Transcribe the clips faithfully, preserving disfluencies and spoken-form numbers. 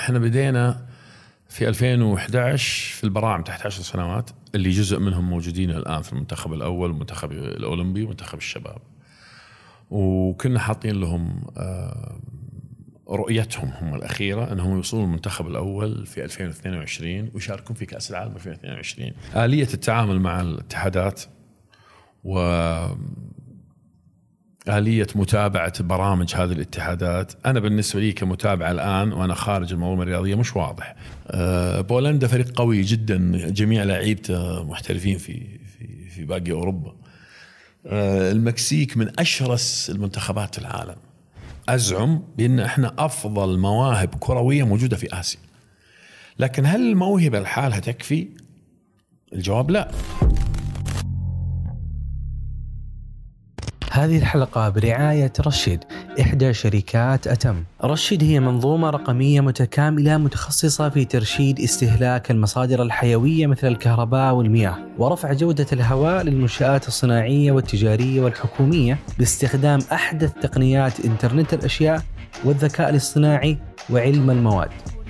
احنا بدينا في ألفين وإحدى عشر في البراعم تحت عشر سنوات اللي جزء منهم موجودين الآن في المنتخب الأول والمنتخب الأولمبي ومنتخب الشباب، وكنا حاطين لهم رؤيتهم هم الأخيرة أنهم يوصلوا المنتخب الأول في ألفين واثنين وعشرين ويشاركون في كأس العالم ألفين واثنين وعشرين. آلية التعامل مع الاتحادات وآلية متابعة برامج هذه الاتحادات، أنا بالنسبة لي كمتابع الآن وأنا خارج المنظومة الرياضية مش واضح. بولندا فريق قوي جدا، جميع لاعيبته محترفين في في في باقي أوروبا. المكسيك من أشرس المنتخبات العالم. أزعم بأن إحنا أفضل مواهب كروية موجودة في آسيا، لكن هل الموهبة لحالها تكفي؟ الجواب لا. هذه الحلقة برعاية رشد، إحدى شركات أتم. رشد هي منظومة رقمية متكاملة متخصصة في ترشيد استهلاك المصادر الحيوية مثل الكهرباء والمياه، ورفع جودة الهواء للمنشآت الصناعية والتجارية والحكومية باستخدام أحدث تقنيات إنترنت الأشياء والذكاء الاصطناعي وعلم المواد.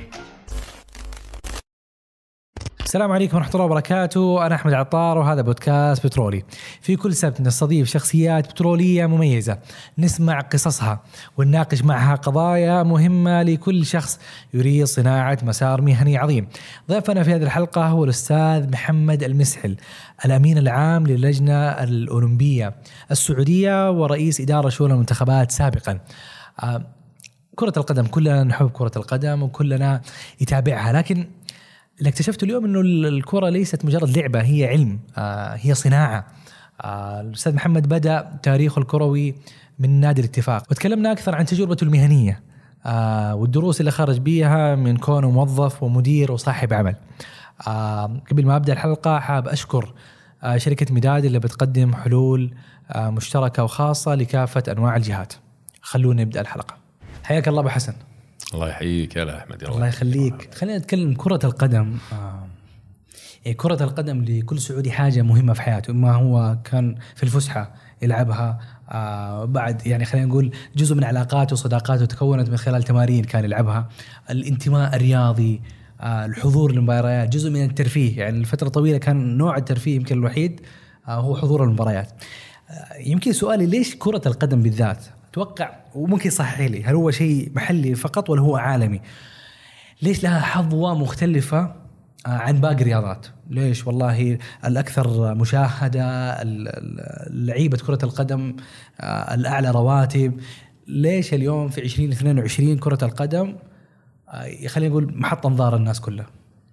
السلام عليكم ورحمة الله وبركاته. أنا أحمد عطار وهذا بودكاست بترولي. في كل سبت نستضيف شخصيات بترولية مميزة، نسمع قصصها ونناقش معها قضايا مهمة لكل شخص يريد صناعة مسار مهني عظيم. ضيفنا في هذه الحلقة هو الأستاذ محمد المسحل، الأمين العام للجنة الأولمبية السعودية ورئيس إدارة شؤون المنتخبات سابقا. كرة القدم كلنا نحب كرة القدم وكلنا يتابعها، لكن اللي اكتشفت اليوم انه الكرة ليست مجرد لعبة، هي علم، آه هي صناعة. آه الأستاذ محمد بدأ تاريخه الكروي من نادي الاتفاق، وتكلمنا أكثر عن تجربته المهنية آه والدروس اللي خرج بيها من كونه موظف ومدير وصاحب عمل. آه قبل ما أبدأ الحلقة حاب أشكر آه شركة مداد اللي بتقدم حلول آه مشتركة وخاصة لكافة أنواع الجهات. خلونا نبدأ الحلقة. حياك الله أبو حسن. الله يحييك يا أحمد. الله يخليك. خلينا نتكلم كرة القدم. آه. يعني كرة القدم لكل سعودي حاجة مهمة في حياته، إما هو كان في الفسحة يلعبها، آه بعد يعني خلينا نقول جزء من علاقاته وصداقاته تكونت من خلال تمارين كان يلعبها، الانتماء الرياضي، آه الحضور للمباريات، جزء من الترفيه. يعني الفترة طويلة كان نوع الترفيه يمكن الوحيد آه هو حضور المباريات. آه يمكن سؤالي ليش كرة القدم بالذات؟ أتوقع وممكن صحيح لي، هل هو شيء محلي فقط ولا هو عالمي؟ ليش لها حظوة مختلفة عن باقي الرياضات؟ ليش والله الأكثر مشاهدة، لعيبة كرة القدم الأعلى رواتب؟ ليش اليوم في عشرين اثنين وعشرين كرة القدم خلينا نقول محط أنظار الناس كلها؟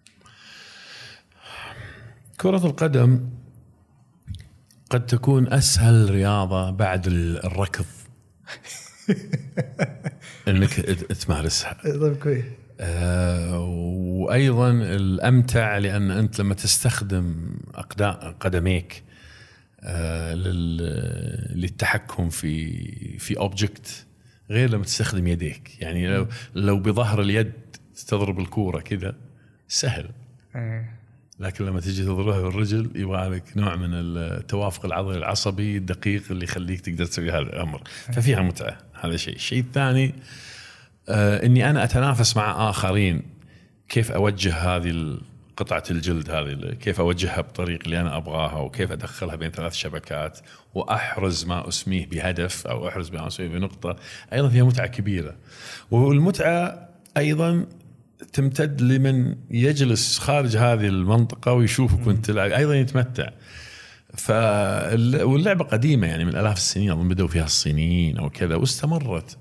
كرة القدم قد تكون أسهل رياضة بعد الركض انك تمارسها. طيب كويس. آه وايضا الامتع لان انت لما تستخدم اقدام قدميك آه للتحكم في في اوبجكت غير لما تستخدم يديك. يعني لو لو بظهر اليد تضرب الكوره كذا سهل، لكن لما تيجي تضربها بالرجل يبغى لك نوع من التوافق العضلي العصبي الدقيق اللي يخليك تقدر تسوي هذا الأمر، ففيها متعة. هذا شيء. الشيء الثاني آه إني أنا أتنافس مع آخرين، كيف أوجه هذه قطعة الجلد هذه، كيف أوجهها بالطريق اللي أنا أبغاها، وكيف أدخلها بين ثلاث شبكات وأحرز ما أسميه بهدف أو أحرز ما أسميه بنقطة. أيضا فيها متعة كبيرة. والمتعة أيضا تمتد لمن يجلس خارج هذه المنطقة ويشوفك وانت تلعب، أيضا يتمتع. واللعبة قديمة يعني من آلاف السنين، أظن بدأوا فيها الصينيين أو كذا واستمرت.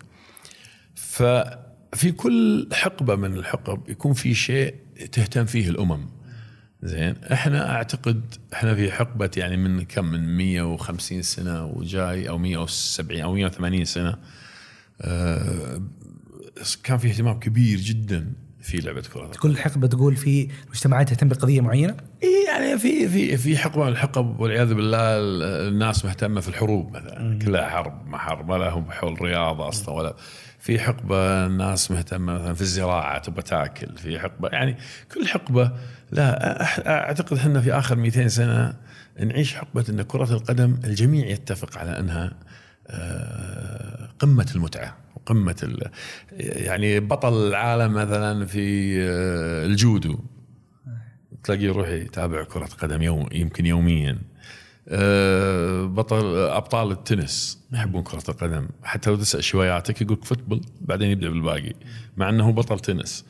ففي كل حقبة من الحقب يكون في شيء تهتم فيه الأمم. زين، احنا أعتقد احنا في حقبة يعني من كم من مية وخمسين سنة وجاي أو مية وسبعين أو مية وثمانين سنة آه كان في اهتمام كبير جدا في لعبة كرة. كل حقبة تقول في مجتمعات تهتم بقضية معينة؟ إيه يعني في في في حقبة من الحقب والعياذ بالله الناس مهتمة في الحروب مثلا، مم. كلها حرب ما حرب، ما لهم حول رياضة أصلا ولا. في حقبة الناس مهتمة مثلا في الزراعة تبغى تاكل. في حقبة يعني كل حقبة لا. أعتقد إحنا في آخر مئتين سنة نعيش حقبة إن كرة القدم الجميع يتفق على أنها قمة المتعة وقمة ال... يعني بطل العالم مثلا في الجودو تلاقيه يروح يتابع كرة قدم يوم يمكن يوميا. بطل أبطال التنس يحبون كرة القدم، حتى لو تسأل شوياتك يقولك فوتبول بعدين يبدأ بالباقي مع أنه بطل تنس.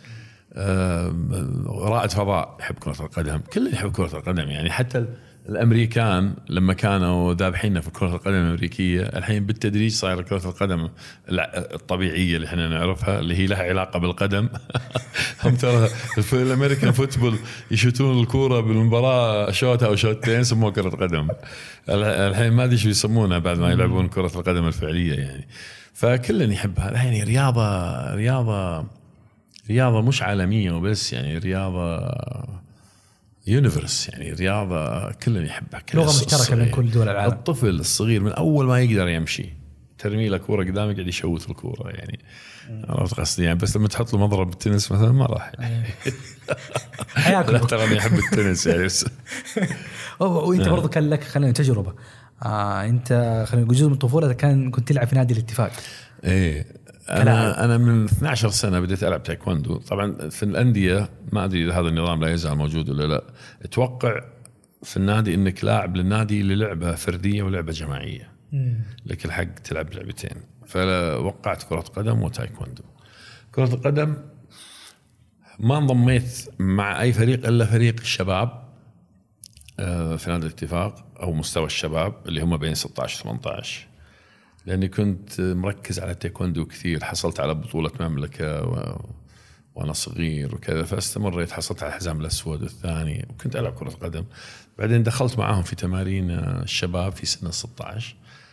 رائد فضاء يحب كرة القدم، كل يحب كرة القدم. يعني حتى الأمريكان لما كانوا ذابحين في كرة القدم الأمريكية الحين بالتدريج صاير كرة القدم الطبيعية اللي احنا نعرفها اللي هي لها علاقة بالقدم. هم ترى في الأمريكان فوتبول يشوتون الكرة بالمباراة شوت أو شوتين يسموها كرة قدم. الحين ما أدري شو يسمونها بعد ما يلعبون كرة القدم الفعلية يعني. فكلن يحبها. يعني رياضة رياضة رياضة مش عالمية وبس، يعني رياضة يونيفرس، يعني رياضة كلنا يحبها، لغة مشتركة بين كل دول العالم. الطفل الصغير من أول ما يقدر يمشي ترمي له كورة قدامك قاعد يشوت الكورة يعني. عرفت قصدي يعني؟ بس لما تحط له مضرب بالتنس مثلا ما راح. لا ترى أنا يحب التنس يعني. وأنت برضو كان لك خلينا تجربة آه أنت خلينا جزء من الطفولة كان كنت تلعب في نادي الاتفاق. إيه أنا أنا من اثنتي عشرة سنة بديت ألعب تايكوندو. طبعا في الأندية ما أدري إذا هذا النظام لا يزال موجود ولا لا. توقع في النادي إنك لاعب للنادي للعبة فردية ولعبة جماعية، لك الحق تلعب لعبتين. فوقعت كرة قدم وتايكوندو. كرة القدم ما انضميت مع أي فريق إلا فريق الشباب في نادي الاتفاق أو مستوى الشباب اللي هم بين ستة عشر ثمانية عشر، لأني كنت مركز على التايكوندو كثير. حصلت على بطولة مملكة و... وأنا صغير وكذا، فاستمريت حصلت على الحزام الأسود الثاني وكنت ألعب كرة قدم. بعدين دخلت معاهم في تمارين الشباب في سنة ستة عشر،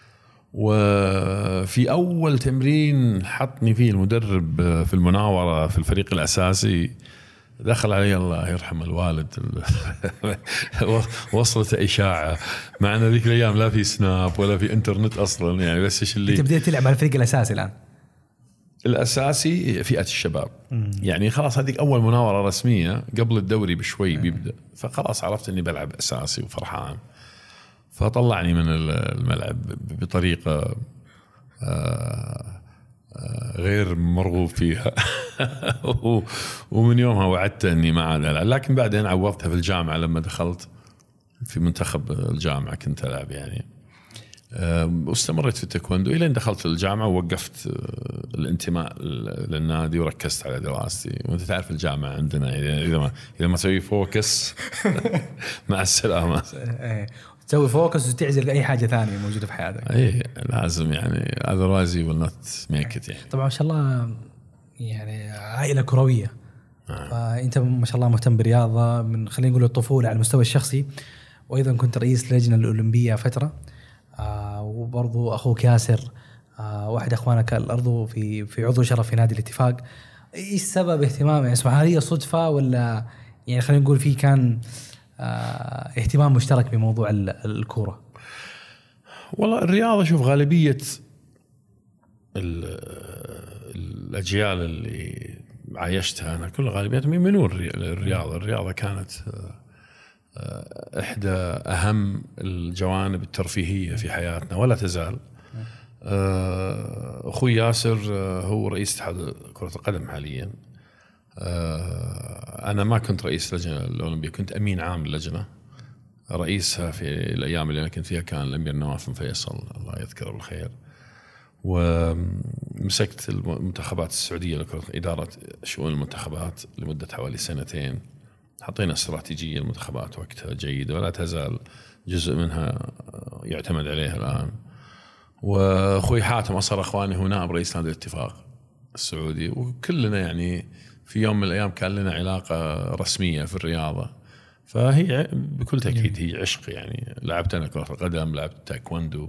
وفي أول تمرين حطني فيه المدرب في المناورة في الفريق الأساسي. دخل علي الله يرحم الوالد وصلت إشاعة، مع أن ذيك الأيام لا في سناب ولا في إنترنت أصلا يعني. بس إيش اللي تبدأ تلعب مع الفريق الأساسي الآن؟ الأساسي فئة الشباب. مم. يعني خلاص هذيك أول مناورة رسمية قبل الدوري بشوي بيبدأ، فخلاص عرفت إني بلعب أساسي وفرحان. فطلعني من الملعب بطريقة آه غير مرغوب فيها. ومن يومها وعدت أني ما عاد ألعب. لكن بعدين عوضتها في الجامعة لما دخلت في منتخب الجامعة كنت ألعب يعني. واستمريت في التايكوندو إلى أن دخلت الجامعة ووقفت الانتماء للنادي وركزت على دراستي. وأنت تعرف الجامعة عندنا إذا ما إذا ما تسوي فوكس مع السلامة. تسوي فوكس وتعزل أي حاجة ثانية موجودة في حياتك. أي لازم يعني otherwise you will not make it يعني. طبعا ما شاء الله يعني عائلة كروية. آه. فأنت ما شاء الله مهتم برياضة من خلينا نقول الطفولة على المستوى الشخصي، وأيضا كنت رئيس اللجنة الأولمبية فترة. آه وبرضو أخوك ياسر آه واحد أخوانك الأرض في في عضو شرف في نادي الاتفاق. إيش سبب اهتمام يعني؟ هل هي صدفة ولا يعني خلينا نقول في كان آه اهتمام مشترك بموضوع الكورة؟ والله الرياضة شوف غالبية الأجيال اللي عايشتها أنا كل غالبيتهم يؤمنون الرياضة. الرياضة كانت إحدى أهم الجوانب الترفيهية في حياتنا ولا تزال. أخوي ياسر هو رئيس اتحاد كرة القدم حاليا. أنا ما كنت رئيس اللجنة الأولمبية، كنت أمين عام اللجنة. رئيسها في الأيام اللي أنا كنت فيها كان الأمير نواف بن فيصل الله يذكره بالخير. ومسكت المنتخبات السعودية لكرة إدارة شؤون المنتخبات لمدة حوالي سنتين. حطينا استراتيجية المنتخبات وقتها جيدة ولا تزال جزء منها يعتمد عليها الآن. وأخوي حاتم أصر أخواني هو نائب رئيس نادي الاتفاق السعودي، وكلنا يعني في يوم من الأيام كان لنا علاقة رسمية في الرياضة. فهي بكل تأكيد هي عشق يعني. لعبت أنا كرة القدم، لعبت تايكوندو،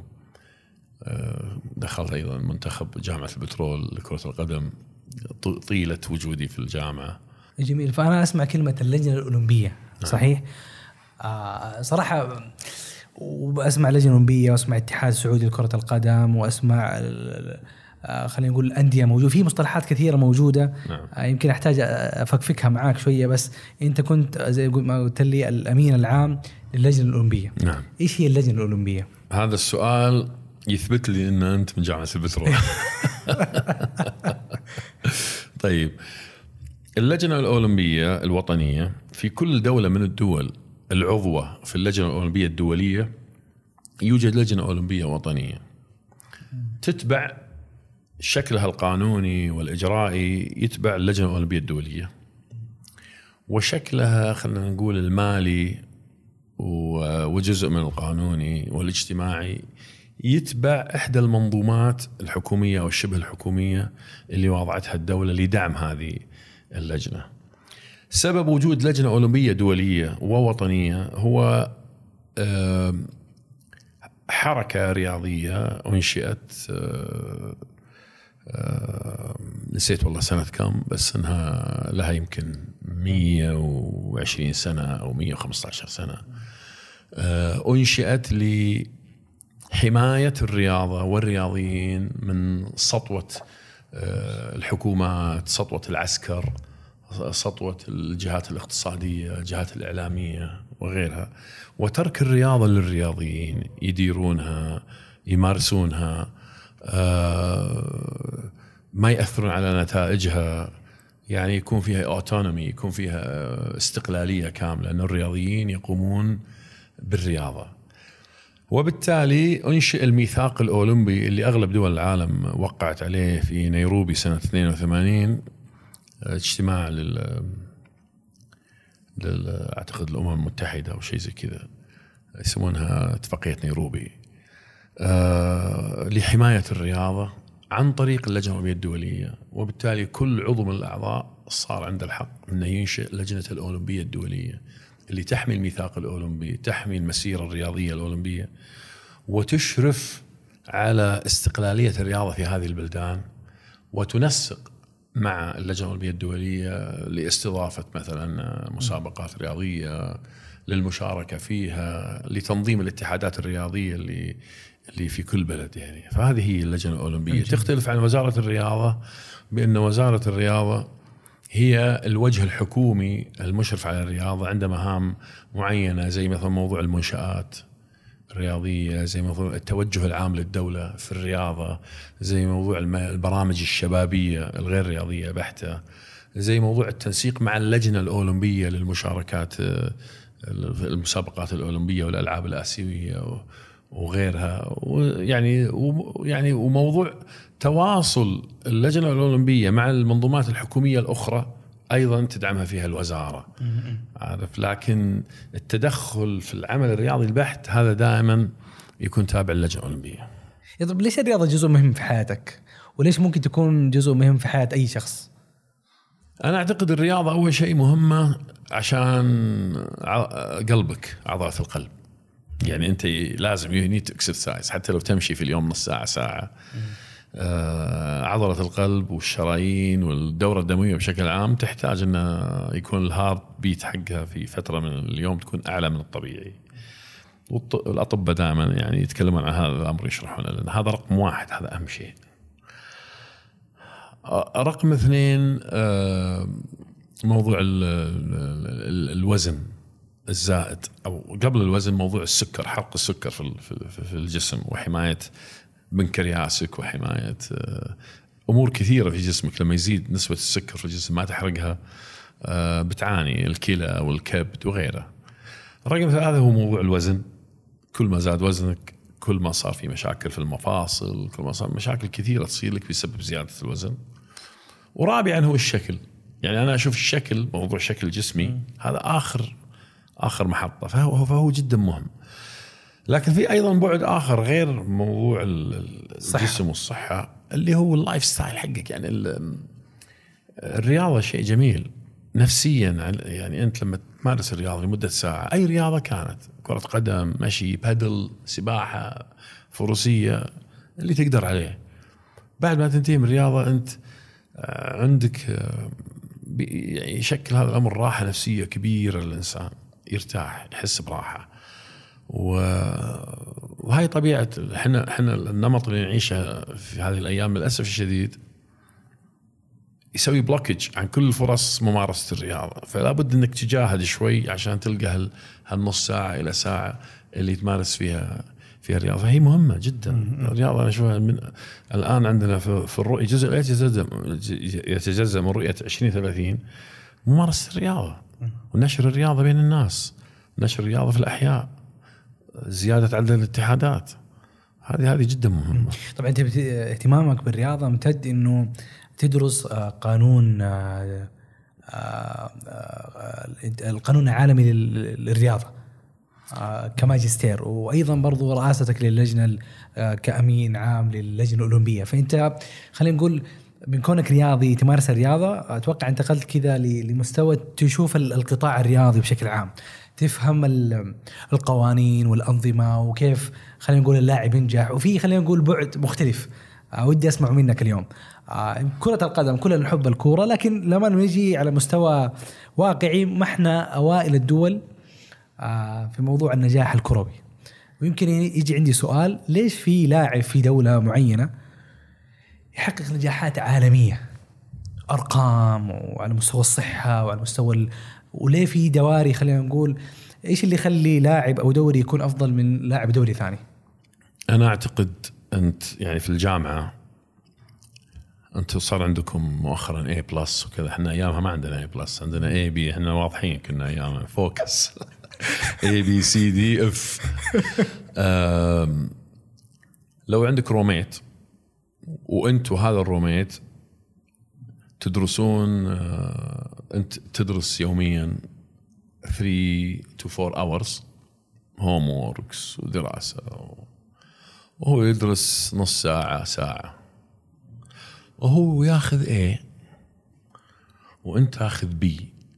دخلت أيضا منتخب جامعة البترول لكرة القدم طيلة وجودي في الجامعة. جميل. فأنا أسمع كلمة اللجنة الأولمبية صحيح؟ آه صراحة وأسمع اللجنة الأولمبية وأسمع اتحاد سعودي لكرة القدم وأسمع آه خلينا نقول الأندية موجودة في مصطلحات كثيرة موجودة. نعم. آه يمكن أحتاج أفكفكها معاك شوية. بس أنت كنت زي ما قلت لي الأمين العام للجنة الأولمبية. نعم. إيش هي اللجنة الأولمبية؟ هذا السؤال يثبت لي ان انت من جامعة البترول. طيب، اللجنة الأولمبية الوطنية في كل دولة من الدول العضوة في اللجنة الأولمبية الدولية يوجد لجنة أولمبية وطنية تتبع شكلها القانوني والإجرائي، يتبع اللجنة الأولمبية الدولية، وشكلها خلينا نقول المالي وجزء من القانوني والاجتماعي يتبع إحدى المنظومات الحكومية أو الشبه الحكومية اللي وضعتها الدولة لدعم هذه اللجنة. سبب وجود لجنة أولمبية دولية ووطنية هو حركة رياضية أنشئت، نسيت والله سنة كم، بس أنها لها يمكن مية وعشرين سنة أو مية وخمسة عشر سنة، أنشئت لحماية الرياضة والرياضيين من سطوة الحكومات، سطوة العسكر، سطوة الجهات الاقتصادية، الجهات الإعلامية وغيرها، وترك الرياضة للرياضيين يديرونها يمارسونها، ما يأثرون على نتائجها، يعني يكون فيها أوتونومي، يكون فيها استقلالية كاملة، أن الرياضيين يقومون بالرياضة. وبالتالي أنشئ الميثاق الأولمبي اللي أغلب دول العالم وقعت عليه في نيروبي سنة اثنين وثمانين، اجتماع لل لل أعتقد الأمم المتحدة أو شيء زي كذا، يسمونها اتفاقية نيروبي، أه لحماية الرياضة عن طريق اللجنة الأولمبية الدولية. وبالتالي كل عضو من الأعضاء صار عنده الحق أنه ينشئ لجنة الأولمبية الدولية اللي تحمي الميثاق الأولمبي، تحمي المسيرة الرياضية الأولمبية، وتشرف على استقلالية الرياضة في هذه البلدان، وتنسق مع اللجنة الأولمبية الدولية لاستضافة مثلا مسابقات رياضية، للمشاركة فيها، لتنظيم الاتحادات الرياضية اللي اللي في كل بلد يعني. فهذه هي اللجنة الأولمبية. تختلف عن وزارة الرياضة بأن وزارة الرياضة هي الوجه الحكومي المشرف على الرياضة، عنده مهام معينة زي مثلا موضوع المنشآت الرياضية، زي موضوع التوجه العام للدولة في الرياضة، زي موضوع البرامج الشبابية الغير رياضية بحتة، زي موضوع التنسيق مع اللجنة الأولمبية للمشاركات المسابقات الأولمبية والألعاب الآسيوية وغيرها، ويعني يعني وموضوع تواصل اللجنة الأولمبية مع المنظومات الحكومية الأخرى أيضا تدعمها فيها الوزارة، عارف. لكن التدخل في العمل الرياضي البحت هذا دائما يكون تابع للجنة الأولمبية. طيب ليش الرياضة جزء مهم في حياتك؟ وليش ممكن تكون جزء مهم في حياة أي شخص؟ أنا أعتقد الرياضة أول شيء مهمة عشان قلبك، عضلة القلب. يعني أنت لازم you need to exercise، حتى لو تمشي في اليوم نص ساعة ساعة. آه عضلة القلب والشرايين والدورة الدموية بشكل عام تحتاج أن يكون الهارت بيت حقها في فترة من اليوم تكون أعلى من الطبيعي. والأطباء دائما يعني يتكلمون عن هذا الأمر، يشرحون لأن هذا رقم واحد، هذا أهم شيء. رقم اثنين آه موضوع ال ال الوزن الزائد، أو قبل الوزن موضوع السكر، حرق السكر في في الجسم، وحماية بنكرياسك، وحماية أمور كثيرة في جسمك. لما يزيد نسبة السكر في الجسم ما تحرقها بتعاني الكلى والكبد وغيره. رقم ثلاثة هو موضوع الوزن. كل ما زاد وزنك كل ما صار في مشاكل في المفاصل، كل ما صار مشاكل كثيرة تصير لك بسبب زيادة الوزن. ورابعا هو الشكل. يعني أنا أشوف الشكل، موضوع شكل جسمي هذا آخر آخر محطة، فهو فهو جدا مهم. لكن في أيضا بعد آخر غير موضوع الجسم والصحة، اللي هو اللايف ستايل حقك. يعني الرياضة شيء جميل نفسيا. يعني أنت لما تمارس الرياضة لمدة ساعة، أي رياضة كانت، كرة قدم، مشي، بادل، سباحة، فروسية، اللي تقدر عليه، بعد ما تنتهي من الرياضة أنت عندك يعني يشكل هذا الأمر راحة نفسية كبيرة للإنسان، يرتاح، يحس براحة. وهاي طبيعة إحنا إحنا النمط اللي نعيشه في هذه الأيام للأسف الشديد يسوي بلوكج عن كل فرص ممارسة الرياضة. فلا بد إنك تجاهد شوي عشان تلقى هالنص ساعة إلى ساعة اللي تمارس فيها فيها الرياضة، فهي مهمة جدا. الرياضة أنا أشوفها من الآن عندنا في الرؤية جزء يتجزأ يتجزأ من رؤية عشرين ثلاثين ممارسة الرياضة ونشر الرياضة بين الناس، نشر الرياضة في الأحياء، زيادة عدد الاتحادات، هذه هذه جدا مهمة. طبعا أنت اهتمامك بالرياضة امتد إنه تدرس قانون القانون العالمي للرياضة كماجستير، وأيضا برضو رئاستك للجنة كأمين عام للجنة الأولمبية. فأنت خلينا نقول من كونك رياضي تمارس الرياضة، أتوقع انتقلت كذا لمستوى تشوف القطاع الرياضي بشكل عام، تفهم القوانين والأنظمة وكيف خلينا نقول اللاعب ينجح، وفي خلينا نقول بعد مختلف ودي أسمع منك اليوم. كرة القدم كلنا نحب الكورة، لكن لما نجي على مستوى واقعي ما احنا أوائل الدول في موضوع النجاح الكروي. ويمكن يجي عندي سؤال، ليش في لاعب في دولة معينة يحقق نجاحات عالمية أرقام وعلى مستوى الصحة وعلى مستوى ال... وليه في دواري خلينا نقول إيش اللي يخلي لاعب أو دوري يكون أفضل من لاعب دوري ثاني؟ أنا أعتقد أنت يعني في الجامعة أنت صار عندكم مؤخرا A plus وكذا، إحنا أيامها ما عندنا A plus، عندنا A B، إحنا واضحين كنا أيامها فوكس A B C D F. لو عندك روميت وأنتوا هذا الروميت تدرسون، أنت تدرس يوميا three to four hours homeworks ودراسة، وهو يدرس نص ساعة ساعة، وهو ياخذ A وأنت تاخذ B.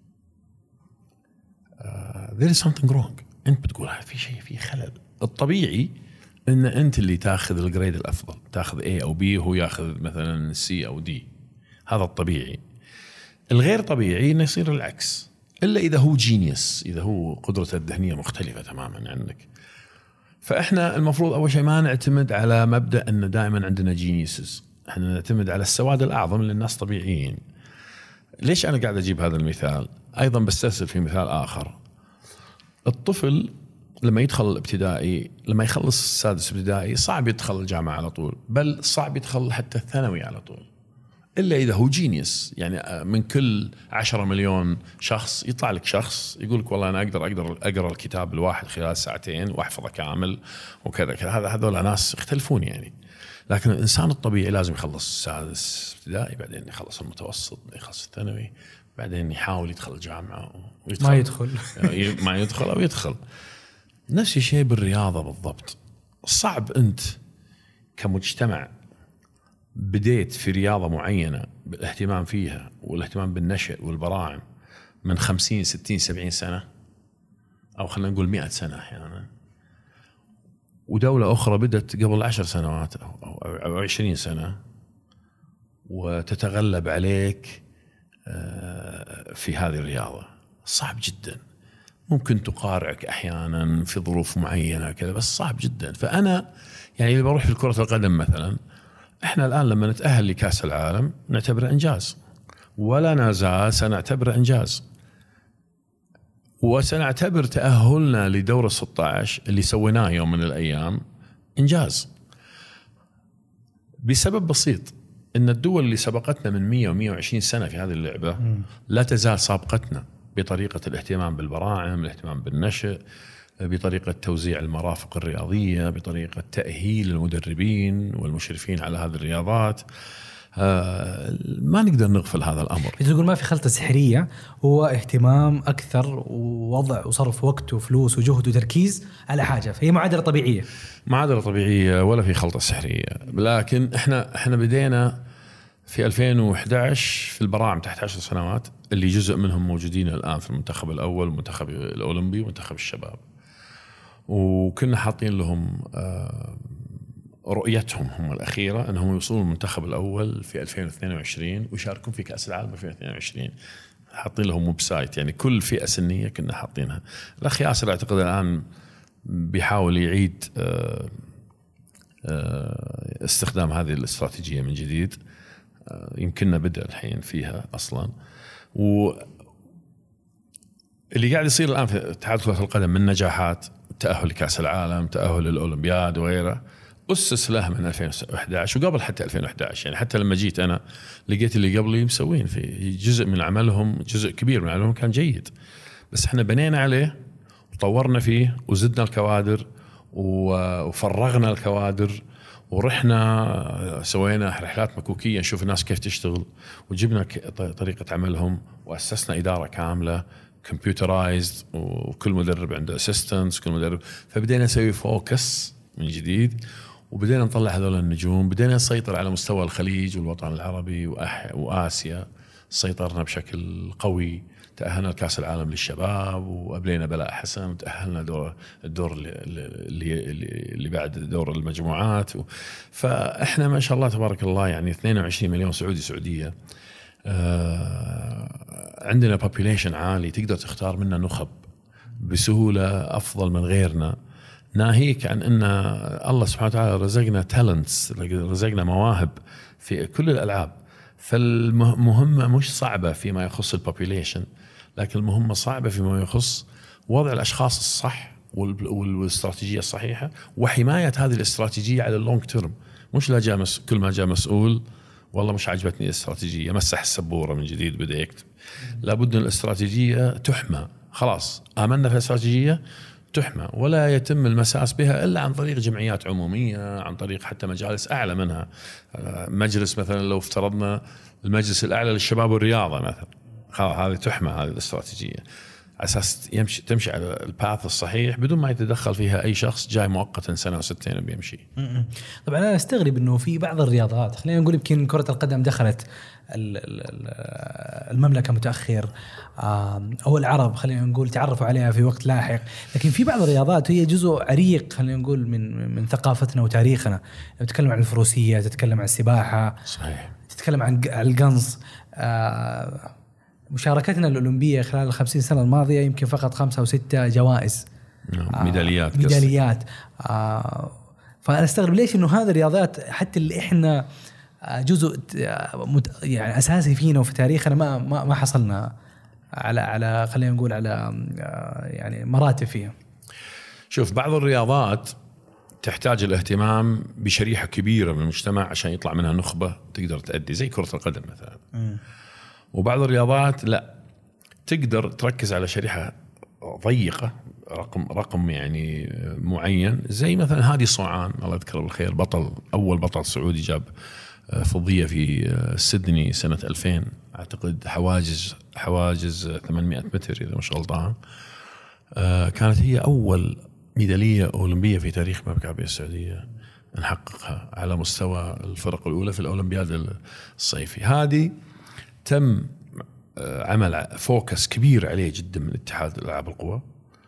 uh, there is something wrong. أنت بتقول في شيء في خلل. الطبيعي إن أنت اللي تاخذ الجريد الأفضل، تاخذ A أو B وهو ياخذ مثلا C أو D، هذا الطبيعي. الغير طبيعي إنه يصير العكس، إلا إذا هو جينيوس، إذا هو قدرته الذهنية مختلفة تماما عنك. فإحنا المفروض أول شيء ما نعتمد على مبدأ أن دائما عندنا جينيوسز، إحنا نعتمد على السواد الأعظم للناس طبيعيين. ليش أنا قاعد أجيب هذا المثال؟ أيضا بسترسل في مثال آخر. الطفل لما يدخل الابتدائي، لما يخلص السادس ابتدائي صعب يدخل الجامعة على طول، بل صعب يدخل حتى الثانوي على طول، إلا إذا هو جينيوس. يعني من كل عشرة مليون شخص يطلع لك شخص يقولك والله أنا أقدر أقدر أقرأ الكتاب الواحد خلال ساعتين وأحفظه كامل وكذا كذا. هذا هذول ناس يختلفون يعني. لكن الإنسان الطبيعي لازم يخلص السادس ابتدائي، بعدين يخلص المتوسط، يخلص الثانوي، بعدين يحاول يدخل الجامعة ما يدخل ما يدخل أو يدخل. نفس الشيء بالرياضة بالضبط. صعب أنت كمجتمع بديت في رياضة معينة بالاهتمام فيها والاهتمام بالنشء والبراعم من خمسين ستين سبعين سنة، أو خلينا نقول مئة سنة أحيانا، ودولة أخرى بدت قبل عشر سنوات أو عشرين سنة وتتغلب عليك في هذه الرياضة. صعب جدا. ممكن تقارعك أحيانا في ظروف معينة كذا، بس صعب جدا. فأنا يعني اللي بروح في كرة القدم مثلا، إحنا الآن لما نتأهل لكأس العالم نعتبره إنجاز، ولا نزال سنعتبره إنجاز. وسنعتبر تأهلنا لدور ستة عشر اللي سويناه يوم من الأيام إنجاز، بسبب بسيط، إن الدول اللي سبقتنا من مئة ومئة وعشرين سنة في هذه اللعبة لا تزال سابقتنا بطريقة الاهتمام بالبراعم، الاهتمام بالنشء، بطريقة توزيع المرافق الرياضية، بطريقة تأهيل المدربين والمشرفين على هذه الرياضات. آه ما نقدر نغفل هذا الأمر. تقول ما في خلطة سحرية، هو اهتمام أكثر ووضع وصرف وقت وفلوس وجهد وتركيز على حاجة، فهي معادلة طبيعية. معادلة طبيعية ولا في خلطة سحرية. لكن احنا احنا بدينا في ألفين وإحدى عشر في البراعم تحت عشر سنوات، اللي جزء منهم موجودين الآن في المنتخب الأول والمنتخب الأولمبي ومنتخب الشباب، وكنا حاطين لهم آه رؤيتهم هم الأخيرة أنهم يوصلون المنتخب الأول في ألفين واثنين وعشرين ويشاركون في كأس العالم ألفين واثنين وعشرين. حاطين لهم ويب سايت، يعني كل فئة سنية كنا حاطينها. الأخ ياسر أعتقد الآن بيحاول يعيد استخدام هذه الاستراتيجية من جديد، يمكننا بدأ الحين فيها أصلا. واللي قاعد يصير الآن في اتحاد كرة القدم من نجاحات تأهل لكأس العالم، تأهل للأولمبياد وغيره، أسس له من ألفين وأحد عشر وقبل حتى ألفين وأحد عشر. يعني حتى لما جيت أنا لقيت اللي قبلي مسوين في جزء من عملهم، جزء كبير من عملهم كان جيد، بس احنا بنينا عليه وطورنا فيه وزدنا الكوادر وفرغنا الكوادر ورحنا سوينا رحلات مكوكية نشوف الناس كيف تشتغل، وجبنا طريقة عملهم وأسسنا إدارة كاملة كمبيوترايزد، وكل مدرب عنده أسيستنس، كل مدرب. فبدينا نسوي فوكس من جديد وبدينا نطلع هذول النجوم، بدينا نسيطر على مستوى الخليج والوطن العربي وآسيا. سيطرنا بشكل قوي، تأهلنا لكأس العالم للشباب وقبلينا بلاء حسن، وتأهلنا دور الدور اللي, اللي, اللي بعد دور المجموعات. فإحنا ما شاء الله تبارك الله يعني اثنين وعشرين مليون سعودي سعودية. آه عندنا population عالي، تقدر تختار منه نخب بسهولة أفضل من غيرنا، ناهيك عن أن الله سبحانه وتعالى رزقنا talents، رزقنا مواهب في كل الألعاب. فالمهمة مش صعبة فيما يخص البوبيليشن، لكن المهمة صعبة فيما يخص وضع الأشخاص الصح والاستراتيجية الصحيحة وحماية هذه الاستراتيجية على اللونج تيرم. مش لا جاء كل ما جاء مسؤول والله مش عجبتني الاستراتيجية مسح السبورة من جديد بدأ يكتب. لابد أن الاستراتيجية تحمى، خلاص آمنا في الاستراتيجية تحمى، ولا يتم المساس بها إلا عن طريق جمعيات عمومية، عن طريق حتى مجالس أعلى منها. مجلس مثلا لو افترضنا المجلس الأعلى للشباب والرياضة مثلا، هذه تحمى هذه الاستراتيجية أساس يمشي تمشي على الباث الصحيح بدون ما يتدخل فيها أي شخص جاي مؤقتا سنة وستين بيمشي. طبعا أنا أستغرب إنه في بعض الرياضات، خلينا نقول يمكن كرة القدم دخلت المملكة متأخر أو العرب خلينا نقول تعرفوا عليها في وقت لاحق، لكن في بعض الرياضات هي جزء عريق خلينا نقول من من ثقافتنا وتاريخنا. تتكلم عن الفروسية، تتكلم عن السباحة، صحيح، تتكلم عن القنص. مشاركتنا الأولمبية خلال الخمسين سنة الماضية يمكن فقط خمسة أو ستة جوائز ميداليات آه ميداليات آه فأنا استغرب ليش إنه هذه الرياضات حتى اللي إحنا جزء يعني أساسي فينا وفي تاريخنا ما ما ما حصلنا على على خلينا نقول على يعني مراتب فيها. شوف بعض الرياضات تحتاج الاهتمام بشريحة كبيرة من المجتمع عشان يطلع منها نخبة تقدر تأدي، زي كرة القدم مثلا. م. وبعض الرياضات لا، تقدر تركز على شريحة ضيقة، رقم رقم يعني معين، زي مثلا هادي صوعان الله يذكره بالخير، بطل أول بطل سعودي جاب فضية في سيدني سنة ألفين أعتقد، حواجز حواجز ثمانمائة متر إذا مش غلطان. كانت هي أول ميدالية أولمبية في تاريخ المملكة العربية السعودية نحققها على مستوى الفرق الأولى في الأولمبياد الصيفي. هذه تم عمل فوكس كبير عليه جدا من اتحاد الألعاب القوى،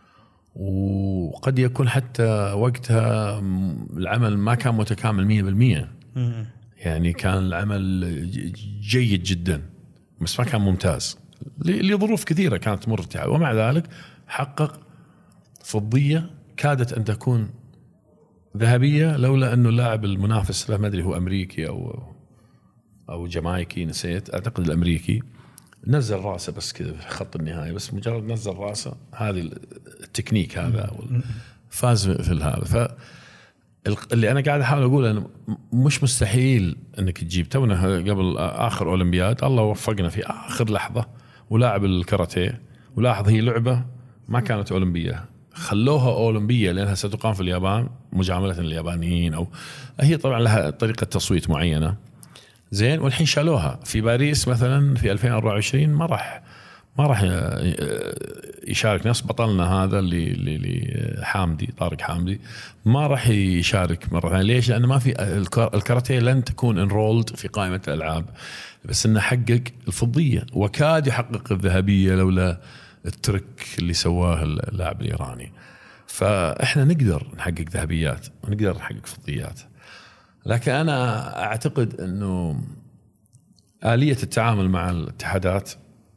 وقد يكون حتى وقتها العمل ما كان متكامل مية بالمية، يعني كان العمل جيد جدا بس ما كان ممتاز لظروف كثيرة كانت تمر الاتحاد، ومع ذلك حقق فضية كادت أن تكون ذهبية لولا أنه اللاعب المنافس له ما أدري هو أمريكي أو أو جامايكي نسيت، أعتقد الأمريكي، نزل راسه بس كذا في خط النهاية، بس مجرد نزل راسه هذه التكنيك هذا فاز في هذا. ف اللي أنا قاعد أحاول أقول أنه مش مستحيل أنك تجيب. تونا قبل آخر أولمبياد الله وفقنا في آخر لحظة ولاعب الكاراتيه، ولاحظ هي لعبة ما كانت أولمبية، خلوها أولمبية لأنها ستقام في اليابان مجاملة اليابانيين، أو هي طبعا لها طريقة تصويت معينة زين، والحين شالوها في باريس مثلا في ألفين وأربعة وعشرين ما راح ما راح يشارك نفس بطلنا هذا اللي اللي حامدي طارق حامدي ما راح يشارك مرة ثانية. ليش؟ لأنه ما في الكاراتيه لن تكون انرولد في قائمة الألعاب، بس إنه حقق الفضية وكاد يحقق الذهبية لولا الترك اللي سواه اللاعب الإيراني. فإحنا نقدر نحقق ذهبيات ونقدر نحقق فضيات، لكن أنا أعتقد أنه آلية التعامل مع الاتحادات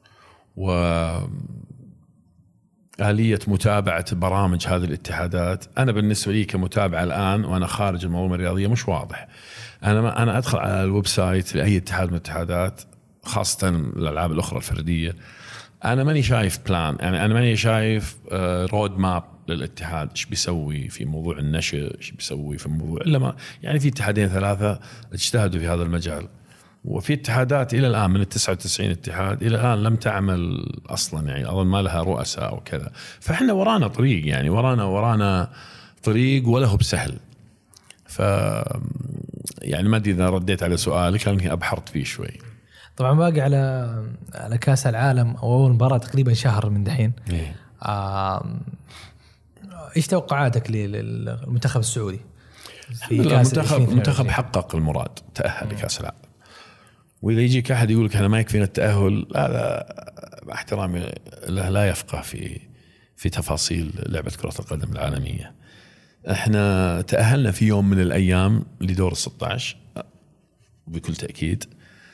وآلية متابعة برامج هذه الاتحادات، أنا بالنسبة لي كمتابع الآن وأنا خارج المنظومة الرياضية مش واضح. أنا ما أنا أدخل على الويب سايت لأي اتحاد من الاتحادات خاصة الألعاب الأخرى الفردية، أنا ماني شايف بلان، يعني أنا ماني شايف رود ماب للاتحاد إيش بيسوي في موضوع النشء، إيش بيسوي في موضوع إلا ما يعني في اتحادين ثلاثة اجتهدوا في هذا المجال، وفي اتحادات إلى الآن من التسعة وتسعين اتحاد إلى الآن لم تعمل أصلا، يعني أظن ما لها رؤساء أو كذا. فإحنا ورانا طريق، يعني ورانا ورانا طريق ولا هو بسهل. ف يعني ما أدري إذا رديت على سؤالك لأني أبحرت فيه شوي. طبعا باقي على على كأس العالم أو أول مباراة تقريبا شهر من دحين. إيه. آه إيش توقعاتك للمنتخب السعودي؟ في المنتخب منتخب حقق المراد، تأهل لكأس العالم. وإذا يجيك أحد يقول لك أنا ما يكفينا التأهل، هذا باحترامي له لا يفقه في في تفاصيل لعبة كرة القدم العالمية. احنا تأهلنا في يوم من الأيام لدور الستة عشر بكل تأكيد،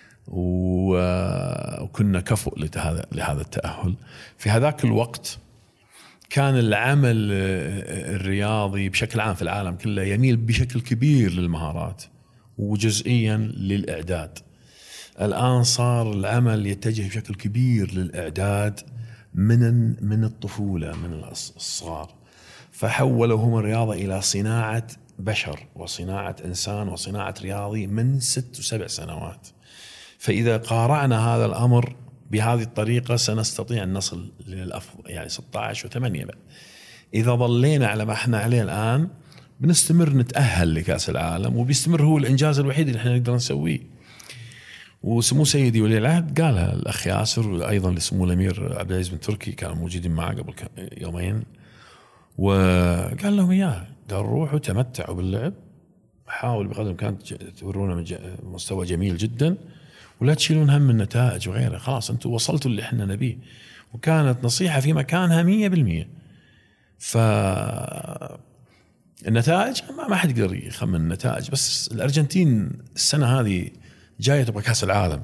وكنا كفؤ لهذا لهذا التأهل. في هذاك الوقت كان العمل الرياضي بشكل عام في العالم كله يميل بشكل كبير للمهارات وجزئيا للإعداد. الآن صار العمل يتجه بشكل كبير للإعداد من من الطفولة، من الصغار، فحولوا هم الرياضة إلى صناعة بشر وصناعة إنسان وصناعة رياضي من ست وسبع سنوات. فإذا قارعنا هذا الأمر بهذه الطريقة سنستطيع أن نصل للأفضل، يعني ستة عشر وثمانية بقى. إذا ظلينا على ما احنا عليه الآن بنستمر نتأهل لكأس العالم، وبيستمر هو الإنجاز الوحيد اللي احنا نقدر نسويه. وسمو سيدي ولي العهد قالها الأخ ياسر، وأيضا لسمو الأمير عبد العزيز بن تركي كانوا موجودين معه قبل يومين، وقال لهم إياه، قال روحوا تمتعوا باللعب، حاولوا بقدر الإمكان تورونا مستوى جميل جدا، ولا تشيلون هم النتائج وغيره، خلاص أنتوا وصلتوا اللي إحنا نبيه. وكانت نصيحة في مكانها مية بالمية. فالنتائج ما حد يقدر يخمن النتائج، بس الأرجنتين السنة هذه جاية تبغى كأس العالم.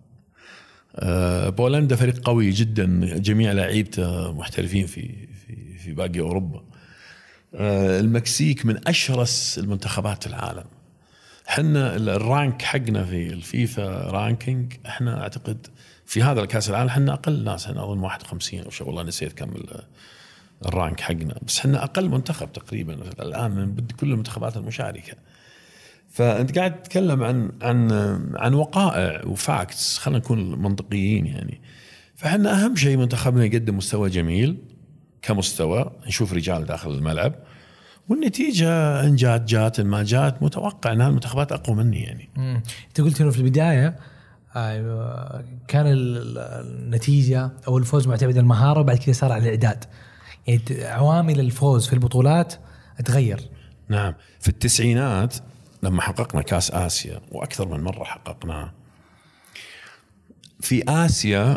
بولندا فريق قوي جدا، جميع لاعيبته محترفين في في في باقي أوروبا. المكسيك من أشرس المنتخبات العالم. حنا الرانك حقنا في الفيفا رانكينج، احنا اعتقد في هذا الكاس العالم حنا اقل ناس، انا اظن واحد وخمسين او شيء، والله نسيت كم الرانك حقنا، بس حنا اقل منتخب تقريبا الان من كل المنتخبات المشاركه. فانت قاعد تتكلم عن عن عن وقائع وفاكتس، خلينا نكون منطقيين يعني. فحنا اهم شيء منتخبنا يقدم مستوى جميل كمستوى، نشوف رجال داخل الملعب، والنتيجة إن جات جات، إن ما جات متوقع أن هالمنتخبات أقوى مني يعني. مم. أنت قلت إنه في البداية كان النتيجة أو الفوز معتمد على المهارة، وبعد كده صار على الإعداد، يعني عوامل الفوز في البطولات تغير. نعم، في التسعينات لما حققنا كاس آسيا، وأكثر من مرة حققناه في آسيا،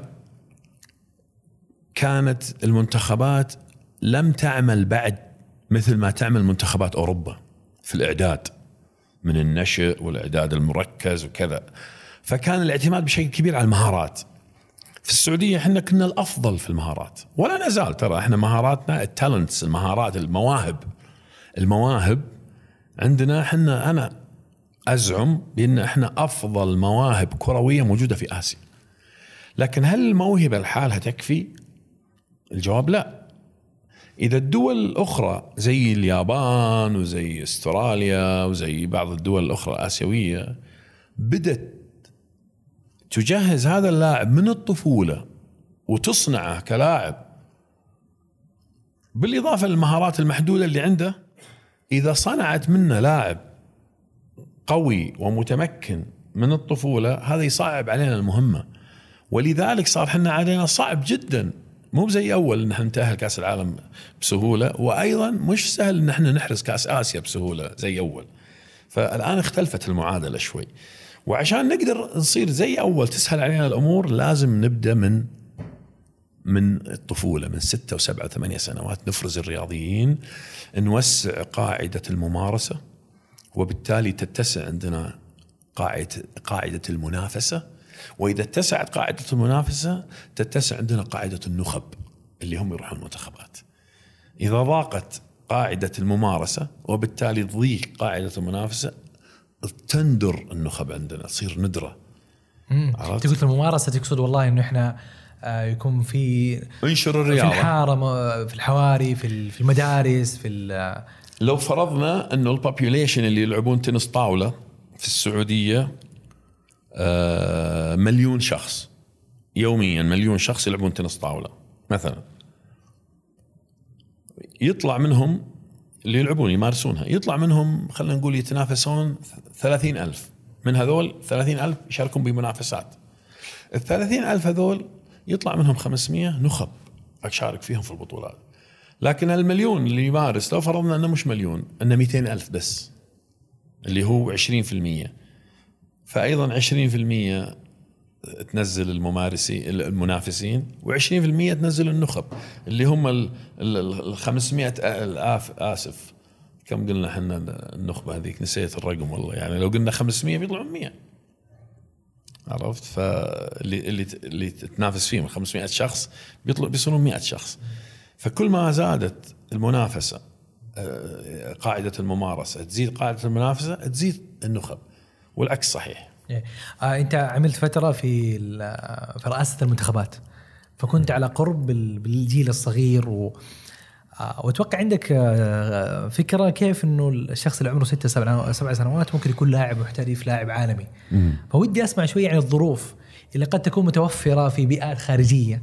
كانت المنتخبات لم تعمل بعد مثل ما تعمل منتخبات أوروبا في الإعداد، من النشء والإعداد المركز وكذا. فكان الاعتماد بشكل كبير على المهارات. في السعودية احنا كنا الأفضل في المهارات، ولا نزال ترى احنا مهاراتنا التالنتس، المهارات، المواهب المواهب عندنا احنا. أنا أزعم بأن احنا أفضل مواهب كروية موجودة في آسيا. لكن هل الموهبة لحالها تكفي؟ الجواب لا. إذا الدول الأخرى زي اليابان وزي استراليا وزي بعض الدول الأخرى الآسيوية بدت تجهز هذا اللاعب من الطفولة وتصنعه كلاعب، بالإضافة للمهارات المحدودة اللي عنده، إذا صنعت منه لاعب قوي ومتمكن من الطفولة، هذا يصعب علينا المهمة. ولذلك صار حنا علينا صعب جدا، مو زي أول إن احنا نتأهل كأس العالم بسهولة، وأيضا مش سهل إن احنا نحرز كأس آسيا بسهولة زي أول. فالآن اختلفت المعادلة شوي، وعشان نقدر نصير زي أول تسهل علينا الأمور لازم نبدأ من من الطفولة، من ستة وسبعة وثمانية سنوات، نفرز الرياضيين، نوسع قاعدة الممارسة، وبالتالي تتسع عندنا قاعدة قاعدة المنافسة. وإذا اتسعت قاعدة المنافسة تتسع عندنا قاعدة النخب اللي هم يروحون المنتخبات. إذا ضاقت قاعدة الممارسة وبالتالي تضيق قاعدة المنافسة، تندر النخب عندنا، تصير ندرة. أنت قلت الممارسة، تقصد والله إنه إحنا يكون في انشر الرياضة في الحارة، في الحواري، في في المدارس، في لو فرضنا انه البوبوليشن اللي يلعبون تنس طاولة في السعودية مليون شخص يوميا، مليون شخص يلعبون تنس طاولة مثلا، يطلع منهم اللي يلعبون يمارسونها، يطلع منهم خلينا نقول يتنافسون ثلاثين ألف، من هذول ثلاثين ألف يشاركون بمنافسات. الثلاثين ألف هذول يطلع منهم خمسمية نخب أشارك فيهم في البطولات. لكن المليون اللي يمارس لو فرضنا أنه مش مليون، أنه مئتين ألف بس، اللي هو عشرين في المية. فأيضا عشرين في المية تنزل الممارسين المنافسين، وعشرين في المية تنزل النخب اللي هم الخمسمية الآف آسف كم قلنا احنا النخبة هذيك، نسيت الرقم والله، يعني لو قلنا خمسمية بيطلعون مية، عرفت؟ فاللي اللي اللي تتنافس فيهم خمسمية شخص بيطلع بيصيرون مئة شخص. فكل ما زادت المنافسة قاعدة الممارسة تزيد، قاعدة المنافسة تزيد النخب، والعكس صحيح. آه، أنت عملت فترة في في رئاسة المنتخبات، فكنت على قرب بالجيل الصغير و وأتوقع عندك فكرة كيف إنه الشخص اللي عمره ستة سبع سبع سنوات ممكن يكون لاعب محترف، لاعب عالمي. م. فودي أسمع شوية عن الظروف اللي قد تكون متوفرة في بيئات خارجية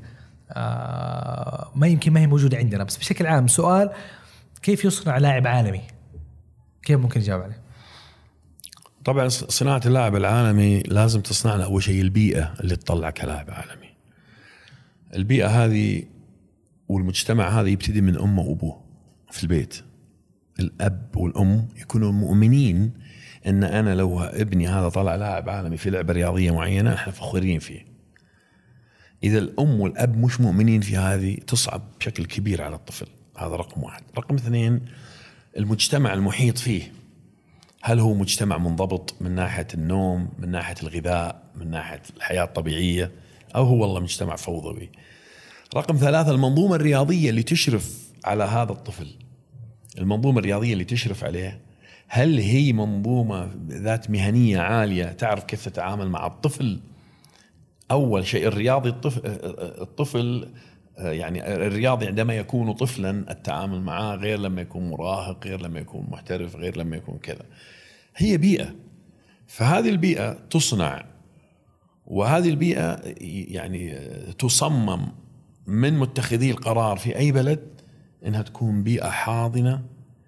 ما يمكن ما هي موجودة عندنا، بس بشكل عام سؤال كيف يصنع لاعب عالمي؟ كيف ممكن نجاوب عليه؟ طبعا صناعة اللاعب العالمي لازم تصنع له أول شيء البيئة اللي تطلعك كلاعب عالمي. البيئة هذه والمجتمع هذا يبتدي من أمه وأبوه في البيت. الأب والأم يكونوا مؤمنين أن أنا لو ابني هذا طلع لاعب عالمي في لعبة رياضية معينة احنا فخورين فيه. إذا الأم والأب مش مؤمنين في هذه تصعب بشكل كبير على الطفل. هذا رقم واحد. رقم اثنين، المجتمع المحيط فيه، هل هو مجتمع منضبط من ناحية النوم، من ناحية الغذاء، من ناحية الحياة الطبيعية، أو هو والله مجتمع فوضوي. رقم ثلاثة، المنظومة الرياضية اللي تشرف على هذا الطفل، المنظومة الرياضية اللي تشرف عليه، هل هي منظومة ذات مهنية عالية تعرف كيف تتعامل مع الطفل؟ أول شيء الرياضي الطفل, الطفل يعني الرياضي عندما يكون طفلا التعامل معه غير لما يكون مراهق، غير لما يكون محترف، غير لما يكون كذا. هي بيئة، فهذه البيئة تصنع، وهذه البيئة يعني تصمم من متخذي القرار في أي بلد إنها تكون بيئة حاضنة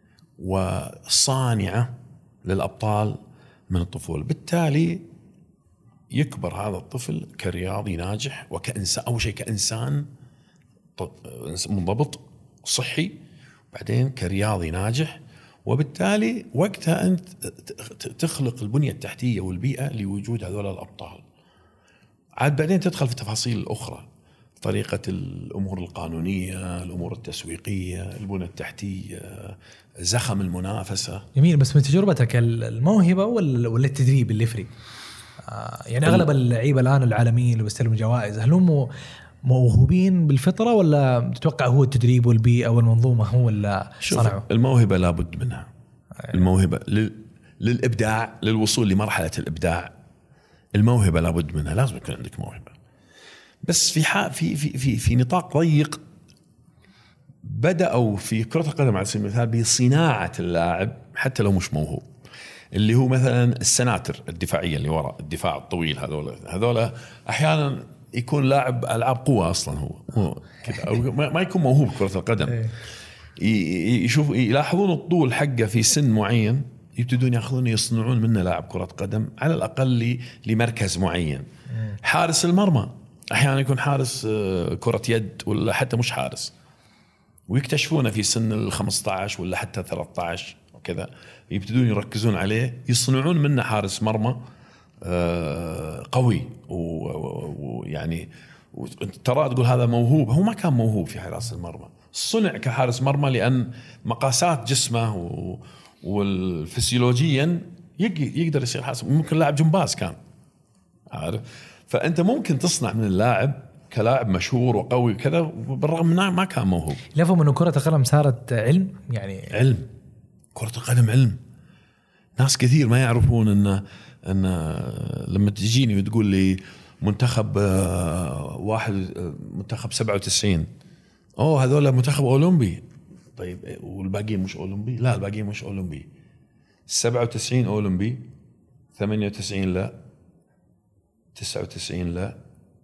وصانعة للأبطال من الطفولة. بالتالي يكبر هذا الطفل كرياضي ناجح وكإنسان، أول شيء كإنسان منضبط صحي، بعدين كرياضي ناجح، وبالتالي وقتها أنت تخلق البنية التحتية والبيئة لوجود هذول الأبطال. عاد بعدين تدخل في التفاصيل الأخرى، طريقة الأمور القانونية، الأمور التسويقية، البنية التحتية، زخم المنافسة. جميل. بس من تجربتك الموهبة ولا التدريب اللي يفرق؟ آه يعني أغلب اللعيبة الآن العالميين اللي بيستلموا جوائز هل هم موهوبين بالفطرة، ولا تتوقع هو التدريب والبيئة والمنظومة هو اللي صنعوا؟ الموهبة لابد منها. الموهبة لل... للإبداع، للوصول لمرحلة الإبداع، الموهبة لابد منها، لازم يكون عندك موهبة. بس في ح... في في في في نطاق ضيق بدأوا في كرة القدم على سبيل المثال بصناعة اللاعب حتى لو مش موهوب، اللي هو مثلا السناتر الدفاعية اللي وراء الدفاع الطويل، هذول هذول أحيانا يكون لاعب ألعاب قوة أصلا هو, هو كذا، أو ما يكون موهوب كرة القدم. يشوف يلاحظون الطول حقه في سن معين، يبتدون يأخذون يصنعون منه لاعب كرة قدم على الأقل لمركز معين. حارس المرمى أحيانا يكون حارس كرة يد ولا حتى مش حارس، ويكتشفونه في سن الخمسة عشر ولا حتى ثلاثة عشر وكذا، يبتدون يركزون عليه، يصنعون منه حارس مرمى قوي. ويعني ترى تقول هذا موهوب، هو ما كان موهوب في حراسة المرمى، صنع كحارس مرمى لأن مقاسات جسمه والفسيولوجيا يقدر يصير حارس. ممكن لاعب جمباز كان عارف. فأنت ممكن تصنع من اللاعب كلاعب مشهور وقوي كذا بالرغم من ما كان موهوب. لفهم إنه كرة القدم صارت علم، يعني علم. كرة القدم علم. ناس كثير ما يعرفون إن إن لما تجيني وتقول لي منتخب واحد منتخب سبعة وتسعين اوه هذول منتخب اولمبي. طيب والباقيين مش اولمبي؟ لا الباقيين مش اولمبي. سبعة وتسعين اولمبي، ثمانية وتسعين لا، تسعة وتسعين لا،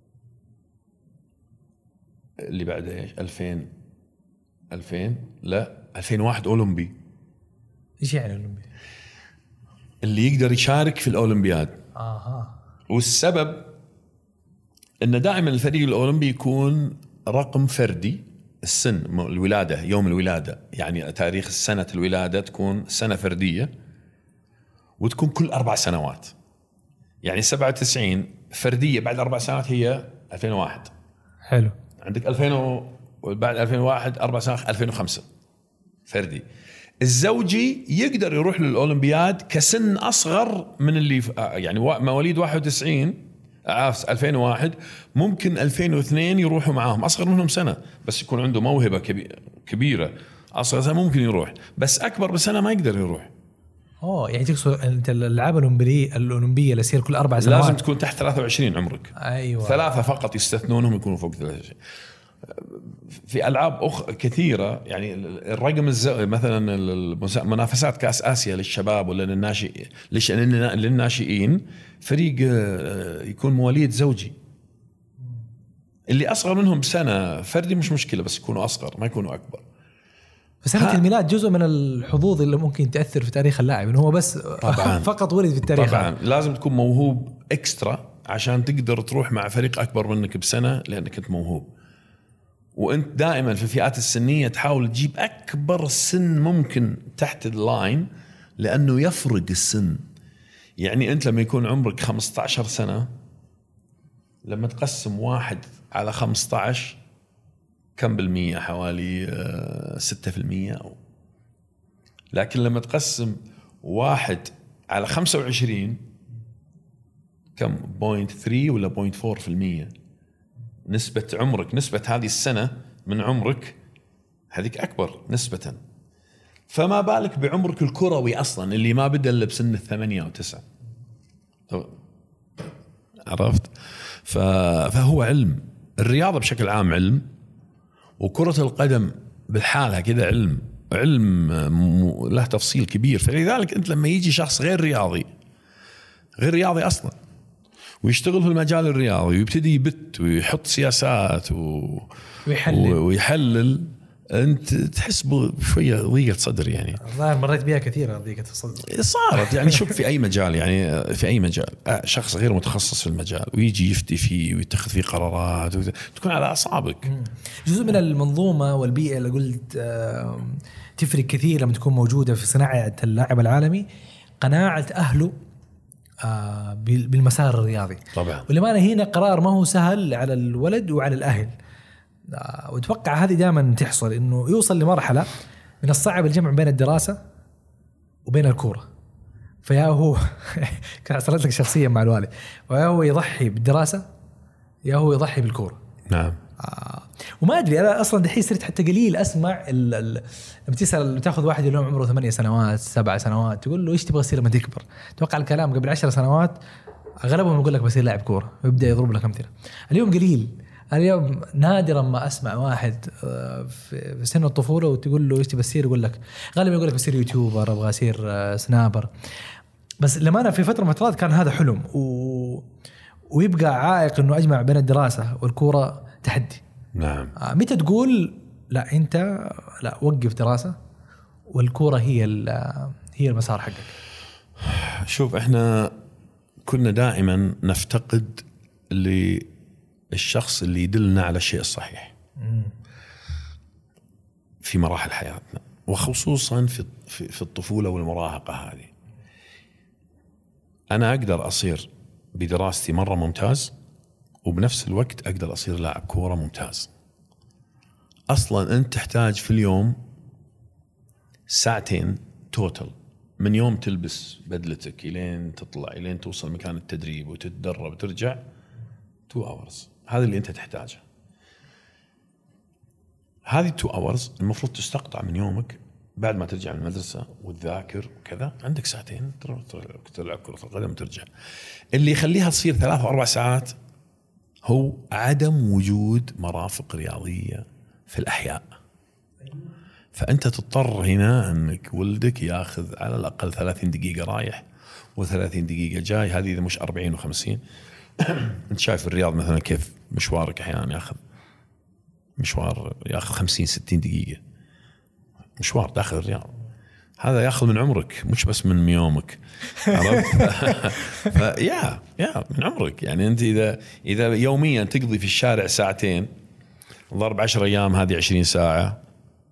اللي بعده ايش؟ ألفين ألفين لا، ألفين وواحد اولمبي. ايش يعني اولمبي؟ اللي يقدر يشارك في الاولمبياد. اها. والسبب ان دائما الفريق الاولمبي يكون رقم فردي، السن الولاده يوم الولاده يعني تاريخ سنه الولاده تكون سنه فرديه، وتكون كل اربع سنوات. يعني سبعة وتسعين فرديه بعد اربع سنوات هي ألفين وواحد. حلو. عندك ألفين وبعد ألفين وواحد اربع سنوات ألفين وخمسة فردي. الزوجي يقدر يروح للأولمبياد كسن أصغر من اللي يعني مواليد واحد وتسعين عاف ألفين وواحد، ممكن ألفين واثنين يروحوا معاهم أصغر منهم سنة، بس يكون عنده موهبة كبيرة أصغر سنة ممكن يروح، بس أكبر بسنة ما يقدر يروح. أوه يعني تقصد أنت الألعاب الأولمبية الأولمبية اللي يصير كل أربع سنوات لازم تكون تحت ثلاثة وعشرين عمرك. أيوة. ثلاثة فقط يستثنونهم يكونوا فوق ثلاثة وعشرين. في ألعاب أخ كثيرة يعني الرقم الزوجي مثلا المنافسات كأس آسيا للشباب ولا للناشئ للناشئين فريق يكون مواليد زوجي، اللي أصغر منهم بسنة فردي مش مشكلة، بس يكونوا أصغر ما يكونوا أكبر. فسنة الميلاد جزء من الحظوظ اللي ممكن تأثر في تاريخ اللاعب إنه هو بس طبعاً فقط ولد في التاريخ. طبعا لازم تكون موهوب إكسترا عشان تقدر تروح مع فريق أكبر منك بسنة لأنك أنت موهوب. وانت دائما في الفئات السنيه تحاول تجيب اكبر سن ممكن تحت اللاين لانه يفرق السن. يعني انت لما يكون عمرك خمسة عشر سنه لما تقسم واحد على خمسة عشر كم بالمية؟ حوالي ستة في المية أو. لكن لما تقسم واحد على خمسة وعشرين كم؟ بوينت ثري ولا بوينت فور في المية نسبة عمرك، نسبة هذه السنة من عمرك هذيك أكبر نسبة. فما بالك بعمرك الكروي أصلا اللي ما بدأ إلا بسن الثمانية أو تسعة. عرفت؟ فهو علم الرياضة بشكل عام علم، وكرة القدم بالحالة كذا علم علم له تفصيل كبير. فلذلك أنت لما يجي شخص غير رياضي غير رياضي أصلا ويشتغل في المجال الرياضي ويبتدي يبت ويحط سياسات و... ويحلل ويحلل أنت تحس بشوية ضيقة صدر. يعني الظاهر مريت بها كثيرا ضيقة الصدر صارت. يعني شوف في أي مجال يعني في أي مجال شخص غير متخصص في المجال ويجي يفتي فيه ويتخذ فيه قرارات وتكون على أعصابك. جزء من المنظومة والبيئة اللي قلت تفرق كثير لما تكون موجودة في صناعة اللاعب العالمي قناعة أهله بالمسار الرياضي طبعا. ولما هنا قرار ما هو سهل على الولد وعلى الأهل، واتوقع هذه دائما تحصل انه يوصل لمرحله من الصعب الجمع بين الدراسه وبين الكوره. فيا هو كان صارت لك شخصيا مع الوالد، ويا هو يضحي بالدراسه يا هو يضحي بالكوره. نعم. آه. وما ادري انا اصلا دحين صرت حتى قليل اسمع لما تسال تاخذ واحد اليوم عمره ثمانية سنوات سبع سنوات تقول له ايش تبغى تصير لما تكبر. توقع الكلام قبل عشر سنوات اغلبهم يقول لك بصير لاعب كوره ويبدا يضرب لك امثله. اليوم قليل، اليوم نادرا ما اسمع واحد في سن الطفوله وتقول له ايش تبغى تصير يقول لك غالبا يقول لك بصير يوتيوبر ابغى اصير سنابر. بس لما انا في فتره من الفترات كان هذا حلم و... ويبقى عائق انه اجمع بين الدراسه والكوره تحدي. نعم. متى تقول لا انت لا وقف دراسه والكوره هي هي المسار حقك؟ شوف احنا كنا دائما نفتقد للشخص اللي يدلنا على الشيء الصحيح في مراحل حياتنا، وخصوصا في في الطفوله والمراهقه. هذه انا اقدر اصير بدراستي مره ممتاز وبنفس الوقت اقدر اصير لاعب كوره ممتاز. اصلا انت تحتاج في اليوم ساعتين توتل، من يوم تلبس بدلتك الين تطلع الين توصل مكان التدريب وتتدرب وترجع تو اورز. هذا اللي انت تحتاجه. هذه تو اورز المفروض تستقطع من يومك بعد ما ترجع من المدرسه وتذاكر وكذا. عندك ساعتين تلعب كره القدم وترجع. اللي يخليها تصير ثلاث واربع ساعات هو عدم وجود مرافق رياضية في الأحياء. فأنت تضطر هنا أنك ولدك ياخذ على الأقل ثلاثين دقيقة رايح وثلاثين دقيقة جاي، هذه إذا مش أربعين وخمسين. أنت شايف الرياض مثلا كيف مشوارك أحيانا ياخذ مشوار ياخذ خمسين ستين دقيقة مشوار داخل الرياض، هذا ياخذ من عمرك مش بس من يومك. عرفت؟ فيا يا من عمرك. يعني أنت إذا إذا يوميا تقضي في الشارع ساعتين، ضرب عشر أيام هذه عشرين ساعة.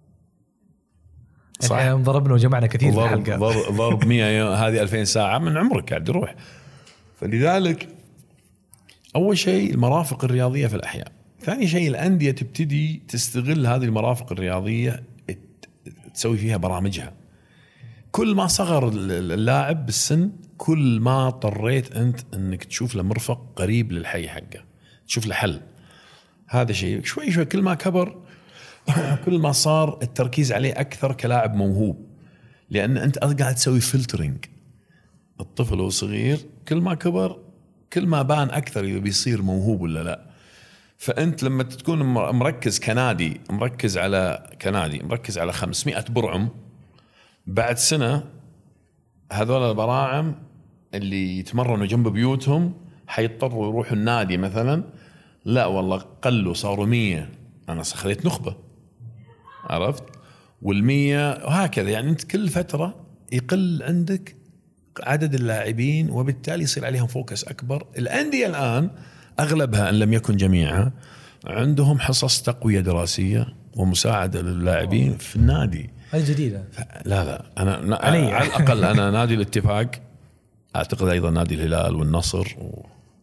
صح. يعني ضربنا وجمعنا كثير في الحلقة. ضرب, ضرب مية هذه ألفين ساعة من عمرك قاعد يروح. فلذلك أول شيء المرافق الرياضية في الأحياء. ثاني شيء الأندية تبتدي تستغل هذه المرافق الرياضية تسوي فيها برامجها. كل ما صغر اللاعب بالسن كل ما اضطريت أنت أنك تشوف له مرفق قريب للحي حقه، تشوف له حل. هذا شيء شوي شوي كل ما كبر كل ما صار التركيز عليه أكثر كلاعب موهوب، لأن أنت قاعد تسوي فلترينج. الطفل وهو صغير كل ما كبر كل ما بان أكثر إذا بيصير موهوب ولا لا. فأنت لما تكون مركز كنادي مركز على كنادي مركز على خمسمائة برعم، بعد سنة هذول البراعم اللي يتمرنوا جنب بيوتهم حيضطروا يروحوا النادي مثلا، لا والله قلوا صاروا مية، أنا خليت نخبة. عرفت؟ والمية وهكذا. يعني أنت كل فترة يقل عندك عدد اللاعبين وبالتالي يصير عليهم فوكس أكبر. الأندية الآن أغلبها إن لم يكن جميعها عندهم حصص تقوية دراسية ومساعدة للاعبين في النادي. هذه جديدة. لا لا أنا على الأقل أنا نادي الاتفاق، أعتقد أيضا نادي الهلال والنصر و...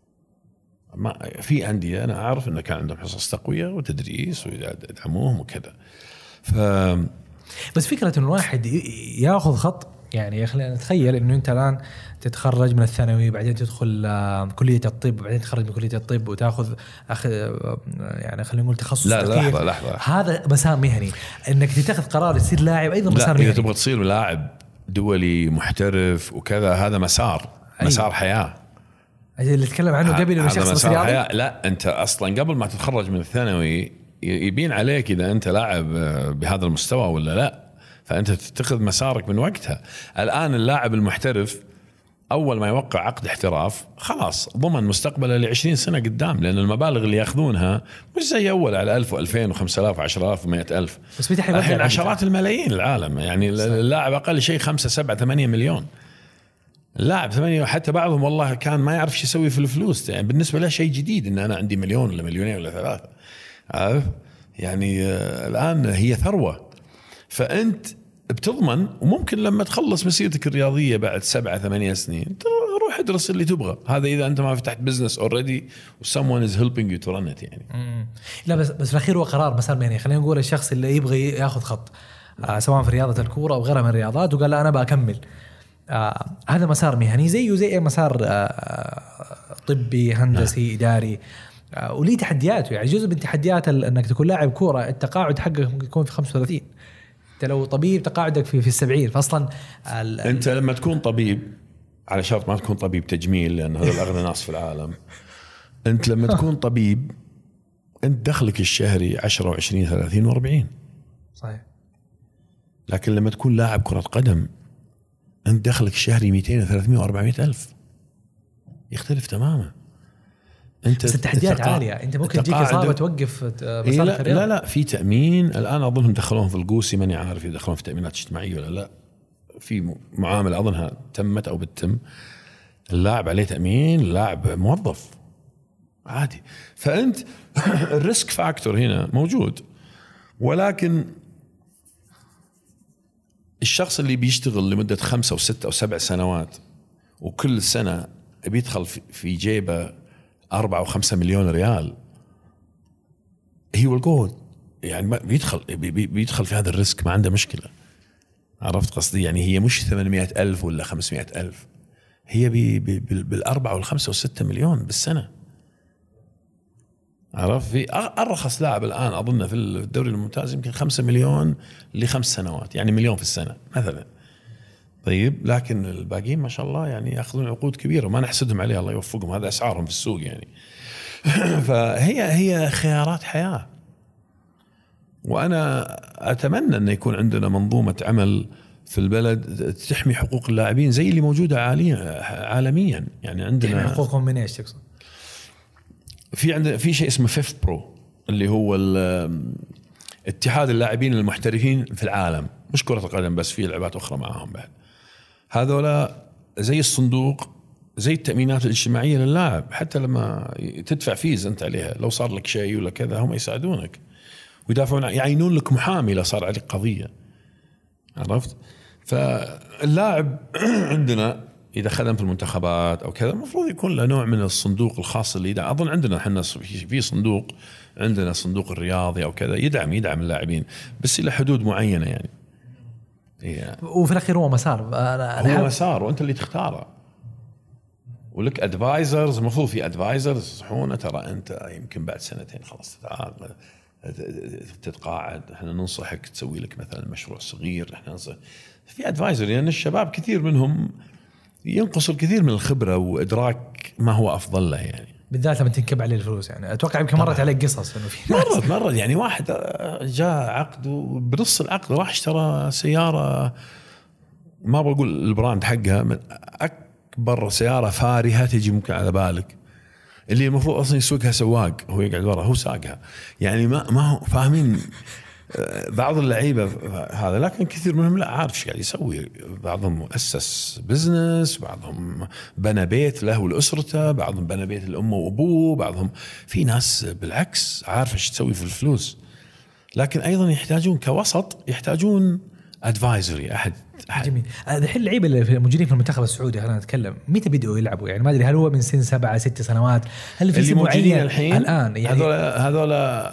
ما في أندية أنا أعرف إنه كان عندهم حصص تقوية وتدريس ويدعموهم وكذا. ف بس فكرة إنه الواحد يأخذ خط، يعني خلينا نتخيل إنه أنت الآن تتخرج من الثانوي بعدين تدخل كلية الطب بعدين تخرج من كلية الطب وتأخذ أخ... يعني خلينا نقول تخصص. لا لحظة لحظة، هذا مسار مهني إنك تتخذ قرار تصير لاعب أيضا مسار مهني. إذا تبغى تصير لاعب دولي محترف وكذا هذا مسار مسار أيوة. حياة اللي تكلم عنه قبل إنه شخص رياضي. لا أنت أصلا قبل ما تتخرج من الثانوي يبين عليك إذا أنت لاعب بهذا المستوى ولا لا، فأنت تتخذ مسارك من وقتها. الآن اللاعب المحترف أول ما يوقع عقد احتراف خلاص ضمن مستقبله لعشرين سنة قدام، لأن المبالغ اللي يأخذونها مش زي أول على ألف وألفين وخمسة آلاف وعشرة آلاف ومئة ألف، بس الحين عشرات الملايين العالم. يعني اللاعب أقل شيء خمسة سبعة ثمانية مليون اللاعب ثمانية، حتى بعضهم والله كان ما يعرف شو يسوي في الفلوس. يعني بالنسبة له شيء جديد إن أنا عندي مليون ولا مليونين ولا ثلاثة. عارف يعني آه الآن هي ثروة. فأنت بتضمن وممكن لما تخلص مسيرتك الرياضية بعد سبعة ثمانية سنين روح ادرس اللي تبغى. هذا إذا أنت ما فتحت بزنس already و someone is helping you to run it يعني. مم. لا بس بس الأخير هو قرار مسار مهني. خلينا نقول الشخص اللي يبغى ياخذ خط آه سواء في رياضة الكورة أو غيرها من الرياضات وقال لا أنا بأكمل آه هذا مسار مهني زيه زي مسار آه طبي هندسي نعم. إداري آه وليه تحدياته. يعني جزء من تحديات أنك تكون لاعب كورة التقاعد حقك ممكن يكون في خمسة وثلاثين، انت لو طبيب تقاعدك في في السبعين. فاصلا انت لما تكون طبيب على شرط ما تكون طبيب تجميل لان هذول اغنى ناس في العالم. انت لما تكون طبيب انت دخلك الشهري عشرة وعشرين ثلاثين وأربعين صحيح. لكن لما تكون لاعب كرة قدم انت دخلك الشهري مئتين وثلاثمائة وأربعمائة ألف، يختلف تماما. انت بس التحديات عاليه، انت ممكن تجيك اصابه توقف مسار لا, لا لا في تامين الان اظنهم دخلوهم في القوسي ماني عارف يدخلون في تامينات اجتماعيه ولا لا. في معامله اظنها تمت او بتتم اللاعب عليه تامين، اللاعب موظف عادي. فانت الريسك فاكتور هنا موجود، ولكن الشخص اللي بيشتغل لمده خمسة أو ستة أو سبع سنوات وكل سنه بيدخل في جيبه أربعة أو خمسة مليون ريال هي والجود يعني بيدخل بيدخل في هذا الريسك ما عنده مشكلة. عرفت قصدي؟ يعني هي مش ثمانمائة ألف ولا خمسمائة ألف، هي بي بي بالأربعة والخمسة والستة مليون بالسنة. عرفت؟ في أرخص لاعب الآن أظن في الدوري الممتاز يمكن خمسة مليون لخمس سنوات، يعني مليون في السنة مثلا. طيب لكن الباقيين ما شاء الله يعني ياخذون عقود كبيرة وما نحسدهم عليها، الله يوفقهم، هذا أسعارهم في السوق يعني. فهي هي خيارات حياة. وأنا أتمنى أن يكون عندنا منظومة عمل في البلد تحمي حقوق اللاعبين زي اللي موجودة عالميا. يعني عندنا حقوقهم من إيش تقصد؟ في عندنا في شيء اسمه فيف برو اللي هو اتحاد اللاعبين المحترفين في العالم، مش كرة القدم بس، في لعبات أخرى معهم بعد. هذولا زي الصندوق، زي التأمينات الاجتماعية للاعب، حتى لما تدفع فيز أنت عليها لو صار لك شيء ولا كذا هم يساعدونك ويدافعون، يعينون لك محامي لو صار عليك قضية. عرفت؟ فاللاعب عندنا إذا خدم في المنتخبات أو كذا المفروض يكون له نوع من الصندوق الخاص اللي يدعم. أظن عندنا حنا في صندوق، عندنا صندوق الرياضي أو كذا يدعم يدعم اللاعبين بس إلى حدود معينة يعني. yeah. وفي الأخير هو مسار، أنا هو مسار وأنت اللي تختاره، ولك أدفايزرز. المفروض في أدفايزرز يصحون ترى أنت يمكن بعد سنتين خلاص تتقاعد، احنا ننصحك تسوي لك مثلا مشروع صغير. احنا ننصح في أدفايزر لأن يعني الشباب كثير منهم ينقص الكثير من الخبرة وإدراك ما هو أفضل له يعني، بالذات لما تنكب عليه الفلوس. يعني أتوقع يمكن مرت عليك قصص إنه في مرت مرت يعني واحد جاء عقد وبنص العقد راح اشترى سيارة، ما بقول البراند حقها، من أكبر سيارة فارهة تجي ممكن على بالك، اللي المفروض أصلا يسوقها سواق، هو يقعد ورا هو ساقها. يعني ما ما هو فاهمين بعض اللعيبة هذا، لكن كثير منهم لا عارف ايش قاعد يسوي. بعضهم مؤسس بزنس، بعضهم بنى بيت له ولأسرته، بعضهم بنى بيت لأمه وأبوه، بعضهم في ناس بالعكس عارف ايش تسوي في الفلوس. لكن أيضا يحتاجون كوسط، يحتاجون ادفايزري أحد, أحد. جميل. الحين اللعيبة اللي موجودين في المنتخب السعودي خلينا نتكلم متى بدأوا يلعبوا؟ يعني ما أدري هل هو من سن سبعة ست سنوات، هل في سن معين الحين الآن؟ يعني هذول هذول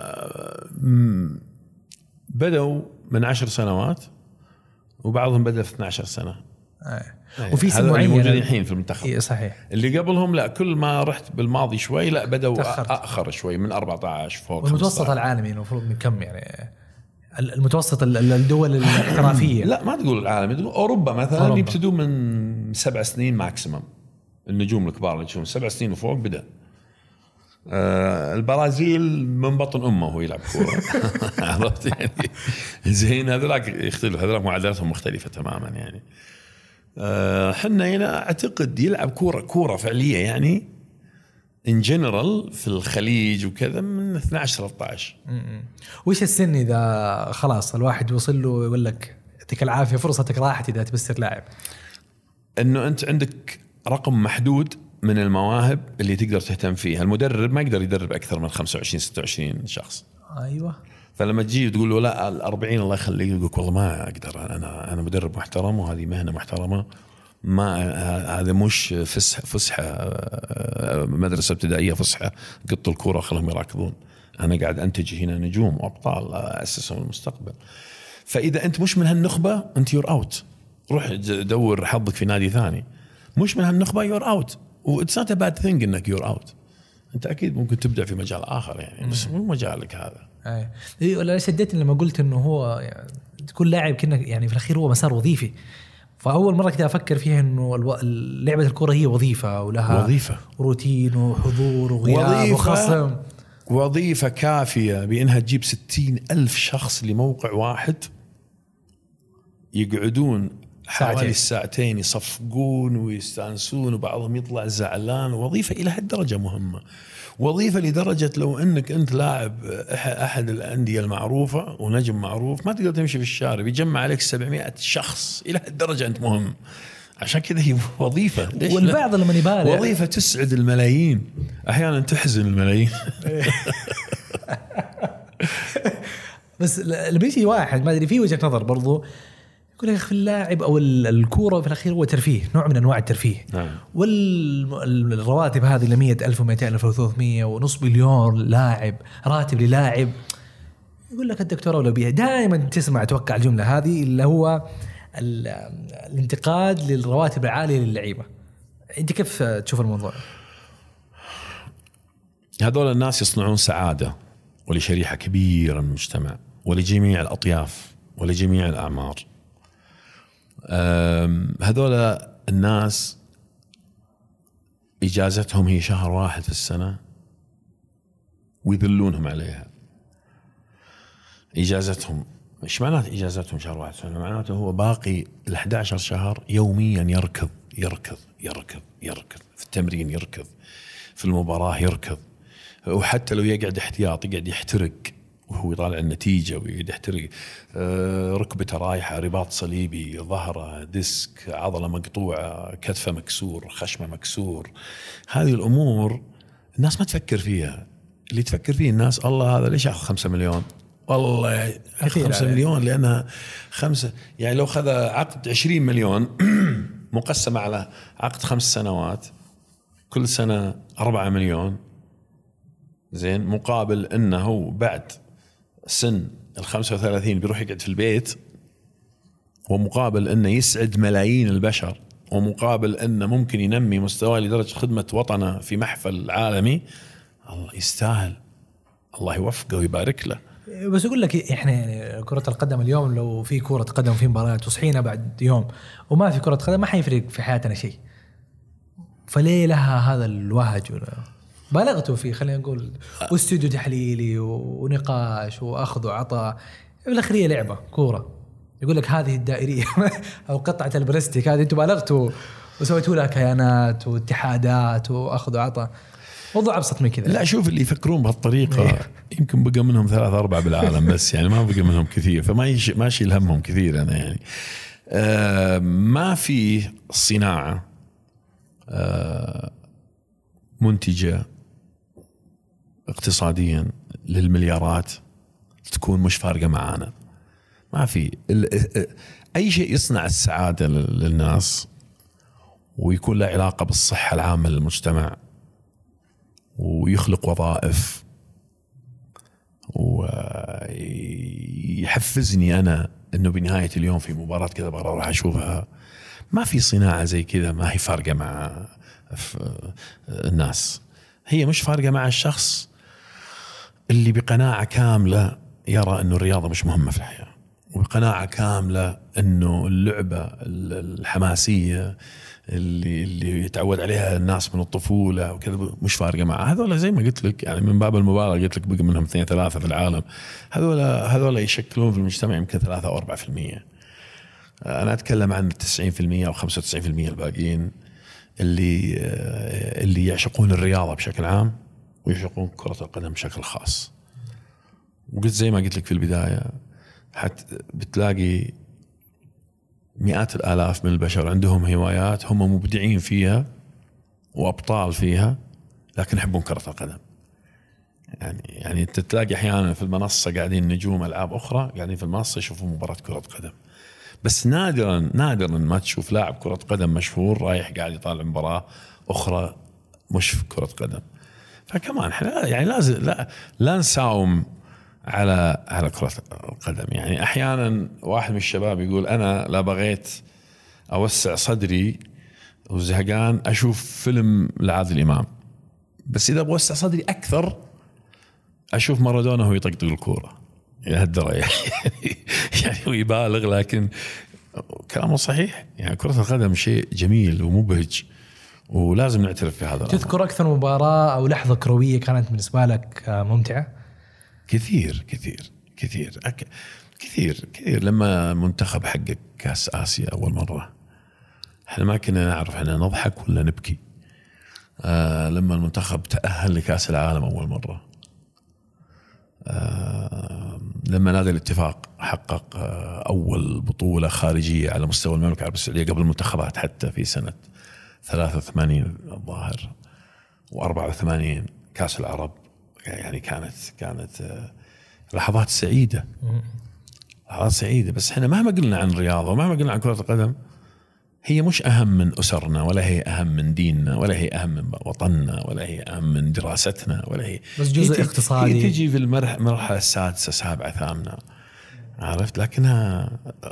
بدأوا من عشر سنوات وبعضهم بدأ في اثنتي عشرة سنة. آه. وفي سن معين موجودين الحين في المنتخب. إيه صحيح. اللي قبلهم لا، كل ما رحت بالماضي شوي لا بدأوا تأخرت. أأخر شوي من أربعة عشر فوق. والمتوسط العالمي المفروض من كم يعني؟ المتوسط الدول الاحترافية لا ما تقول العالمي، تقول أوروبا مثلا أوروبا. يبتدوا من سبع سنين ماكسيمم، النجوم الكبار اللي تشوفون سبع سنين وفوق بدأ. آه البرازيل من بطن أمه وهو يلعب كورة. عرفت يعني زين، هذولاك يختلف، هذولاك معادلاتهم مختلفة تماما يعني. آه حنا هنا أعتقد يلعب كورة كورة فعلية يعني in general في الخليج وكذا من اثنتي عشرة ثلاثة عشر. وإيش السن إذا خلاص الواحد وصل له يقول لك يعطيك العافية فرصتك راحت إذا تبصير لاعب؟ إنه أنت عندك رقم محدود من المواهب اللي تقدر تهتم فيها. المدرب ما يقدر يدرب أكثر من خمسة وعشرين ستة وعشرين شخص. أيوة. فلما تجي تقول له لا الأربعين الله يخليك، يقول والله ما أقدر، أنا أنا مدرب محترم وهذه مهنة محترمة، ما هذا مش فسحة فسحة مدرسة ابتدائية فسحة قط الكرة خلهم يراكضون. أنا قاعد أنتج هنا نجوم وأبطال أسسهم المستقبل. فإذا أنت مش من هالنخبة أنت يور أوت، روح دور حظك في نادي ثاني. مش من هالنخبة يور أوت، وإتس نوت أ باد ثينج إنك يور أوت. أنت أكيد ممكن تبدع في مجال آخر يعني، بس مو مجالك هذا. أي ولا شدتني لما قلت إنه هو يعني تكون لاعب كنا يعني في الأخير هو مسار وظيفي. فأول مرة كده أفكر فيها إنه لعبة الكرة هي وظيفة ولها وظيفة روتين وحضور وغياب وخصم، وظيفة كافية بأنها تجيب ستين ألف شخص لموقع واحد يقعدون حوالي الساعتين يصفقون ويستانسون وبعضهم يطلع زعلان. وظيفة إلى هالدرجة مهمة، وظيفة لدرجة لو أنك أنت لاعب أحد الأندية المعروفة ونجم معروف ما تقدر تمشي في الشارع بيجمع عليك سبعمائة شخص. إلى هالدرجة أنت مهم، عشان كذا هي وظيفة. والبعض لما يبالغ وظيفة تسعد الملايين، أحيانا تحزن الملايين. بس اللي بيجي واحد ما أدري فيه وجهة نظر برضو يقول لك في اللاعب أو الكورة في الأخير هو ترفيه، نوع من أنواع الترفيه. نعم. والرواتب هذه لمية ألف ومئتين ألف وثلاثمية ونص مليون لاعب راتب للاعب، يقول لك الدكتور أولى بيها. دائما تسمع أتوقع الجملة هذه اللي هو الانتقاد للرواتب العالية للعيبة. أنت كيف تشوف الموضوع؟ هذول الناس يصنعون سعادة ولشريحة كبيرة من المجتمع ولجميع الأطياف ولجميع الأعمار. هذول الناس إجازتهم هي شهر واحد في السنة ويذلونهم عليها. إجازتهم إيش معناته؟ إجازتهم شهر واحد سنة، معناته هو باقي الأحد عشر شهر يوميا يركض يركض يركض يركض في التمرين، يركض في المباراة، يركض، وحتى لو يقعد احتياط يقعد يحترق وهو يطالع النتيجة ويقعد يحترق. آه ركبته رايحة، رباط صليبي، ظهره، ديسك، عضلة مقطوعة، كتفه مكسور، خشمه مكسور. هذه الأمور الناس ما تفكر فيها. اللي تفكر فيه الناس الله هذا ليش أخذ خمسة مليون، والله خمسة مليون لأنها خمسة، يعني لو خذ عقد عشرين مليون مقسم على عقد خمس سنوات كل سنة أربعة مليون، زين، مقابل أنه بعد سن الخمسة وثلاثين بيروح يقعد في البيت، ومقابل أنه يسعد ملايين البشر، ومقابل أنه ممكن ينمي مستواه لدرجة خدمة وطنه في محفل عالمي. الله يستاهل، الله يوفقه ويبارك له. بس أقول لك إحنا يعني كرة القدم اليوم لو في كرة قدم في مباريات وصحينا بعد يوم وما في كرة قدم ما حيفرق في حياتنا شيء، فليه لها هذا الوهج؟ بالغتوا فيه، خلينا نقول واستوديو تحليلي ونقاش وأخذ وعطاء، بالأخير لعبة كورة. يقول لك هذه الدائرية أو قطعة البلاستيك هذه أنتم بالغتوا وسويتوا لها كيانات واتحادات وأخذ وعطاء. موضوع أبسط من كذا. لا شوف اللي يفكرون بهالطريقة يمكن بقى منهم ثلاثة أربعة بالعالم بس، يعني ما بقى منهم كثير، فما يش ما يشيل همهم كثير. أنا يعني آه ما في صناعة آه منتجة اقتصاديا للمليارات تكون مش فارقة معانا. ما في أي شيء يصنع السعادة للناس ويكون له علاقة بالصحة العامة للمجتمع ويخلق وظائف ويحفزني أنا أنه بنهاية اليوم في مباراة كذا بقى أروح أشوفها. ما في صناعة زي كذا ما هي فارقة مع الناس. هي مش فارقة مع الشخص اللي بقناعة كاملة يرى أنه الرياضة مش مهمة في الحياة، وبقناعة كاملة أنه اللعبة الحماسية اللي اللي يتعود عليها الناس من الطفولة وكذا مش فارقة معه. هذول زي ما قلت لك يعني من باب المبالغة قلت لك بقى منهم اثنين ثلاثة في العالم، هذول هذول يشكلون في المجتمع يمكن ثلاثة أو أربعة في المية. أنا أتكلم عن التسعين في المية أو خمسة وتسعين في المية الباقيين اللي اللي يعشقون الرياضة بشكل عام ويعشقون كرة القدم بشكل خاص. وقلت زي ما قلت لك في البداية حتى بتلاقي مئات الآلاف من البشر عندهم هوايات هم مبدعين فيها وأبطال فيها لكن يحبون كرة القدم. يعني يعني أنت تلاقي أحيانا في المنصة قاعدين نجوم ألعاب أخرى قاعدين في المنصة يشوفون مباراة كرة قدم، بس نادرا نادرا ما تشوف لاعب كرة قدم مشهور رايح قاعد يطالع مباراة أخرى مش في كرة قدم. فكمان احنا يعني لازم لا لا نساوم على على كرة القدم. يعني أحيانا واحد من الشباب يقول أنا لا بغيت أوسع صدري وزهقان أشوف فيلم لعادل إمام، بس إذا بوسع صدري أكثر أشوف مارادونا وهو يطقطق الكورة إلى هالدرجة. يعني يعني هو يبالغ لكن كلامه صحيح. يعني كرة القدم شيء جميل ومبهج ولازم نعترف في هذا. تذكر أكثر مباراة أو لحظة كروية كانت بالنسبة لك ممتعة؟ كثير كثير كثير أك... كثير كثير. لما منتخب حقق كاس آسيا أول مرة احنا ما كنا نعرف احنا نضحك ولا نبكي. آه لما المنتخب تأهل لكاس العالم أول مرة، آه لما نادي الاتفاق حقق آه أول بطولة خارجية على مستوى المملكة العربية السعودية قبل المنتخبات حتى في سنة ثلاثة وثمانين الظاهر وأربعة وثمانين كاس العرب. يعني كانت كانت لحظات سعيدة لحظات سعيدة. بس احنا مهما قلنا عن الرياضة ومهما قلنا عن كرة القدم هي مش أهم من أسرنا ولا هي أهم من ديننا ولا هي أهم من وطننا ولا هي أهم من دراستنا ولا هي بس جزء هي اقتصادي. هي تجي في المرحلة السادسة سابعة ثامنة عرفت، لكنها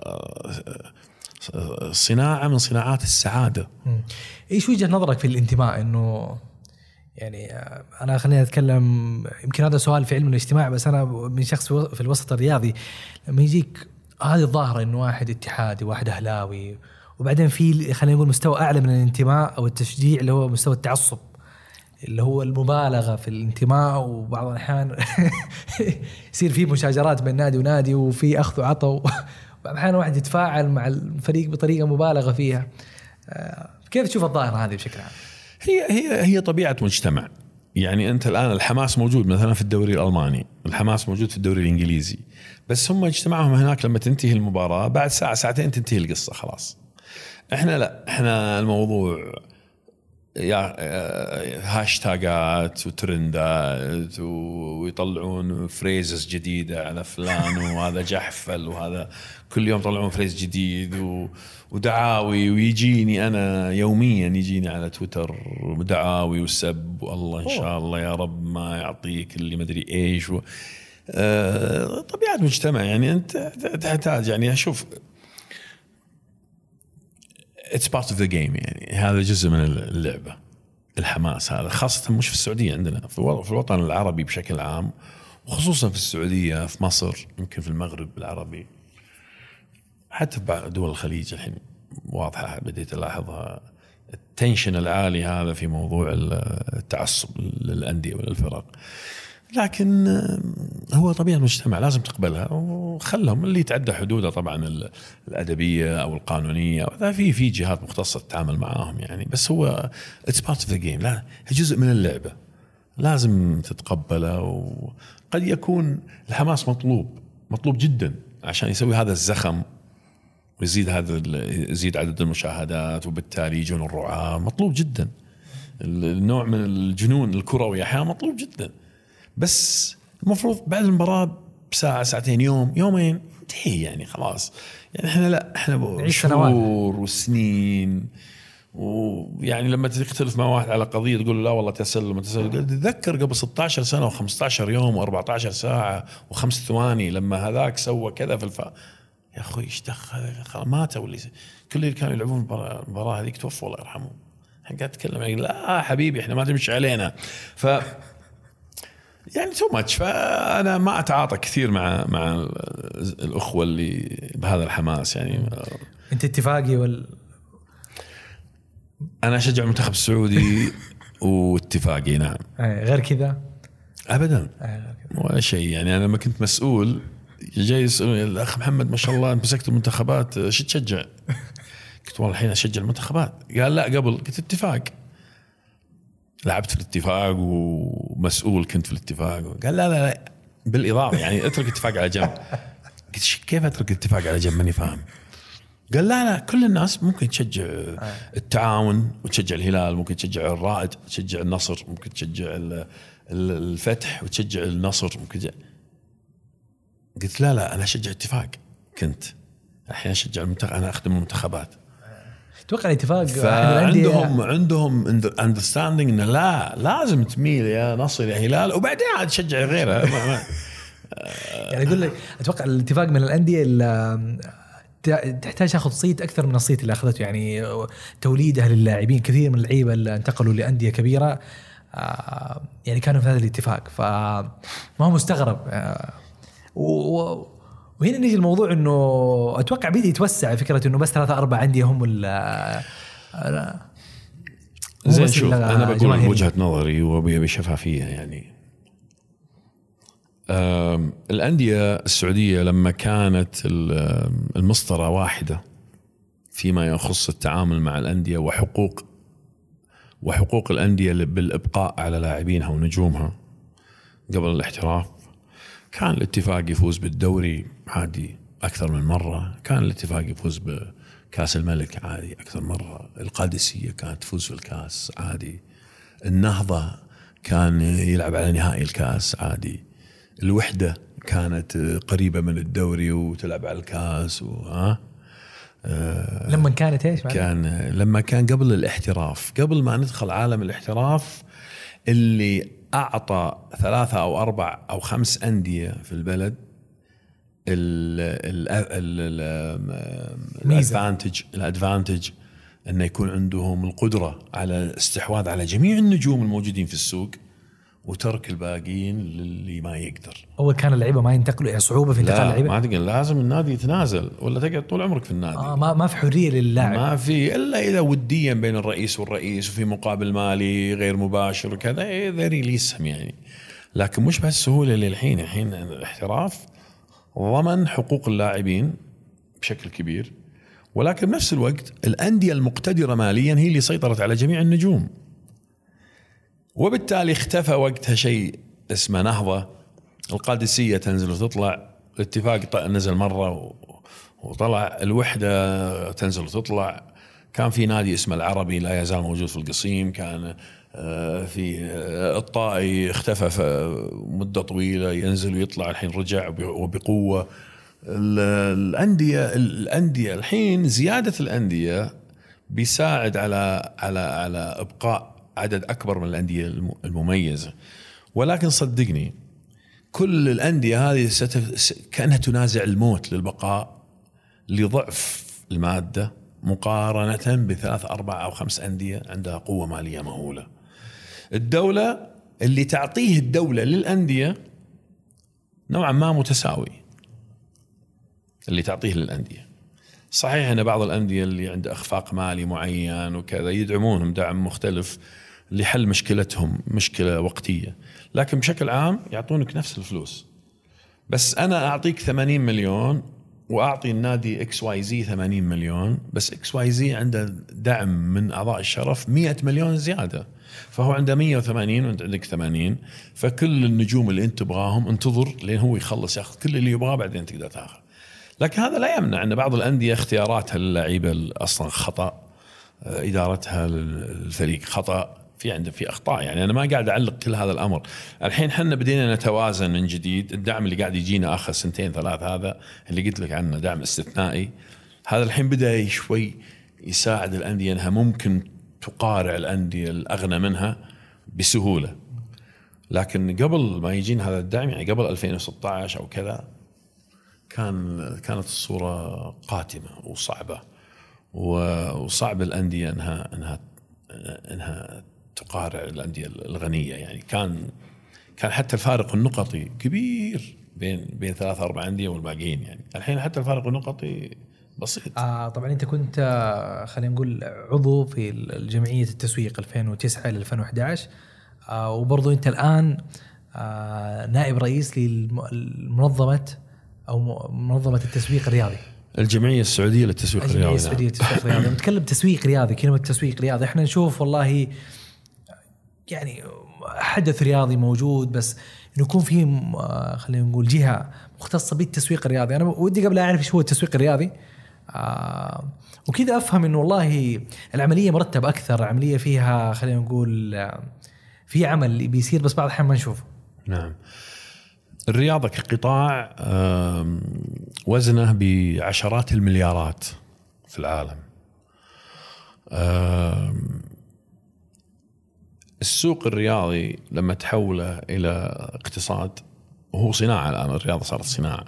صناعة من صناعات السعادة. إيش وجهة نظرك في الانتماء؟ إنه يعني أنا خليني أتكلم، يمكن هذا سؤال في علم الاجتماع بس أنا من شخص في الوسط الرياضي لما يجيك هذه الظاهرة إنه واحد اتحادي واحد أهلاوي وبعدين في خلينا نقول مستوى أعلى من الانتماء أو التشجيع اللي هو مستوى التعصب. اللي هو المبالغة في الانتماء، وبعض الأحيان يصير في مشاجرات بين نادي ونادي وفي أخذ وعطاء، وأحيانا واحد يتفاعل مع الفريق بطريقة مبالغة فيها. كيف تشوف الظاهرة هذه بشكل عام؟ هي هي هي طبيعة مجتمع. يعني أنت الآن الحماس موجود مثلا في الدوري الألماني، الحماس موجود في الدوري الإنجليزي، بس هم اجتماعهم هناك لما تنتهي المباراة بعد ساعة ساعتين تنتهي القصة خلاص. إحنا لا، إحنا الموضوع يا هاشتاجات وترندات ويطلعون فريزز جديدة على فلان وهذا جحفل وهذا كل يوم طلعون فريز جديد ودعاوي، ويجيني أنا يوميا يجيني على تويتر دعاوي وسب والله إن شاء الله يا رب ما يعطيك اللي مدري إيش و... آه طبيعة مجتمع. يعني أنت تحتاج يعني أشوف it's part of the game. يعني هذا جزء من اللعبة، الحماس هذا خاصة مش في السعودية، عندنا في الوطن العربي بشكل عام، وخصوصا في السعودية، في مصر، يمكن في المغرب العربي، حتى في دول الخليج الحين واضحة بديت ألاحظها التنشن العالي هذا في موضوع التعصب للأندية وللفرق. لكن هو طبيعة المجتمع لازم تقبلها، وخلهم اللي يتعدى حدوده طبعا الأدبية أو القانونية، وذا في في جهات مختصة تتعامل معاهم يعني. بس هو it's part of the game، لا جزء من اللعبة لازم تتقبله. وقد يكون الحماس مطلوب مطلوب جدا عشان يسوي هذا الزخم ويزيد هذا يزيد عدد المشاهدات، وبالتالي يجون الرعاة. مطلوب جدا النوع من الجنون الكروي أحيانا مطلوب جدا، بس المفروض بعد المباراة بساعة ساعتين يوم يومين انتهي يعني خلاص. يعني احنا لا احنا شهور وسنين، ويعني لما تختلف مع واحد على قضية تقول لا والله تسلم تسلم، تذكر قبل ستة عشر سنة وخمسة عشر يوم وأربعة عشر ساعة وخمس ثواني لما هذاك سوى كذا في الفا. يا أخوي ايش دخل ماتوا اللي كل اللي كانوا يلعبون المباراة هذيك توفوا الله يرحمهم. احنا قاعد نتكلم يعني لا حبيبي احنا ما تمشي علينا. ف يعني تو ماتش. فأنا ما أتعاطى كثير مع مع الأخوة اللي بهذا الحماس. يعني أنت اتفاقي وال أنا أشجع المنتخب السعودي واتفاقي نعم. غير كذا أبدا ولا شيء. يعني أنا لما كنت مسؤول جاي يسألوني الأخ محمد ما شاء الله مسكت المنتخبات شو تشجع؟ قلت والله الحين أشجع المنتخبات. قال لا قبل. قلت اتفاق، لعبت في الاتفاق ومسؤول كنت في الاتفاق. قال لا لا لا بالإضافة يعني اترك الاتفاق على جنب. قلت كيف اترك الاتفاق على جنب ماني فاهم. قال لا لا كل الناس ممكن تشجع التعاون وتشجع الهلال، ممكن تشجع الرائد، تشجع النصر، ممكن تشجع الفتح وتشجع النصر ممكن تشجع. قلت لا لا أنا أشجع اتفاق. كنت الحين أشجع المنتخب، أنا أخدم المنتخبات. توقع الاتفاق عندهم عندهم understanding إنه لا لازم تميل يا نصر يا هلال وبعدين عاد تشجع غيره. يعني أقول لك أتوقع الاتفاق من الأندية اللي تحتاج أخذ صيت أكثر من الصيت اللي أخذته. يعني توليدها للاعبين، كثير من اللعيبة اللي انتقلوا لأندية كبيرة يعني كانوا في هذا الاتفاق، فما هو مستغرب. وهنا نيجي الموضوع انه اتوقع بيدي يتوسع فكره انه بس ثلاثة أربعة عندي هم ال زين. شوف انا بقول وجهة نظري وبشفافية. يعني الأندية السعودية لما كانت المسطرة واحدة فيما يخص التعامل مع الأندية وحقوق وحقوق الأندية بالإبقاء على لاعبينها ونجومها قبل الاحتراف، كان الاتفاق يفوز بالدوري عادي أكثر من مرة، كان الاتفاق يفوز بكأس الملك عادي أكثر مرة، القادسية كانت تفوز في الكأس عادي، النهضة كان يلعب على نهائي الكأس عادي، الوحدة كانت قريبة من الدوري وتلعب على الكأس وها آه لما كانت إيش كان لما كان قبل الاحتراف، قبل ما ندخل عالم الاحتراف اللي أعطى ثلاثة أو أربع أو خمس أندية في البلد الادفانتج الادفانتج أن يكون عندهم القدرة على الاستحواذ على جميع النجوم الموجودين في السوق وترك الباقيين للي ما يقدر. اول كان اللعيبه ما ينتقلوا، صعوبه في انتقال اللعيبه. ما تقدر، لازم النادي يتنازل ولا تقعد طول عمرك في النادي. آه ما ما في حريه للاعب، ما في الا اذا وديا بين الرئيس والرئيس وفي مقابل مالي غير مباشر وكذا اذا ريليسهم يعني، لكن مش بهالسهوله اللي الحين. الحين الاحتراف ضمن حقوق اللاعبين بشكل كبير، ولكن بنفس الوقت الأندية المقتدرة ماليا هي اللي سيطرت على جميع النجوم، وبالتالي اختفى وقتها شيء اسمه نهضة. القادسية تنزل وتطلع، الاتفاق نزل مرة وطلع، الوحدة تنزل وتطلع، كان في نادي اسمه العربي لا يزال موجود في القصيم، كان في الطائي اختفى مدة طويلة، ينزل ويطلع، الحين رجع وبقوة. الأندية الأندية الحين زيادة الأندية بيساعد على على على إبقاء عدد أكبر من الأندية المميزة، ولكن صدقني كل الأندية هذه ستف... كأنها تنازع الموت للبقاء لضعف المادة، مقارنة بثلاث أربع أو خمس أندية عندها قوة مالية مهولة. الدولة اللي تعطيه الدولة للأندية نوعا ما متساوي اللي تعطيه للأندية. صحيح أن بعض الأندية اللي عند إخفاق مالي معين وكذا يدعمونهم دعم مختلف لحل مشكلتهم، مشكلة وقتية، لكن بشكل عام يعطونك نفس الفلوس. بس أنا أعطيك ثمانين مليون وأعطي النادي إكس واي زي ثمانين مليون، بس إكس واي زي عنده دعم من أعضاء الشرف مئة مليون زيادة، فهو عنده مئة وثمانين وأنت عندك ثمانين، فكل النجوم اللي أنت تبغاهم انتظر لين هو يخلص يأخذ كل اللي يبغاه بعدين تقدر تأخذ. لكن هذا لا يمنع أن بعض الأندية اختياراتها للعيبة أصلا خطأ، إدارتها للفريق خطأ، في عنده في أخطاء. يعني أنا ما قاعد أعلق كل هذا الأمر. الحين حنا بدينا نتوازن من جديد. الدعم اللي قاعد يجينا آخر سنتين ثلاث هذا اللي قلت لك عنه دعم استثنائي، هذا الحين بدأ شوي يساعد الأندية أنها ممكن تقارع الأندية الأغنى منها بسهولة. لكن قبل ما يجين هذا الدعم، يعني قبل ألفين وستة عشر أو كذا، كان كانت الصورة قاتمة وصعبة، وصعب الأندية أنها أنها أنها تقارع الأندية الغنية. يعني كان كان حتى الفارق النقطي كبير بين بين ثلاث أربع أندية والباقيين. يعني الحين حتى الفارق النقطي بسيط. آه طبعا أنت كنت خلينا نقول عضو في الجمعية التسويق ألفين وتسعة إلى ألفين وأحد عشر، آه وبرضو أنت الآن آه نائب رئيس للمنظمة أو منظمة التسويق الرياضي، الجمعية السعودية للتسويق الرياضي. الجمعية السعودية للتسويق الرياضي. نتكلم تسويق رياضي، كلمة تسويق رياضي احنا نشوف والله يعني حدث رياضي موجود، بس إنه يكون فيه خلينا نقول جهة مختصة بالتسويق الرياضي. أنا ودي قبل أعرف إيش هو التسويق الرياضي آه وكذا أفهم إنه والله العملية مرتبة أكثر، العملية فيها خلينا نقول في عمل بيصير بس بعض الأحيان ما نشوفه. نعم. الرياضة كقطاع وزنه بعشرات المليارات في العالم. السوق الرياضي لما تحوله إلى اقتصاد، وهو صناعة الآن، الرياضة صارت صناعة،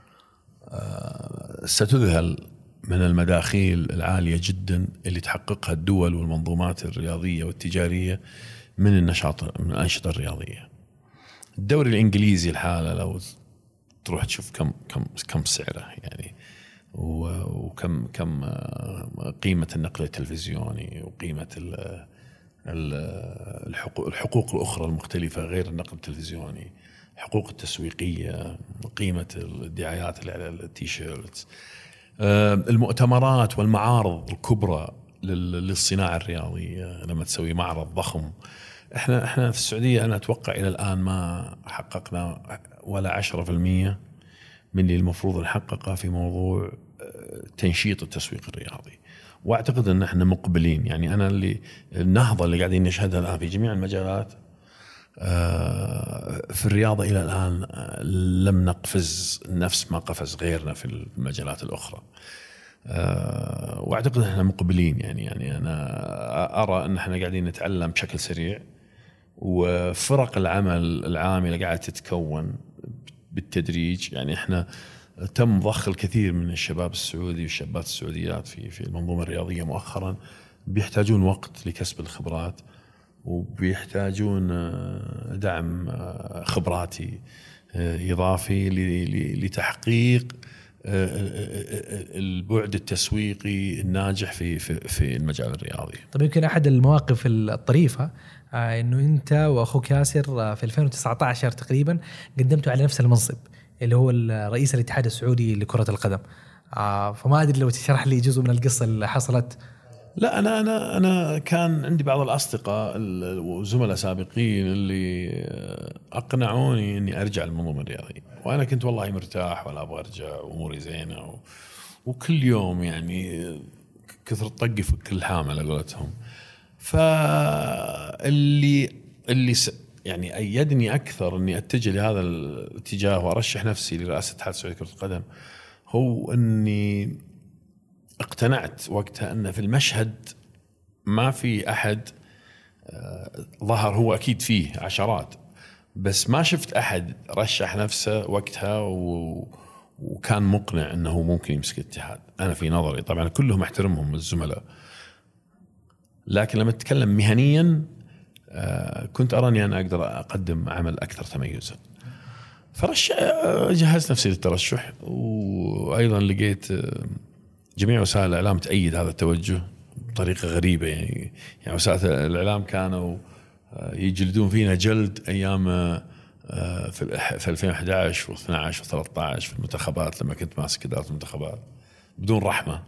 ستذهل من المداخيل العالية جدا اللي تحققها الدول والمنظومات الرياضية والتجارية من النشاط، من الأنشطة الرياضية. الدوري الإنجليزي الحالة لو تروح تشوف كم كم كم سعره يعني، وكم كم قيمة النقل التلفزيوني، وقيمة الحقوق الحقوق الأخرى المختلفة غير النقل التلفزيوني، حقوق التسويقية، قيمة الدعايات اللي على التيشيرت، المؤتمرات والمعارض الكبرى للصناعة الرياضية. لما تسوي معرض ضخم، احنا احنا في السعودية انا اتوقع الى الان ما حققنا ولا عشرة في المية من اللي المفروض نحققه في موضوع تنشيط التسويق الرياضي، واعتقد ان احنا مقبلين. يعني انا اللي النهضة اللي قاعدين نشهدها الان في جميع المجالات في الرياضة الى الان لم نقفز نفس ما قفز غيرنا في المجالات الاخرى، واعتقد ان احنا مقبلين. يعني يعني انا ارى ان احنا قاعدين نتعلم بشكل سريع، وفرق العمل العاملة قاعدة تتكون بالتدريج. يعني احنا تم ضخ الكثير من الشباب السعودي والشابات السعوديات في في المنظومة الرياضية مؤخرا، بيحتاجون وقت لكسب الخبرات. وبيحتاجون دعم خبراتي إضافي لتحقيق البعد التسويقي الناجح في في المجال الرياضي. طيب يمكن أحد المواقف الطريفة إنه أنت وأخوك ياسر في ألفين وتسعة عشر تقريبا قدمتوا على نفس المنصب اللي هو رئيس الاتحاد السعودي لكرة القدم. فما أدري لو تشرح لي جزء من القصة اللي حصلت. لا أنا أنا أنا كان عندي بعض الأصدقاء وزملاء سابقين اللي أقنعوني إني أرجع للمنظومة الرياضية، وأنا كنت والله مرتاح ولا أبغى أرجع وأموري زينة و... وكل يوم يعني كثر طقي في كل حامل على قولتهم. فاللي اللي س... يعني أيدني أكثر إني أتجه لهذا الاتجاه وأرشح نفسي لرئاسة الاتحاد السعودي لكرة القدم هو إني اقتنعت وقتها أن في المشهد ما في أحد ظهر، هو أكيد فيه عشرات، بس ما شفت أحد رشح نفسه وقتها و... وكان مقنع أنه ممكن يمسك الاتحاد. أنا في نظري طبعا كلهم احترمهم الزملاء، لكن لما أتكلم مهنيا كنت أرى أني أنا أقدر أقدم عمل أكثر تميزا. فرش جهزت نفسي للترشح، وأيضا لقيت جميع وسائل الإعلام تأيد هذا التوجه بطريقة غريبة. يعني يعني وسائل الإعلام كانوا يجلدون فينا جلد أيام في ألفين وأحد عشر واثني عشر وثلاثة عشر في المنتخبات لما كنت ماسك إدارة المنتخبات بدون رحمة،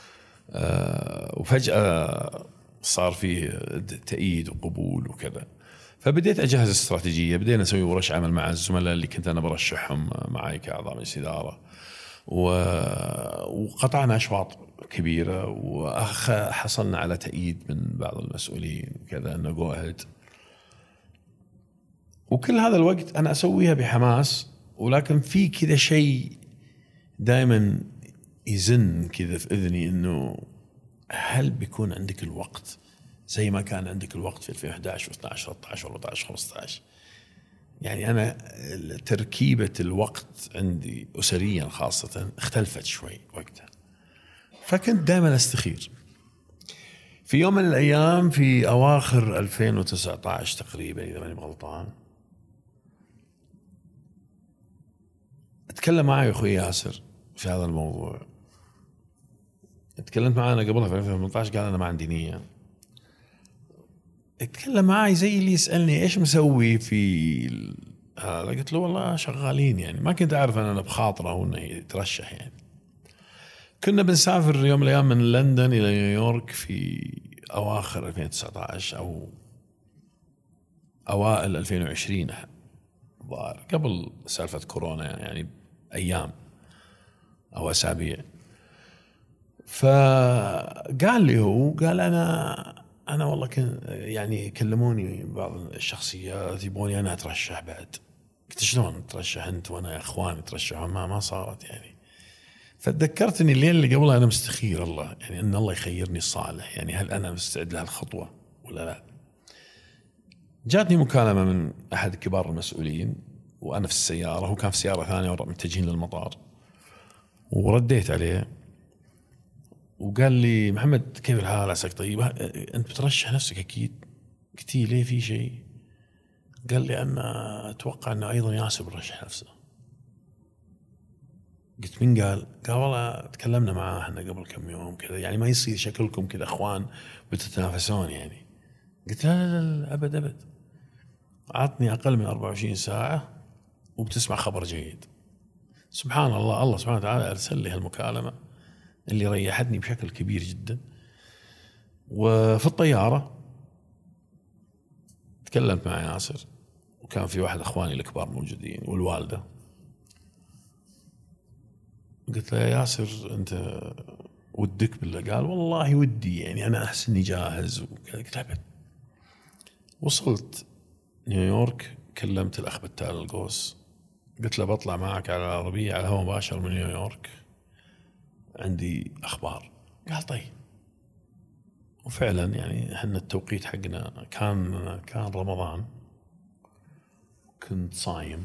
وفجأة صار فيه تأييد وقبول وكذا. فبديت أجهز استراتيجية، بدينا نسوي ورش عمل مع الزملاء اللي كنت أنا برشحهم معي كأعضاء مجلس إدارة، وقطعنا أشواط كبيرة وحصلنا على تأييد من بعض المسؤولين كذا أنه جو أهيد. وكل هذا الوقت أنا أسويها بحماس، ولكن في كذا شيء دائما يزن كذا في إذني إنه هل بيكون عندك الوقت زي ما كان عندك الوقت في ألفين وأحد عشر واثني عشر وثلاثة عشر وأربعة عشر وخمسة عشر. يعني أنا تركيبة الوقت عندي أسريا خاصة اختلفت شوي وقتها، فكنت دائما أستخير. في يوم من الأيام في أواخر ألفين وتسعة عشر تقريبا إذا ماني غلطان، اتكلم معي أخوي ياسر في هذا الموضوع. اتكلمت معنا قبلها في ألفين وثمانية عشر، قال أنا ما عندي نية. اتكلم معي زي اللي يسألني إيش مسوي في هذا، قلت له والله شغالين. يعني ما كنت أعرف أن أنا بخاطره وأنه يترشح. يعني كنا بنسافر يوم من الأيام من لندن إلى نيويورك في أواخر ألفين وتسعة عشر أو أوائل ألفين وعشرين ظاهر، قبل سالفة كورونا يعني أيام أو أسابيع. فقال لي هو قال أنا أنا والله كن يعني كلموني بعض الشخصيات يبوني أنا أترشح بعد. قلت شلون ترشح أنت وأنا يا أخواني ترشحوا؟ ما ما صارت يعني. فتذكرتني الليل اللي قبلها أنا مستخير الله، يعني أن الله يخيرني الصالح، يعني هل أنا مستعد لها الخطوة ولا لا؟ جاتني مكالمة من أحد كبار المسؤولين وأنا في السيارة، هو كان في سيارة ثانية متجهين للمطار، ورديت عليه وقال لي محمد كيف الحال عساك طيب؟ أنت بترشح نفسك أكيد؟ قلت له ليه في شيء؟ قال لي أنا أتوقع أنه أيضا ياسر برشح نفسه. قلت مين قال؟ قال والله تكلمنا معاه احنا قبل كم يوم كذا، يعني ما يصير شكلكم كذا أخوان بتتنافسون يعني. قلت لا لا لا أبد أبد، عطني أقل من أربعة وعشرين ساعة وبتسمع خبر جيد. سبحان الله، الله سبحانه وتعالى أرسل لي هالمكالمة اللي ريحتني بشكل كبير جدا. وفي الطيارة تكلمت مع ياسر، وكان في واحد أخواني الكبار موجودين والوالدة. قلت له يا ياسر أنت ودك بالله؟ قال والله ودي، يعني أنا أحس إني جاهز وكذا. قلت له وصلت نيويورك، كلمت الأخ بتال القوس، قلت له بطلع معك على العربية على الهواء مباشر من نيويورك، عندي أخبار. قال طيب. وفعلا يعني احنا التوقيت حقنا كان كان رمضان، كنت صايم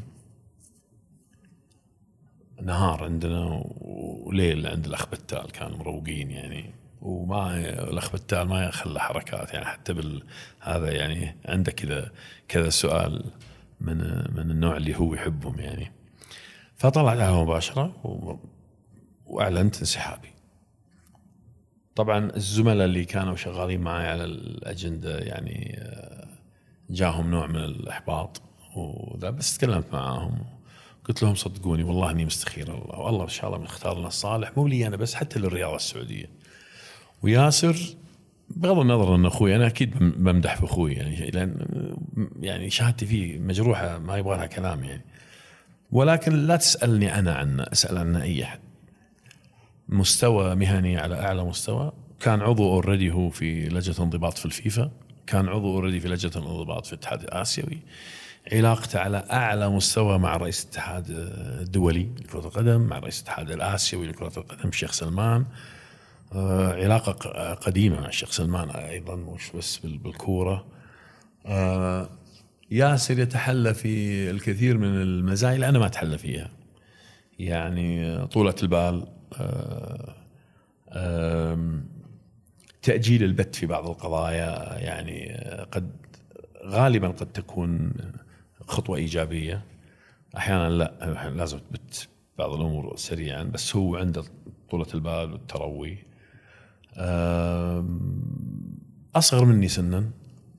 نهار عندنا وليل عند الأخ بتال، كانوا مروقين يعني، وما الأخ بتال ما يخلى حركات يعني حتى بال هذا يعني عنده كذا كذا سؤال من من النوع اللي هو يحبهم يعني. فطلعت على مباشرة وأعلنت انسحابي. طبعا الزملاء اللي كانوا شغالين معي على الأجندة يعني جاهم نوع من الإحباط وذا، بس تكلمت معاهم قلت لهم صدقوني والله إني مستخير الله، والله إن شاء الله بنختار لنا الصالح، مو لي أنا بس حتى للرياضة السعودية. وياسر بغض النظر أن أخوي، أنا أكيد بمدح في أخوي يعني، لأن يعني شهادتي فيه مجروحة ما يبغى لها كلام يعني، ولكن لا تسألني أنا عنه، أسأل عنه أي أحد. مستوى مهني على أعلى مستوى، كان عضو أوريدي هو في لجنة انضباط في الفيفا، كان عضو أوريدي في لجنة الانضباط في الاتحاد الآسيوي، علاقته على أعلى مستوى مع رئيس الاتحاد الدولي لكرة القدم، مع رئيس الاتحاد الآسيوي لكرة القدم الشيخ سلمان، آه علاقة قديمة مع الشيخ سلمان أيضا مش بس بالكورة. آه ياسر يتحلى في الكثير من المزايا اللي أنا ما أتحلى فيها، يعني طولة البال، آه آه تأجيل البت في بعض القضايا، يعني قد غالبا قد تكون خطوة إيجابية، أحيانا لا لازم تبت بعض الأمور سريعا، بس هو عنده طولة البال والتروي. أصغر مني سنا،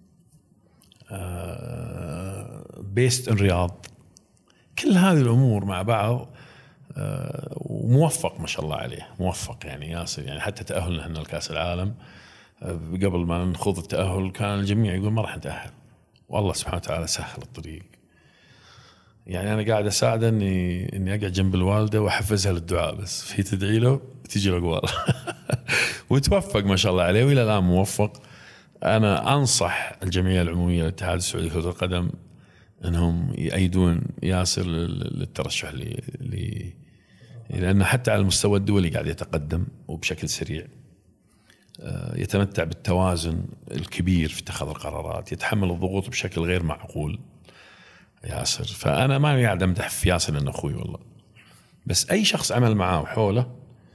بيست إن رياض، كل هذه الأمور مع بعض، وموفق ما شاء الله عليه، موفق يعني ياسر، يعني حتى تأهلنا احنا لكأس العالم قبل ما نخوض التأهل كان الجميع يقول ما راح نتأهل، والله سبحانه وتعالى سهل الطريق. يعني أنا قاعد أساعده إني إني أقعد جنب الوالدة وأحفزها للدعاء، بس في تدعي له تيجي الأقوال وتوفق ما شاء الله عليه، وإلى الآن موفق. أنا أنصح الجمعية العمومية للاتحاد السعودي لكرة القدم أنهم يأيدون ياسر للترشح لي لي لأنه حتى على المستوى الدولي قاعد يتقدم وبشكل سريع، يتمتع بالتوازن الكبير في اتخاذ القرارات، يتحمل الضغوط بشكل غير معقول ياسر. فأنا ما قاعد أمدح في ياسر لأنه أخوي والله، بس أي شخص عمل معاه وحوله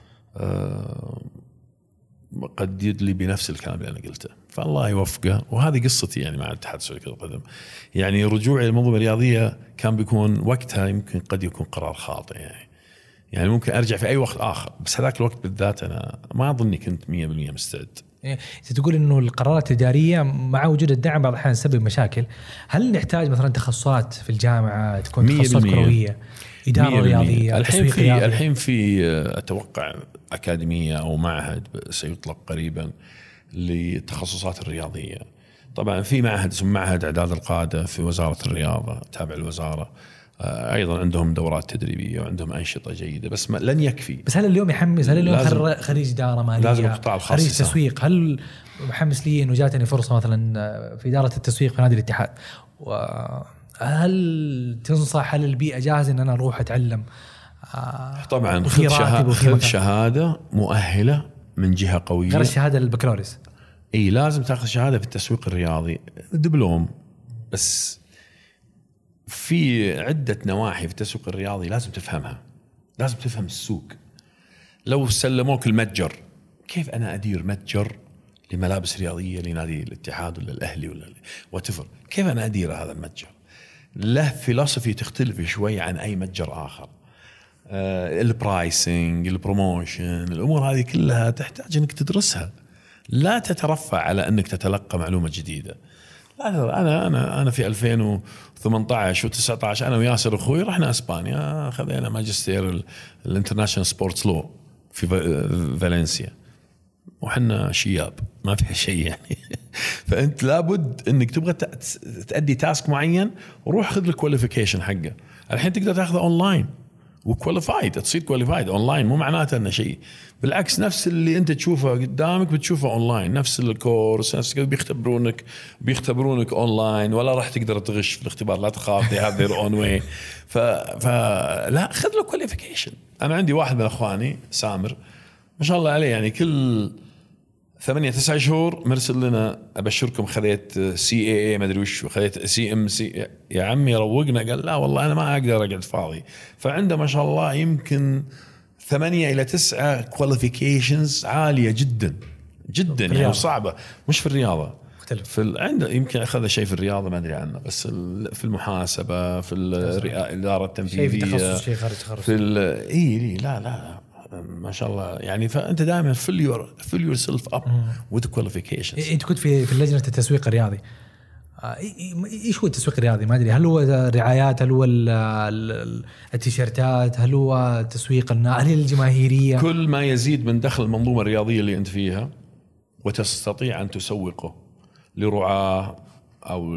قد يدلي بنفس الكلام اللي أنا قلته، فالله يوفقه. وهذه قصتي يعني مع الاتحاد السعودي لكرة القدم. يعني رجوعي للمنظومة الرياضية كان بيكون وقتها يمكن قد يكون قرار خاطئ يعني، يعني ممكن أرجع في أي وقت آخر، بس هذاك الوقت بالذات أنا ما أظني كنت مية بالمية مستعد. إيه، تقول إنه القرارات الإدارية مع وجود الدعم بعض الأحيان تسبب مشاكل. هل نحتاج مثلا تخصصات في الجامعة تكون تخصصات كروية، إدارة رياضية، الحين في رياضي؟ الحين في أتوقع أكاديمية أو معهد سيطلق قريبا للتخصصات الرياضية. طبعا في معهد اسمه معهد إعداد القادة في وزارة الرياضة تابع الوزارة، أيضا عندهم دورات تدريبية وعندهم أنشطة جيدة، بس ما لن يكفي. بس هل اليوم يحمس؟ هل اليوم خريج إدارة مالية، لازم القطاع الخاص، خريج تسويق، هل محمس لي إنه جاتني فرصة مثلا في إدارة التسويق في نادي الاتحاد، هل تنصح هل البيئة جاهزة إن أنا أروح أتعلم؟ طبعا خذ شهادة, خذ شهادة مؤهلة من جهة قوية غير الشهادة البكالوريوس. إيه لازم تأخذ شهادة في التسويق الرياضي، دبلوم. بس في عدة نواحي في التسويق الرياضي لازم تفهمها، لازم تفهم السوق. لو سلموك المتجر، كيف أنا أدير متجر لملابس رياضية لنادي الاتحاد ولا الأهلي ولا واتفر، كيف أنا أدير هذا المتجر؟ له فلسفي تختلف شوي عن أي متجر آخر. آه البرايسنج، البروموشن، الأمور هذه كلها تحتاج أنك تدرسها، لا تترفع على أنك تتلقى معلومة جديدة. أنا أنا أنا في ألفين وثمانية عشر وتسعة عشر أنا وياسر أخوي رحنا أسبانيا، خذينا ماجستير الانترناشنال سبورتس لو في فالنسيا، وحنا شياب ما فيها شيء يعني. فأنت لابد إنك تبغى تأدي تاسك معين، وروح خذ الكواليفيكيشن حقه. الحين تقدر تأخذه أونلاين وكواليفايد، تصير كواليفايد أونلاين، مو معناته إنه شيء، بالعكس نفس اللي أنت تشوفه قدامك بتشوفه أونلاين، نفس الكورس، نفس كذا بيختبرونك بيختبرونك أونلاين، ولا راح تقدر تغش في الاختبار، لا تخاف، they have their own way. ف... فلا خذ له كواليفيكيشن. أنا عندي واحد من أخواني سامر ما شاء الله عليه، يعني كل ثمانية تسعة شهور مرسل لنا أبشركم خذيت سي اي اي ما أدري وش، وخذيت سي ام سي. يا عمي روقنا. قال لا والله أنا ما أقدر أقعد فاضي. فعنده ما شاء الله يمكن ثمانية إلى تسعة qualifications عالية جدا جدا يعني وصعبة، مش في الرياضة مختلف. في ال... عنده يمكن أخذ شيء في الرياضة ما أدري عنه، بس ال... في المحاسبة، في الإدارة التنفيذية، شيء في تخصص، شيء خارج تخصص في ال... إيه لا لا ما شاء الله يعني. فأنت دائما fill your fill yourself up with qualifications. أنت كنت في في لجنة التسويق الرياضي، ايش هو التسويق الرياضي؟ ما ادري، هل هو الرعايات، هل هو التيشيرتات، هل هو تسويق النادي، هل الجماهيريه؟ كل ما يزيد من دخل المنظومه الرياضيه اللي انت فيها وتستطيع ان تسوقه لرعاه او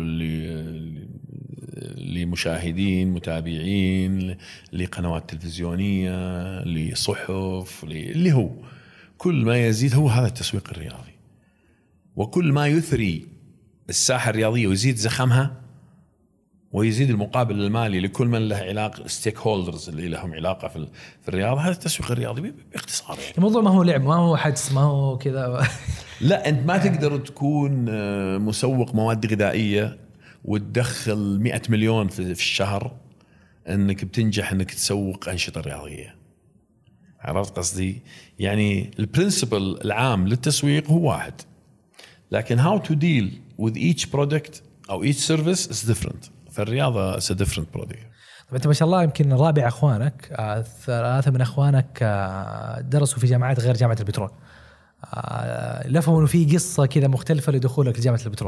لمشاهدين متابعين لقنوات تلفزيونيه لصحف اللي هو كل ما يزيد هو هذا التسويق الرياضي. وكل ما يثري الساحة الرياضية ويزيد زخمها ويزيد المقابل المالي لكل من له علاقة ستيك هولدرز اللي لهم علاقة في في الرياضة، هذا التسويق الرياضي باختصار يعني. الموضوع ما هو لعب، ما هو حدس، ما هو كذا. لا أنت ما تقدر تكون مسوق مواد غذائية وتدخل مئة مليون في الشهر أنك بتنجح أنك تسوق أنشطة رياضية. عرفت قصدي؟ يعني البرنسبل العام للتسويق هو واحد، لكن how to deal with each product أو each service is different. فالرياضة is a different product. طب أنت ما شاء الله يمكن رابع أخوانك، ثلاثة من أخوانك درسوا في جامعات غير جامعة البترول. لفهموا إنه في قصة كذا مختلفة لدخولك لجامعة البترول.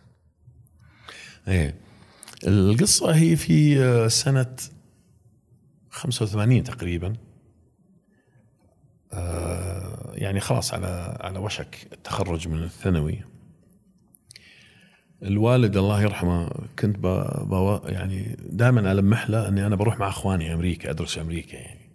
إيه القصة هي في سنة خمسة وثمانين تقريبا، يعني خلاص على على وشك التخرج من الثانوي. الوالد الله يرحمه كنت ب يعني دائما ألمح له أني أنا بروح مع أخواني أمريكا أدرس في أمريكا يعني،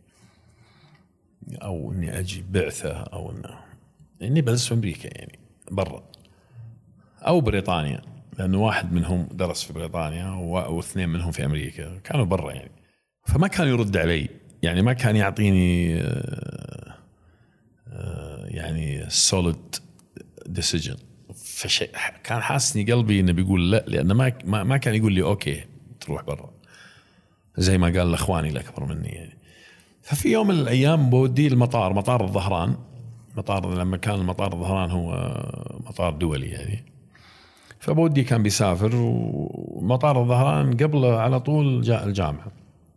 أو أني أجي بعثة، أو أنه إني بدرس في أمريكا يعني برا أو بريطانيا، لأنه واحد منهم درس في بريطانيا واثنين منهم في أمريكا كانوا برا يعني. فما كان يرد علي يعني، ما كان يعطيني يعني solid decision. فشيء كان حاسني قلبي إنه بيقول لا، لأنه ما ما كان يقول لي أوكي تروح برا زي ما قال لأخواني الأكبر مني يعني. ففي يوم من الأيام بودي المطار، مطار الظهران، مطار لما كان المطار الظهران هو مطار دولي يعني، فبودي كان بيسافر ومطار الظهران قبله على طول جاء الجامعة.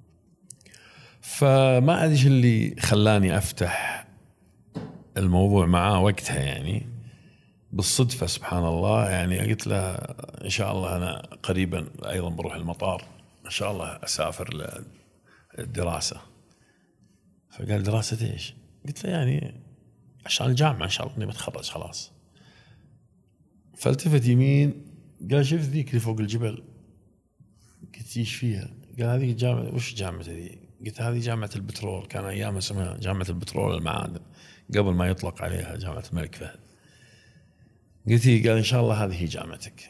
فما أدري اللي خلاني أفتح الموضوع معاه وقتها يعني، بالصدفة سبحان الله يعني. قلت له إن شاء الله أنا قريبا أيضا بروح المطار، إن شاء الله أسافر للدراسة. فقال دراسة إيش؟ قلت له يعني عشان الجامعة إن شاء الله إني بتخرج خلاص. فالتفت يمين قال شفت ذيك اللي فوق الجبل؟ قلت إيش فيها؟ قال هذه جامعة. وش جامعة هذه؟ قلت هذه جامعة البترول، كان أيام اسمها جامعة البترول المعادن قبل ما يطلق عليها جامعة الملك فهد. قلت قال إن شاء الله هذه هي جامعتك.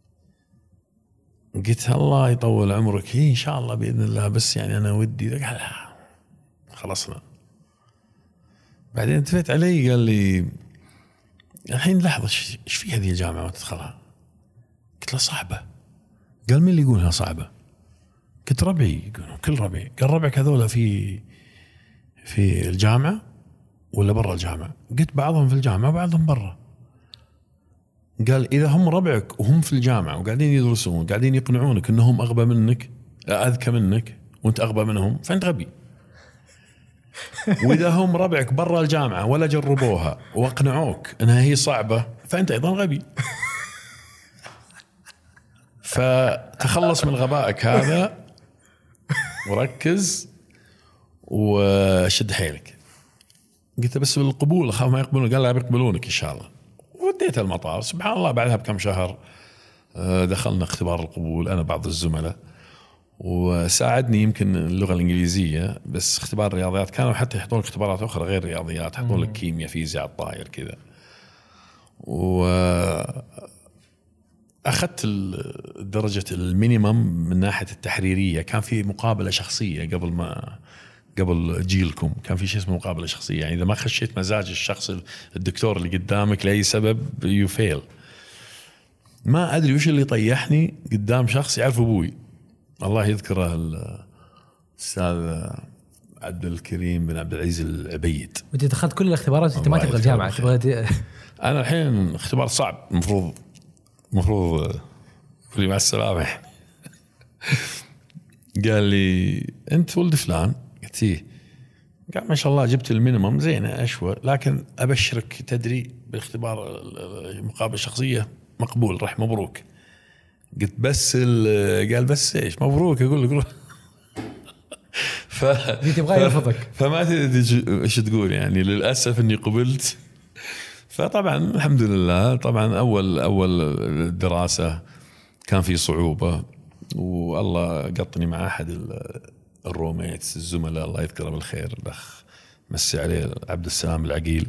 قلت الله يطول عمرك، هي إن شاء الله بإذن الله، بس يعني أنا ودي. قال خلصنا. بعدين التفت علي قال لي الحين لحظة، إيش في هذه الجامعة ما تدخلها؟ قلت له صعبة. قال مين اللي يقولها صعبة؟ قلت ربعي يقولون، كل ربعي. قال ربعك هذولا في في الجامعة ولا برا الجامعة؟ قلت بعضهم في الجامعة وبعضهم برا. قال إذا هم ربعك وهم في الجامعة وقاعدين يدرسون قاعدين يقنعونك إنهم أغبى منك، أذكى منك وأنت أغبى منهم، فأنت غبي. وإذا هم ربعك برا الجامعة ولا جربوها وأقنعوك إنها هي صعبة، فأنت أيضا غبي. فتخلص من غبائك هذا وركز وشد حيلك. قلت بس بالقبول أخاف ما يقبلون. قال لا بيقبلونك إن شاء الله. وديت المطار سبحان الله. بعدها بكم شهر دخلنا اختبار القبول أنا بعض الزملاء، وساعدني يمكن اللغة الإنجليزية، بس اختبار الرياضيات كانوا حتى يحطون اختبارات أخرى غير رياضيات، يحطون لك كيمياء فيزياء الطائر كذا. وأخذت الدرجة المينيمم من ناحية التحريرية. كان في مقابلة شخصية قبل ما قبل جيلكم كان في شيء اسمه مقابلة شخصية، يعني إذا ما خشيت مزاج الشخص الدكتور اللي قدامك لأي سبب يو فيل. ما أدري وش اللي طيحني قدام شخص يعرف أبوي، الله يذكره الأستاذ عبد الكريم بن عبد العزيز العبيد. وانت دخلت كل الاختبارات انت ما تبغى الجامعه تبغى. انا الحين اختبار صعب المفروض المفروض قولي مع السلامه. قال لي انت ولد فلان، قلت ايه؟ قال ما شاء الله جبت المينيمم زين اشوى، لكن ابشرك تدري بالاختبار المقابله الشخصيه مقبول، رح مبروك. قلت بس قال بس ايش مبروك؟ اقول لك ف تبغى يرفضك فما تدري ايش تقول يعني. للاسف اني قبلت. فطبعا الحمد لله طبعا اول اول دراسه كان في صعوبه، والله قطني مع احد الروميتس الزملاء الله يذكره بالخير، الاخ مسي عليه عبد السلام العقيل.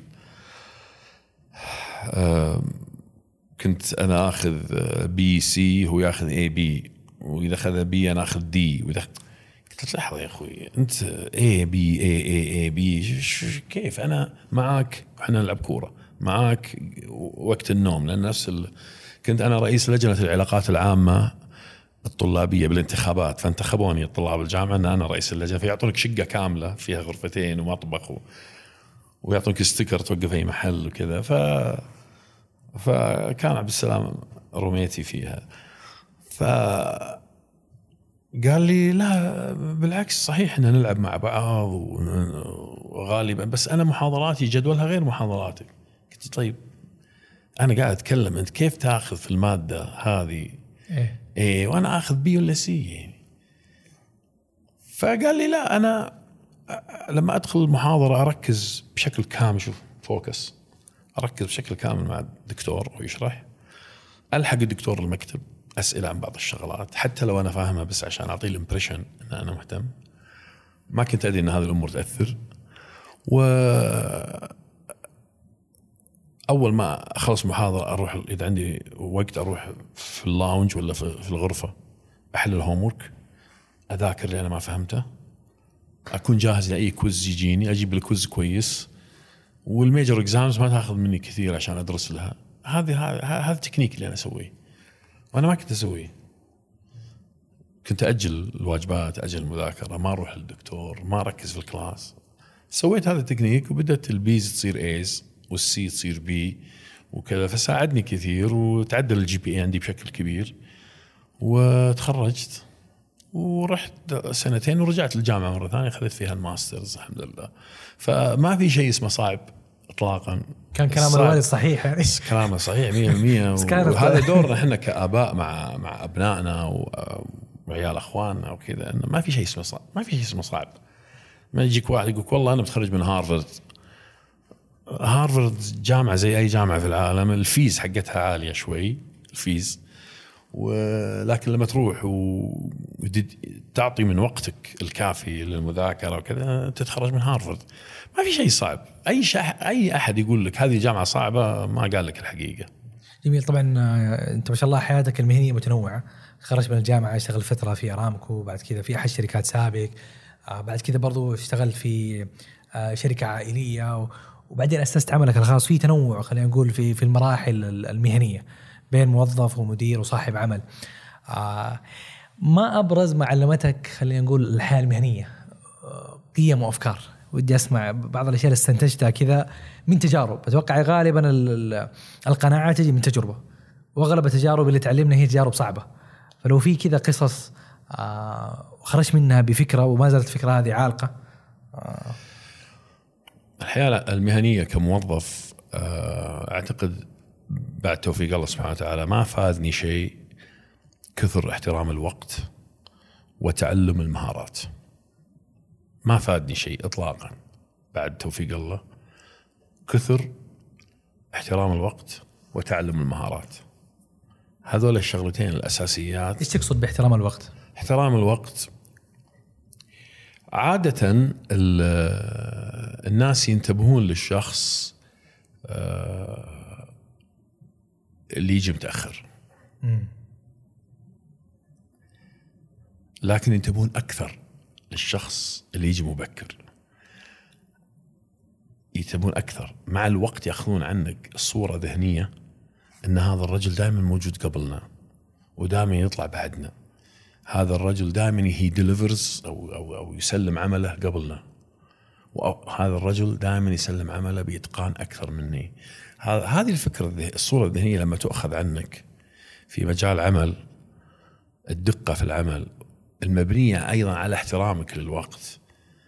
كنت انا اخذ بي سي هو ياخذ اي بي، واذا اخذ بي انا اخذ دي، واذا قلت لحظه يا اخوي انت اي بي اي اي اي بي كيف؟ انا معاك احنا نلعب كوره معاك وقت النوم، لان نفس ال... كنت انا رئيس لجنه العلاقات العامه الطلابيه بالانتخابات، فانتخبوني الطلاب الجامعه ان انا رئيس اللجنه، فيعطونك شقه كامله فيها غرفتين ومطبخ و... ويعطونك ستيكر توقف اي محل وكذا. ف فكان عبد السلام رميتي فيها. ف قال لي لا بالعكس صحيح ان نلعب مع بعض وغالبا، بس انا محاضراتي جدولها غير محاضراتك. قلت طيب انا قاعد اتكلم، انت كيف تاخذ في الماده هذه ايه, إيه وانا اخذ بي ولا سي يعني؟ فقال لي لا انا لما ادخل المحاضره اركز بشكل كامل، شوف فوكس، اركز بشكل كامل مع الدكتور ويشرح، الحق الدكتور المكتب اسئله عن بعض الشغلات حتى لو انا فاهمها، بس عشان اعطيه الامبريشن ان انا مهتم. ما كنت ادري ان هذه الامور تاثر. و اول ما اخلص محاضره اروح اذا عندي وقت اروح في اللاونج ولا في الغرفه احل الهوم ورك، اذاكر اللي انا ما فهمته، اكون جاهز لاي كويز يجيني، اجيب الكويز كويس. والميجر اكزامز ما تاخذ مني كثير عشان ادرس لها. هذه هذا التكنيك اللي انا اسويه، وانا ما كنت اسويه. كنت اجل الواجبات، اجل المذاكره، ما اروح للدكتور، ما اركز في الكلاس. سويت هذا التكنيك وبدت البيز تصير ايز والسي تصير بي وكذا، فساعدني كثير وتعدل الجي بي اي عندي بشكل كبير. وتخرجت ورحت سنتين ورجعت للجامعه مره ثانيه، اخذت فيها الماسترز الحمد لله. فما في شيء اسمه صعب اطلاقا. كان كلام الوالد صحيح يعني. كلامه صحيح مية بالمية. وهذا دورنا احنا كآباء مع مع ابنائنا وعيال اخواننا وكذا، انه ما في شيء اسمه صعب، ما في شيء اسمه صعب. ما يجيك واحد يقولك والله انا بتخرج من هارفارد. هارفارد جامعه زي اي جامعه في العالم، الفيز حقتها عاليه شوي الفيز، ولكن لما تروح وتعطي من وقتك الكافي للمذاكره وكذا تتخرج من هارفارد. ما في شيء صعب. اي شح... اي احد يقول لك هذه جامعه صعبه ما قال لك الحقيقه. جميل. طبعا انت ما شاء الله حياتك المهنيه متنوعه، خرجت من الجامعه اشتغل فتره في ارامكو، بعد كذا في احد الشركات سابق، بعد كذا برضو اشتغلت في شركه عائليه، وبعدين اسست عملك الخاص. في تنوع خلينا نقول في في المراحل المهنيه بين موظف ومدير وصاحب عمل. ما ابرز ما علمتك خلينا نقول الحياه المهنيه قيم وافكار؟ ودي اسمع بعض الاشياء اللي استنتجتها كذا من تجارب. اتوقع غالبا القناعه تجي من تجربه، واغلب التجارب اللي تعلمنا هي تجارب صعبه. فلو في كذا قصص خرجت منها بفكره وما زالت الفكره هذه عالقه. الحياه المهنيه كموظف اعتقد بعد توفيق الله سبحانه وتعالى ما فادني شيء كثر احترام الوقت وتعلم المهارات. ما فادني شيء إطلاقا بعد توفيق الله كثر احترام الوقت وتعلم المهارات. هذول الشغلتين الأساسيات. إيش تقصد باحترام الوقت؟ احترام الوقت عادة الناس ينتبهون للشخص اللي يجي متأخر، لكن ينتبهون أكثر للشخص اللي يجي مبكر. ينتبهون أكثر مع الوقت، يأخذون عنك الصورة ذهنية أن هذا الرجل دائما موجود قبلنا ودائما يطلع بعدنا، هذا الرجل دائما هي ديليفرز أو, أو, أو يسلم عمله قبلنا. وهذا الرجل دائما يسلم عمله بإتقان أكثر مني. هذه الفكرة، الصورة الذهنية لما تؤخذ عنك في مجال عمل، الدقة في العمل المبنية أيضا على احترامك للوقت،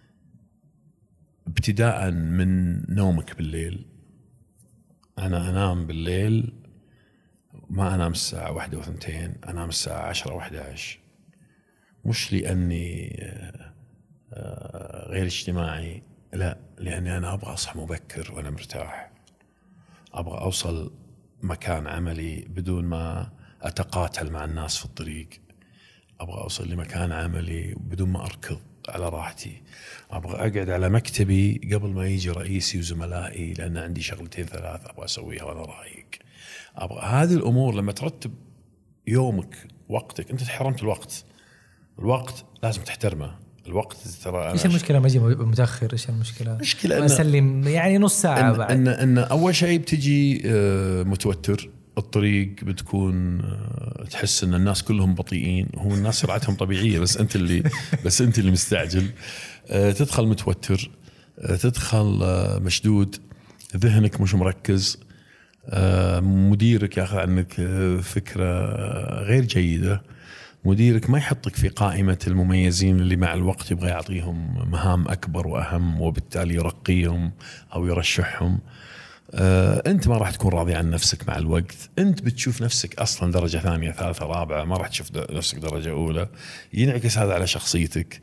ابتداء من نومك بالليل. أنا أنام بالليل، ما أنام الساعة واحدة وثنتين، أنام الساعة عشرة واحدة عشر، مش لأني غير اجتماعي، لا، لأني أنا أبغى أصحى مبكر وأنا مرتاح، أبغى أوصل مكان عملي بدون ما أتقاتل مع الناس في الطريق، أبغى أوصل لمكان عملي بدون ما أركض على راحتي، أبغى أقعد على مكتبي قبل ما يجي رئيسي وزملائي لأن عندي شغلتين ثلاثة أبغى أسويها وأنا رايق. أبغى هذه الأمور لما ترتب يومك وقتك. أنت تحرمت الوقت، الوقت لازم تحترمه. الوقت ترى ايش المشكله ما اجي متاخر؟ ايش المشكله؟ مشكله اسلم يعني نص ساعه إن بعد. ان ان اول شيء بتجي متوتر، الطريق بتكون تحس ان الناس كلهم بطيئين، هم الناس سرعتهم طبيعيه بس انت اللي بس انت اللي مستعجل. تدخل متوتر، تدخل مشدود، ذهنك مش مركز، مديرك ياخذ عنك فكره غير جيده، مديرك ما يحطك في قائمة المميزين اللي مع الوقت يبغى يعطيهم مهام أكبر وأهم وبالتالي يرقيهم أو يرشحهم. آه، أنت ما راح تكون راضي عن نفسك مع الوقت، أنت بتشوف نفسك أصلا درجة ثانية ثالثة رابعة، ما راح تشوف نفسك درجة أولى، ينعكس هذا على شخصيتك.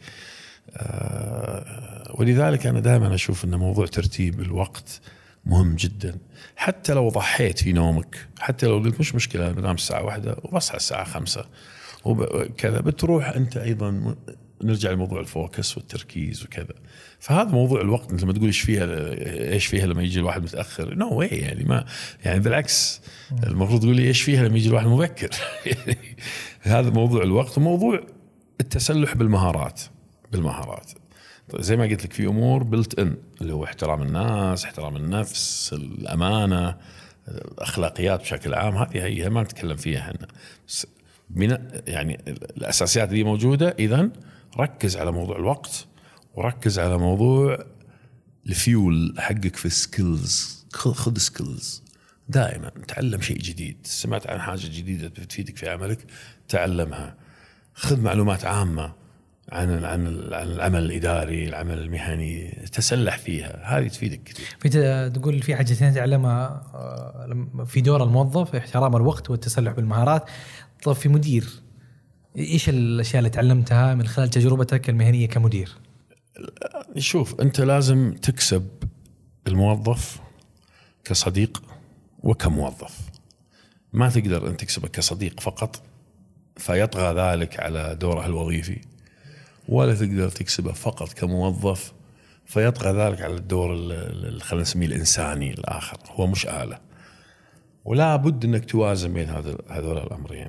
آه، ولذلك أنا دائما أشوف أن موضوع ترتيب الوقت مهم جدا. حتى لو ضحيت في نومك، حتى لو قلت مش مشكلة بنام الساعة واحدة وبصحى الساعة خمسة وكذا، بتروح أنت أيضا. نرجع لموضوع الفوكس والتركيز وكذا. فهذا موضوع الوقت، أنت لما تقول إيش فيها إيش فيها لما يجي الواحد متأخر، نو no واي يعني، ما يعني بالعكس المفروض تقول لي إيش فيها لما يجي الواحد مبكر. هذا موضوع الوقت. وموضوع التسلح بالمهارات بالمهارات طيب زي ما قلت لك، في أمور بلت إن اللي هو احترام الناس، احترام النفس، الأمانة، الأخلاقيات بشكل عام. هذه هي ما نتكلم فيها احنا، من يعني الأساسيات دي موجودة. إذن ركز على موضوع الوقت، وركز على موضوع الفيول حقك في السكيلز. خذ سكيلز دائما، تعلم شيء جديد، سمعت عن حاجة جديدة بتفيدك في عملك تعلمها. خذ معلومات عامة عن عن العمل الإداري، العمل المهني، تسلح فيها، هذه تفيدك كثير. في تقول في حاجتين تعلمها في دور الموظف، احترام الوقت والتسلح بالمهارات. طب في مدير، إيش الأشياء اللي تعلمتها من خلال تجربتك المهنية كمدير؟ شوف، أنت لازم تكسب الموظف كصديق وكموظف. ما تقدر أن تكسبه كصديق فقط فيطغى ذلك على دوره الوظيفي، ولا تقدر تكسبه فقط كموظف فيطغى ذلك على الدور خلينا نسميه الإنساني الآخر. هو مش آلة، ولا بد أنك توازن بين هذول الأمرين.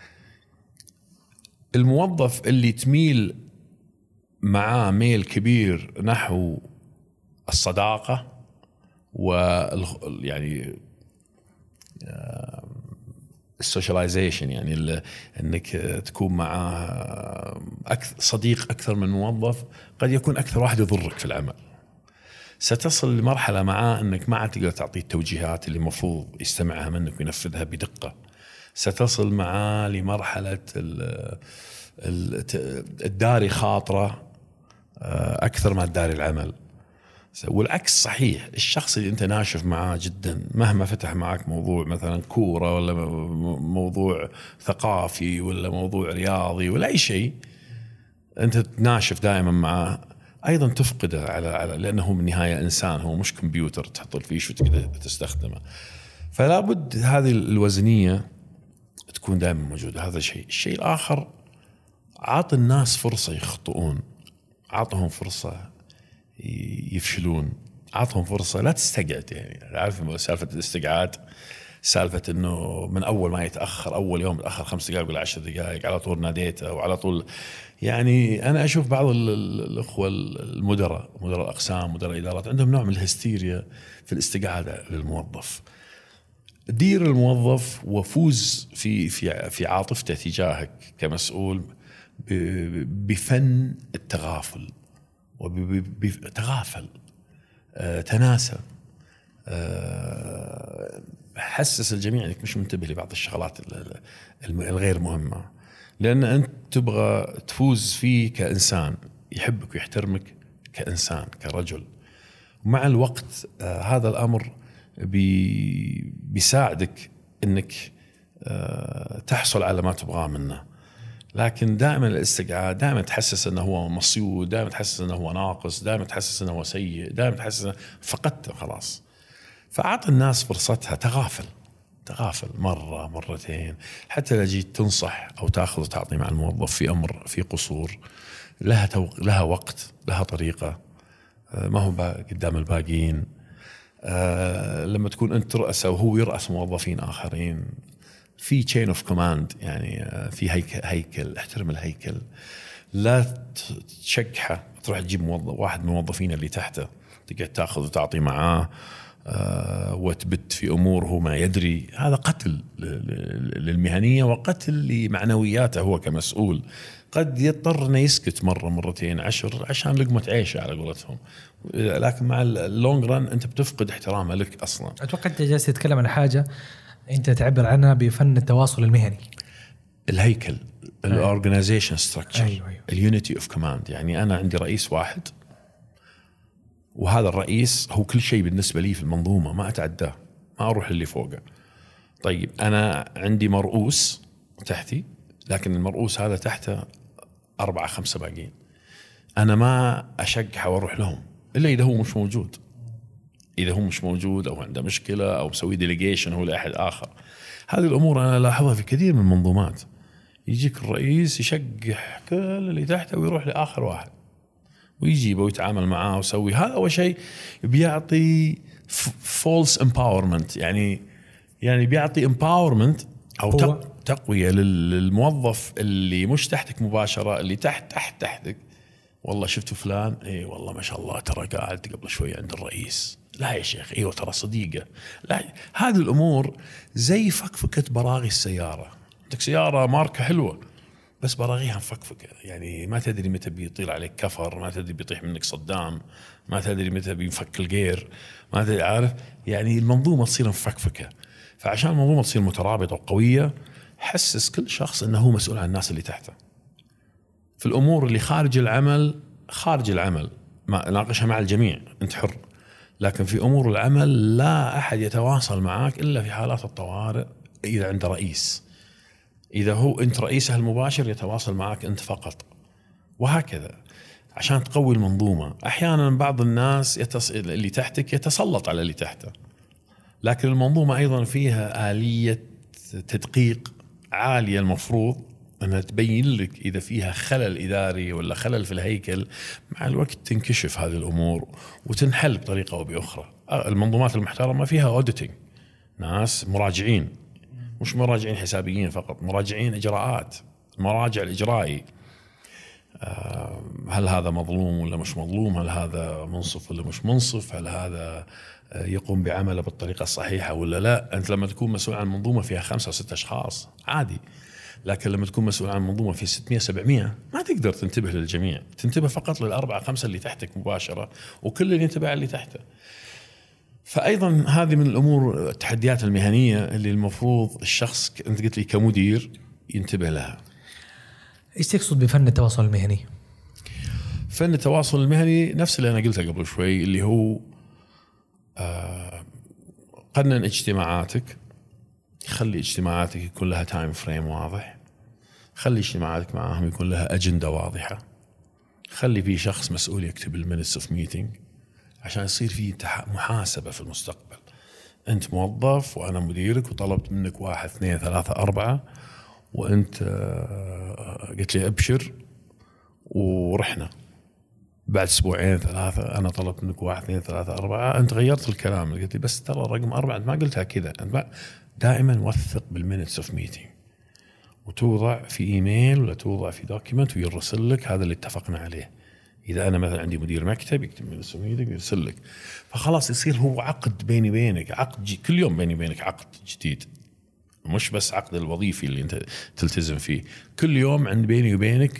الموظف اللي تميل معاه ميل كبير نحو الصداقة ويعني السوشياليزيشن، يعني انك تكون معاه أكثر صديق اكثر من موظف، قد يكون اكثر واحد يضرك في العمل. ستصل لمرحلة معاه انك ما عاد تقدر تعطيه التوجيهات اللي المفروض يستمعها منك وينفذها بدقة. ستصل معاه لمرحلة الداري خاطرة أكثر ما الداري العمل. والعكس صحيح، الشخص اللي أنت ناشف معاه جدا مهما فتح معك موضوع مثلا كورة ولا موضوع ثقافي ولا موضوع رياضي ولا أي شيء، أنت ناشف دائما معاه، أيضا تفقده على على لأنه من النهاية إنسان، هو مش كمبيوتر تحط الفيش وتقدر تستخدمه. فلا بد هذه الوزنية تكون دائما موجودة. هذا شيء. الشيء الآخر، عاط الناس فرصة يخطئون، عاطهم فرصة يفشلون، عاطهم فرصة لا تستقعد. يعني عارف سالفة الاستقعاد، سالفة إنه من أول ما يتأخر، أول يوم تأخر خمس دقائق ولا عشر دقائق على طول ناديته وعلى طول. يعني أنا أشوف بعض الأخوة المدراء، مدراء الأقسام، مدراء الإدارات، عندهم نوع من الهستيريا في الاستقعاد للموظف. دير الموظف وفوز في في في عاطفته تجاهك كمسؤول بفن التغافل وتغافل، آه، تناسى، آه، حسس الجميع انك مش منتبه لبعض الشغلات الغير مهمة، لان انت تبغى تفوز فيه كإنسان يحبك ويحترمك كإنسان كرجل. ومع الوقت آه هذا الأمر بي بيساعدك انك آه تحصل على ما تبغاه منه. لكن دائما الاستقعاد، دائما تحسس انه هو مصيود، دائما تحسس انه هو ناقص، دائما تحسس انه هو سيء، دائما تحسس انه فقدته خلاص. فأعطي الناس فرصتها، تغافل تغافل مرة مرتين، حتى لو جيت تنصح أو تأخذ وتعطي مع الموظف في أمر في قصور، لها توق... لها وقت، لها طريقة، ما هو قدام الباقيين. أه لما تكون أنت رأسه وهو يرأس موظفين آخرين، في chain of command، يعني في هيكل, هيكل احترم الهيكل، لا تشكحه تروح تجيب موظف واحد من الموظفين اللي تحته تقعد تأخذ وتعطي معاه أه وتبت في أمور هو ما يدري. هذا قتل للمهنية وقتل لمعنوياته هو كمسؤول. قد يضطر انه يسكت مرة مرتين عشر عشان لقمة عيشه على قولتهم، لكن مع اللونج ران انت بتفقد احترامه لك اصلا. اتوقع انت جالس تتكلم عن حاجة انت تعبر عنها بفن التواصل المهني، الهيكل، الاورجنايزيشن ستراكشر، اليونيتي اوف كوماند. يعني انا عندي رئيس واحد، وهذا الرئيس هو كل شيء بالنسبة لي في المنظومة، ما اتعداه، ما اروح اللي فوقه. طيب انا عندي مرؤوس تحتي، لكن المرؤوس هذا تحته أربعة خمسة باقين، أنا ما أشجح وأروح لهم إلا إذا هو مش موجود. إذا هو مش موجود أو عنده مشكلة أو مسوي ديليجيشن هو لأحد آخر. هذه الأمور أنا لاحظها في كثير من المنظومات. يجيك الرئيس يشجح كل اللي تحته ويروح لآخر واحد ويجيبه ويتعامل معاه ويسوي. هذا أول شيء بيعطي false empowerment، يعني يعني بيعطي empowerment أو تقوية للموظف اللي مش تحتك مباشرة، اللي تحت تحت تحتك. والله شفتوا فلان، اي والله ما شاء الله ترى قاعد قبل شوية عند الرئيس. لا يا شيخ، ايوه ترى صديقه. لا، هذه الامور زي فكفكة براغي السيارة. عندك سيارة ماركة حلوة بس براغيها مفكفكة، يعني ما تدري متى بيطير عليك كفر، ما تدري بيطيح منك صدام، ما تدري متى بينفك الجير، ما تدري، عارف يعني المنظومة تصير مفكفكة. فعشان المنظومة تصير مترابطة وقوية، حسس كل شخص أنه هو مسؤول عن الناس اللي تحته. في الأمور اللي خارج العمل خارج العمل ما ناقشها مع الجميع، أنت حر. لكن في أمور العمل لا أحد يتواصل معك إلا في حالات الطوارئ، إذا عنده رئيس. إذا هو أنت رئيسه المباشر يتواصل معك أنت فقط، وهكذا عشان تقوي المنظومة. أحيانا بعض الناس يتص... اللي تحتك يتسلط على اللي تحته، لكن المنظومة أيضا فيها آلية تدقيق عالية، المفروض أنها تبين لك إذا فيها خلل إداري ولا خلل في الهيكل. مع الوقت تنكشف هذه الأمور وتنحل بطريقة أو بأخرى. المنظومات المحترمة فيها أوديتنج، ناس مراجعين، مش مراجعين حسابيين فقط، مراجعين إجراءات، المراجع الإجرائي. هل هذا مظلوم ولا مش مظلوم؟ هل هذا منصف ولا مش منصف؟ هل هذا يقوم بعمله بالطريقة الصحيحة ولا لا؟ أنت لما تكون مسؤول عن منظومة فيها خمسة أو ستة أشخاص عادي، لكن لما تكون مسؤول عن منظومة فيها ستمائة سبعمائة ما تقدر تنتبه للجميع، تنتبه فقط للأربعة خمسة اللي تحتك مباشرة، وكل اللي ينتبه اللي تحته. فأيضا هذه من الأمور التحديات المهنية اللي المفروض الشخص أنت قلت لي كمدير ينتبه لها. إيش تقصد بفن التواصل المهني؟ فن التواصل المهني نفس اللي أنا قلته قبل شوي، اللي هو آه قنن اجتماعاتك، خلي اجتماعاتك يكون لها تايم فريم واضح، خلي اجتماعاتك معهم يكون لها أجندة واضحة، خلي في شخص مسؤول يكتب المينتس اوف ميتينج عشان يصير في محاسبة في المستقبل. أنت موظف وأنا مديرك وطلبت منك واحد اثنين ثلاثة أربعة، وأنت قلت لي أبشر ورحنا. بعد أسبوعين ثلاثة أنا طلبت منك واحد اثنين ثلاثة أربعة، أنت غيرت الكلام، قلت لي بس ترى رقم أربعة أنت ما قلتها كذا. دائما وثق بالمينتس اوف ميتينج، وتوضع في إيميل ولا توضع في دوكيمنت ويرسل لك هذا اللي اتفقنا عليه. إذا أنا مثلا عندي مدير مكتب يكتب مينتس اوف ميتينج ويرسل لك، فخلاص يصير هو عقد بيني بينك، عقد كل يوم بيني بينك عقد جديد، مش بس عقد الوظيفي اللي أنت تلتزم فيه. كل يوم عند بيني وبينك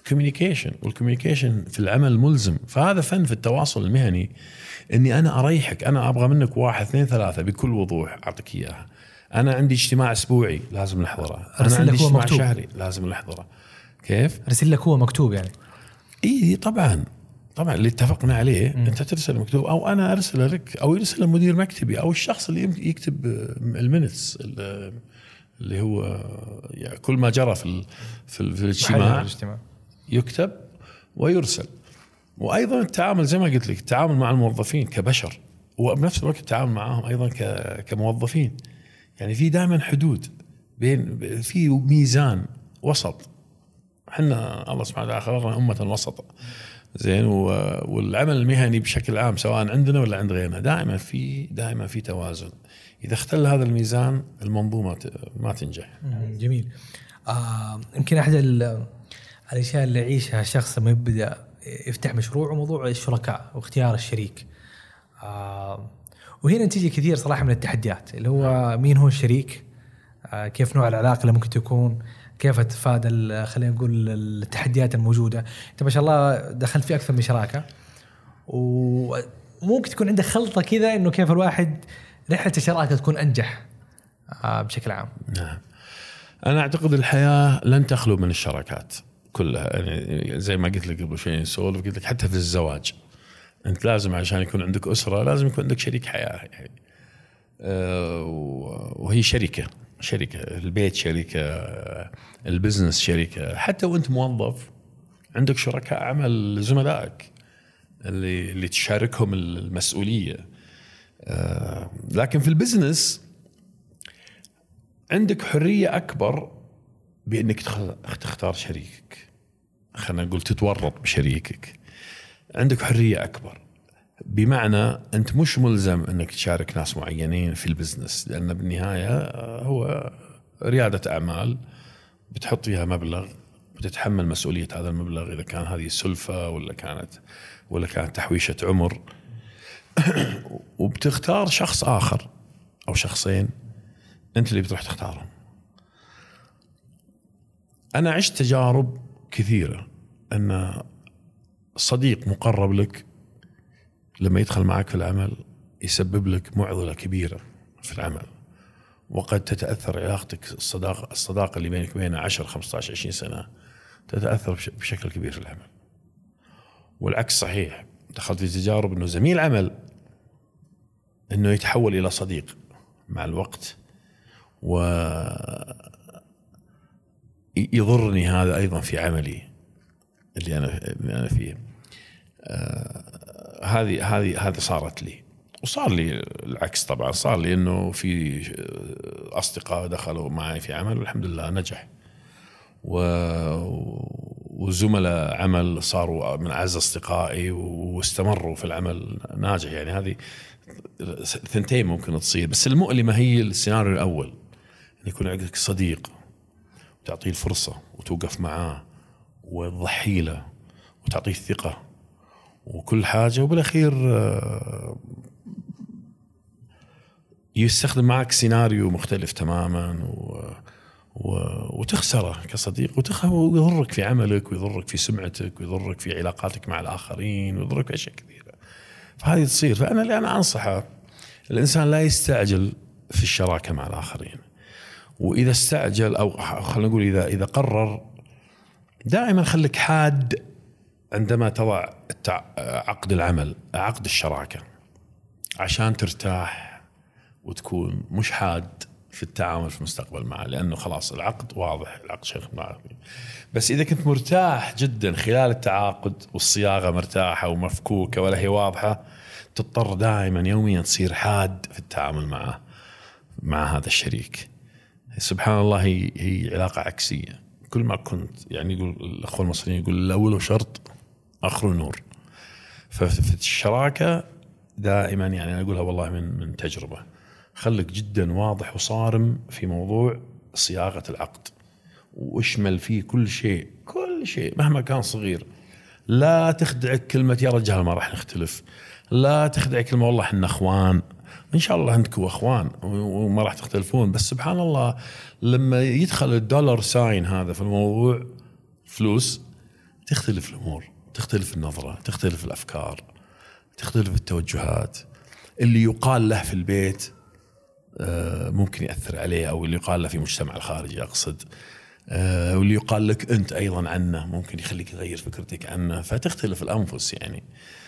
كوميونيكيشن، والكوميونيكيشن في العمل ملزم. فهذا فن في التواصل المهني، اني انا اريحك، انا ابغى منك واحد اثنين ثلاثه بكل وضوح اعطيك اياها. انا عندي اجتماع اسبوعي لازم نحضره، انا عندي اجتماع شهري لازم نحضره. كيف ارسل لك هو مكتوب يعني؟ اي طبعا طبعا اللي اتفقنا عليه م. انت ترسل مكتوب، او انا ارسله لك، او يرسله مدير مكتبي، او الشخص اللي يكتب المينتس اللي هو يعني كل ما جرى في في الاجتماع يكتب ويرسل. وايضا التعامل زي ما قلت لك، التعامل مع الموظفين كبشر، وبنفس الوقت التعامل معهم ايضا كموظفين. يعني في دائما حدود بين، في ميزان وسط. احنا الله سبحانه وتعالى خلقنا امه وسطا زين، والعمل المهني بشكل عام سواء عندنا ولا عند غيرنا دائما في دائما في توازن. اذا اختل هذا الميزان المنظومه ما تنجح. جميل. آه يمكن احد الاشياء اللي يعيشها الشخص لما يبدا يفتح مشروع وموضوع الشركاء واختيار الشريك. آه وهنا تيجي كثير صراحه من التحديات، اللي هو مين هو الشريك، آه كيف نوع العلاقه اللي ممكن تكون، كيف تتفادى خلينا نقول التحديات الموجوده. انت ما شاء الله دخلت في اكثر من شراكه، وممكن تكون عندك خلطه كذا انه كيف الواحد رحله الشراكه تكون انجح بشكل عام. نعم، انا اعتقد الحياه لن تخلو من الشراكات كلها. يعني زي ما قلت لك قبل شوي نسولف، قلت لك حتى في الزواج انت لازم عشان يكون عندك اسره لازم يكون عندك شريك حياه يعني. أه وهي شركه شركة البيت شركة، البزنس شركة، حتى وانت موظف عندك شركاء عمل زملائك اللي اللي تشاركهم المسؤولية. آه لكن في البزنس عندك حرية أكبر بأنك تختار شريكك، خلينا نقول تتورط بشريكك، عندك حرية أكبر. بمعنى أنت مش ملزم أنك تشارك ناس معينين في البزنس، لأن بالنهاية هو ريادة أعمال بتحط فيها مبلغ، بتتحمل مسؤولية هذا المبلغ إذا كان هذه سلفة ولا كانت ولا كانت تحويشة عمر وبتختار شخص آخر أو شخصين أنت اللي بتروح تختارهم. أنا عشت تجارب كثيرة أن صديق مقرب لك لما يدخل معك في العمل يسبب لك معضلة كبيرة في العمل، وقد تتأثر علاقتك الصداقة الصداقة اللي بينك وبينه عشرة خمسة عشر عشرين سنة تتأثر بشكل كبير في العمل. والعكس صحيح، دخلت في تجارب إنه زميل عمل إنه يتحول إلى صديق مع الوقت، ويضرني هذا أيضا في عملي اللي أنا اللي أنا فيه. هذه هذه هذه صارت لي، وصار لي العكس طبعا، صار لي إنه في أصدقاء دخلوا معي في عمل والحمد لله نجح، وزملاء عمل صاروا من أعز أصدقائي واستمروا في العمل ناجح. يعني هذه ثنتين ممكن تصير، بس المؤلمة هي السيناريو الأول، أن يكون عندك صديق وتعطيه الفرصة وتوقف معاه وتضحي له وتعطيه الثقة وكل حاجة، وبالأخير يستخدم معك سيناريو مختلف تماما و... و... وتخسره كصديق، ويضرك في عملك ويضرك في سمعتك ويضرك في علاقاتك مع الآخرين ويضرك في أشياء كثيرة. فهذه تصير. فأنا اللي أنا أنصحه الإنسان لا يستعجل في الشراكة مع الآخرين، وإذا استعجل أو خلينا نقول إذا إذا قرر دائما خليك حاد عندما تضع عقد العمل عقد الشراكة عشان ترتاح وتكون مش حاد في التعامل في المستقبل معه، لأنه خلاص العقد واضح، العقد شيخ معه. بس إذا كنت مرتاح جدا خلال التعاقد والصياغة مرتاحة ومفكوكة ولا هي واضحة، تضطر دائما يوميا تصير حاد في التعامل معه مع هذا الشريك. سبحان الله، هي هي علاقة عكسية. كل ما كنت يعني يقول الأخوة المصريين يقول الأول شرط آخره نور. ففي الشراكة دائما يعني أنا أقولها والله من من تجربة، خليك جدا واضح وصارم في موضوع صياغة العقد، واشمل فيه كل شيء كل شيء مهما كان صغير. لا تخدعك كلمة يا رجال ما راح نختلف، لا تخدعك كلمة والله احنا اخوان، ان شاء الله عندكم اخوان وما راح تختلفون. بس سبحان الله لما يدخل الدولار ساين هذا في الموضوع، فلوس، تختلف الأمور، تختلف النظرة، تختلف الأفكار، تختلف التوجهات. اللي يقال له في البيت ممكن يأثر عليه، أو اللي يقال له في مجتمع الخارجي أقصد، واللي يقال لك أنت أيضا عنه ممكن يخليك تغير فكرتك عنه، فتختلف الأنفس يعني.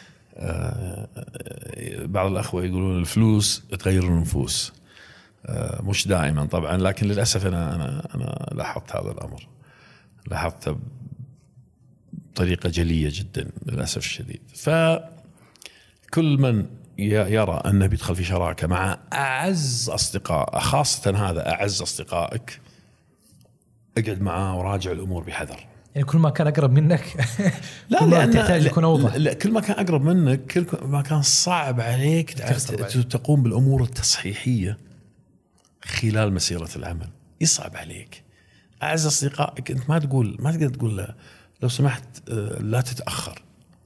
بعض الأخوة يقولون الفلوس تغير النفوس، مش دائما طبعا، لكن للأسف أنا أنا أنا لاحظت هذا الأمر، لاحظته بطريقة جلية جدا للأسف الشديد. فكل من يرى أنه بيدخل في شراكة مع أعز أصدقاء، خاصة هذا أعز أصدقائك، اقعد معاه وراجع الأمور بحذر. يعني كل ما كان أقرب منك لا كل ما لأن تحتاج يكون أوضح. لا، كل ما كان أقرب منك كل ما كان صعب عليك تقوم بالأمور التصحيحية خلال مسيرة العمل. يصعب عليك. أعز أصدقائك أنت ما تقول ما تقدر تقول له لو سمحت لا تتأخر.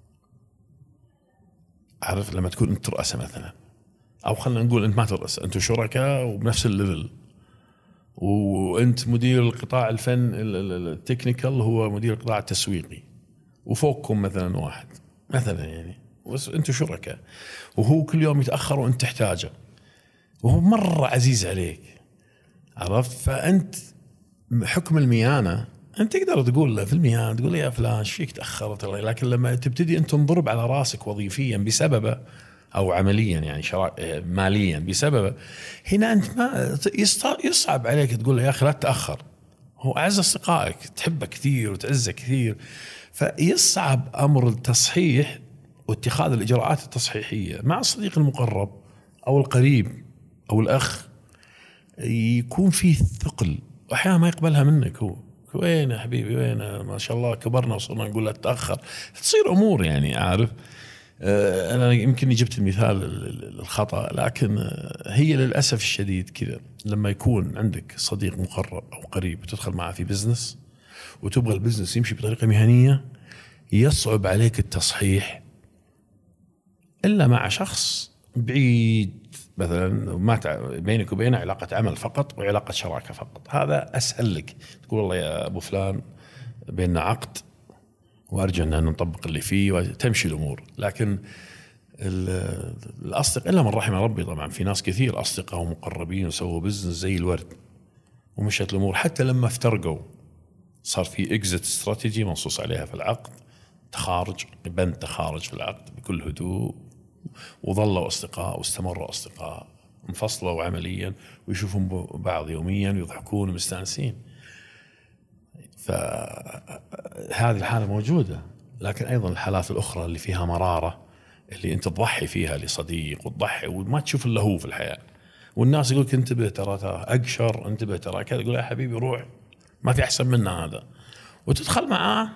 عارف لما تكون أنت رؤساء مثلا، أو خلنا نقول أنت ما ترأس، أنتوا شركاء وبنفس الليفل، وأنت مدير القطاع الفن التكنيكال هو مدير القطاع التسويقي، وفوقكم مثلا واحد مثلا يعني، وأنتوا شركاء، وهو كل يوم يتأخر وأنت تحتاجه، وهو مرة عزيز عليك، عرفت؟ فأنت حكم الميانة أنت تقدر تقول له في الميانة، تقول له يا فلان شيك تأخرت، لكن لما تبتدي أنت تنضرب على راسك وظيفيا بسببه أو عمليا يعني ماليا بسببه، هنا أنت ما يصعب عليك تقول له يا أخي لا تتأخر. هو أعز أصدقائك تحبه كثير وتعزه كثير، فيصعب أمر التصحيح واتخاذ الإجراءات التصحيحية مع الصديق المقرب أو القريب أو الأخ، يكون فيه ثقل وأحيانا ما يقبلها منك. هو وين يا حبيبي وين، ما شاء الله كبرنا وصرنا نقول لا تتأخر، تصير أمور يعني عارف. أنا يمكن جبت المثال الخطأ، لكن هي للأسف الشديد كذا. لما يكون عندك صديق مقرب أو قريب وتدخل معه في بزنس وتبغى البزنس يمشي بطريقة مهنية، يصعب عليك التصحيح إلا مع شخص بعيد مثلا ما بينك وبينه علاقة عمل فقط وعلاقة شراكة فقط. هذا أسهل لك تقول والله يا أبو فلان بيننا عقد وأرجو أن نطبق اللي فيه وتمشي الأمور. لكن الأصدقاء إلا من رحم ربي، طبعا في ناس كثير أصدقاء ومقربين وسووا بزنس زي الورد ومشت الأمور، حتى لما افترقوا صار في إكزيت استراتيجي منصوص عليها في العقد، تخارج بند تخارج في العقد بكل هدوء، وظلوا أصدقاء واستمروا أصدقاء، انفصلوا عمليا ويشوفون بعض يوميا ويضحكون ومستانسين. فهذه الحالة موجودة. لكن أيضا الحالات الأخرى اللي فيها مرارة، اللي أنت تضحي فيها لصديق وتضحي وما تشوف إلا هو في الحياة، والناس يقولك انتبه ترى ترى أقشر، انتبه ترى كذا، يقول يا حبيبي روح ما في أحسن منا هذا، وتدخل معاه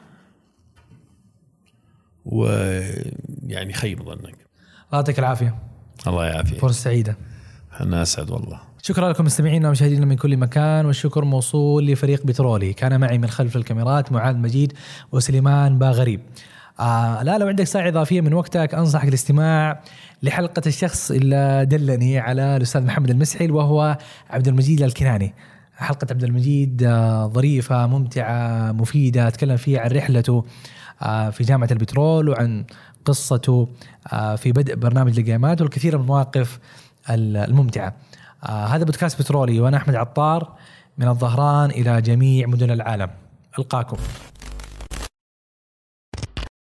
ويعني خيب ظنك. الله يعطيك العافية. الله يعافيك. فرصة سعيدة. أنا أسعد والله. شكرا لكم مستمعينا ومشاهدينا من كل مكان، والشكر موصول لفريق بترولي. كان معي من خلف الكاميرات معاذ مجيد وسليمان باغريب. آه لا لو عندك ساعة إضافية من وقتك أنصحك الاستماع لحلقة الشخص اللي دلني على الأستاذ محمد المسحل، وهو عبد المجيد الكناني. حلقة عبد المجيد آه ظريفة ممتعة مفيدة، تكلم فيها عن رحلته آه في جامعة البترول، وعن قصته آه في بدء برنامج القيامات، والكثير من المواقف الممتعة. آه هذا بودكاست بترولي، وأنا أحمد عطار من الظهران إلى جميع مدن العالم. ألقاكم.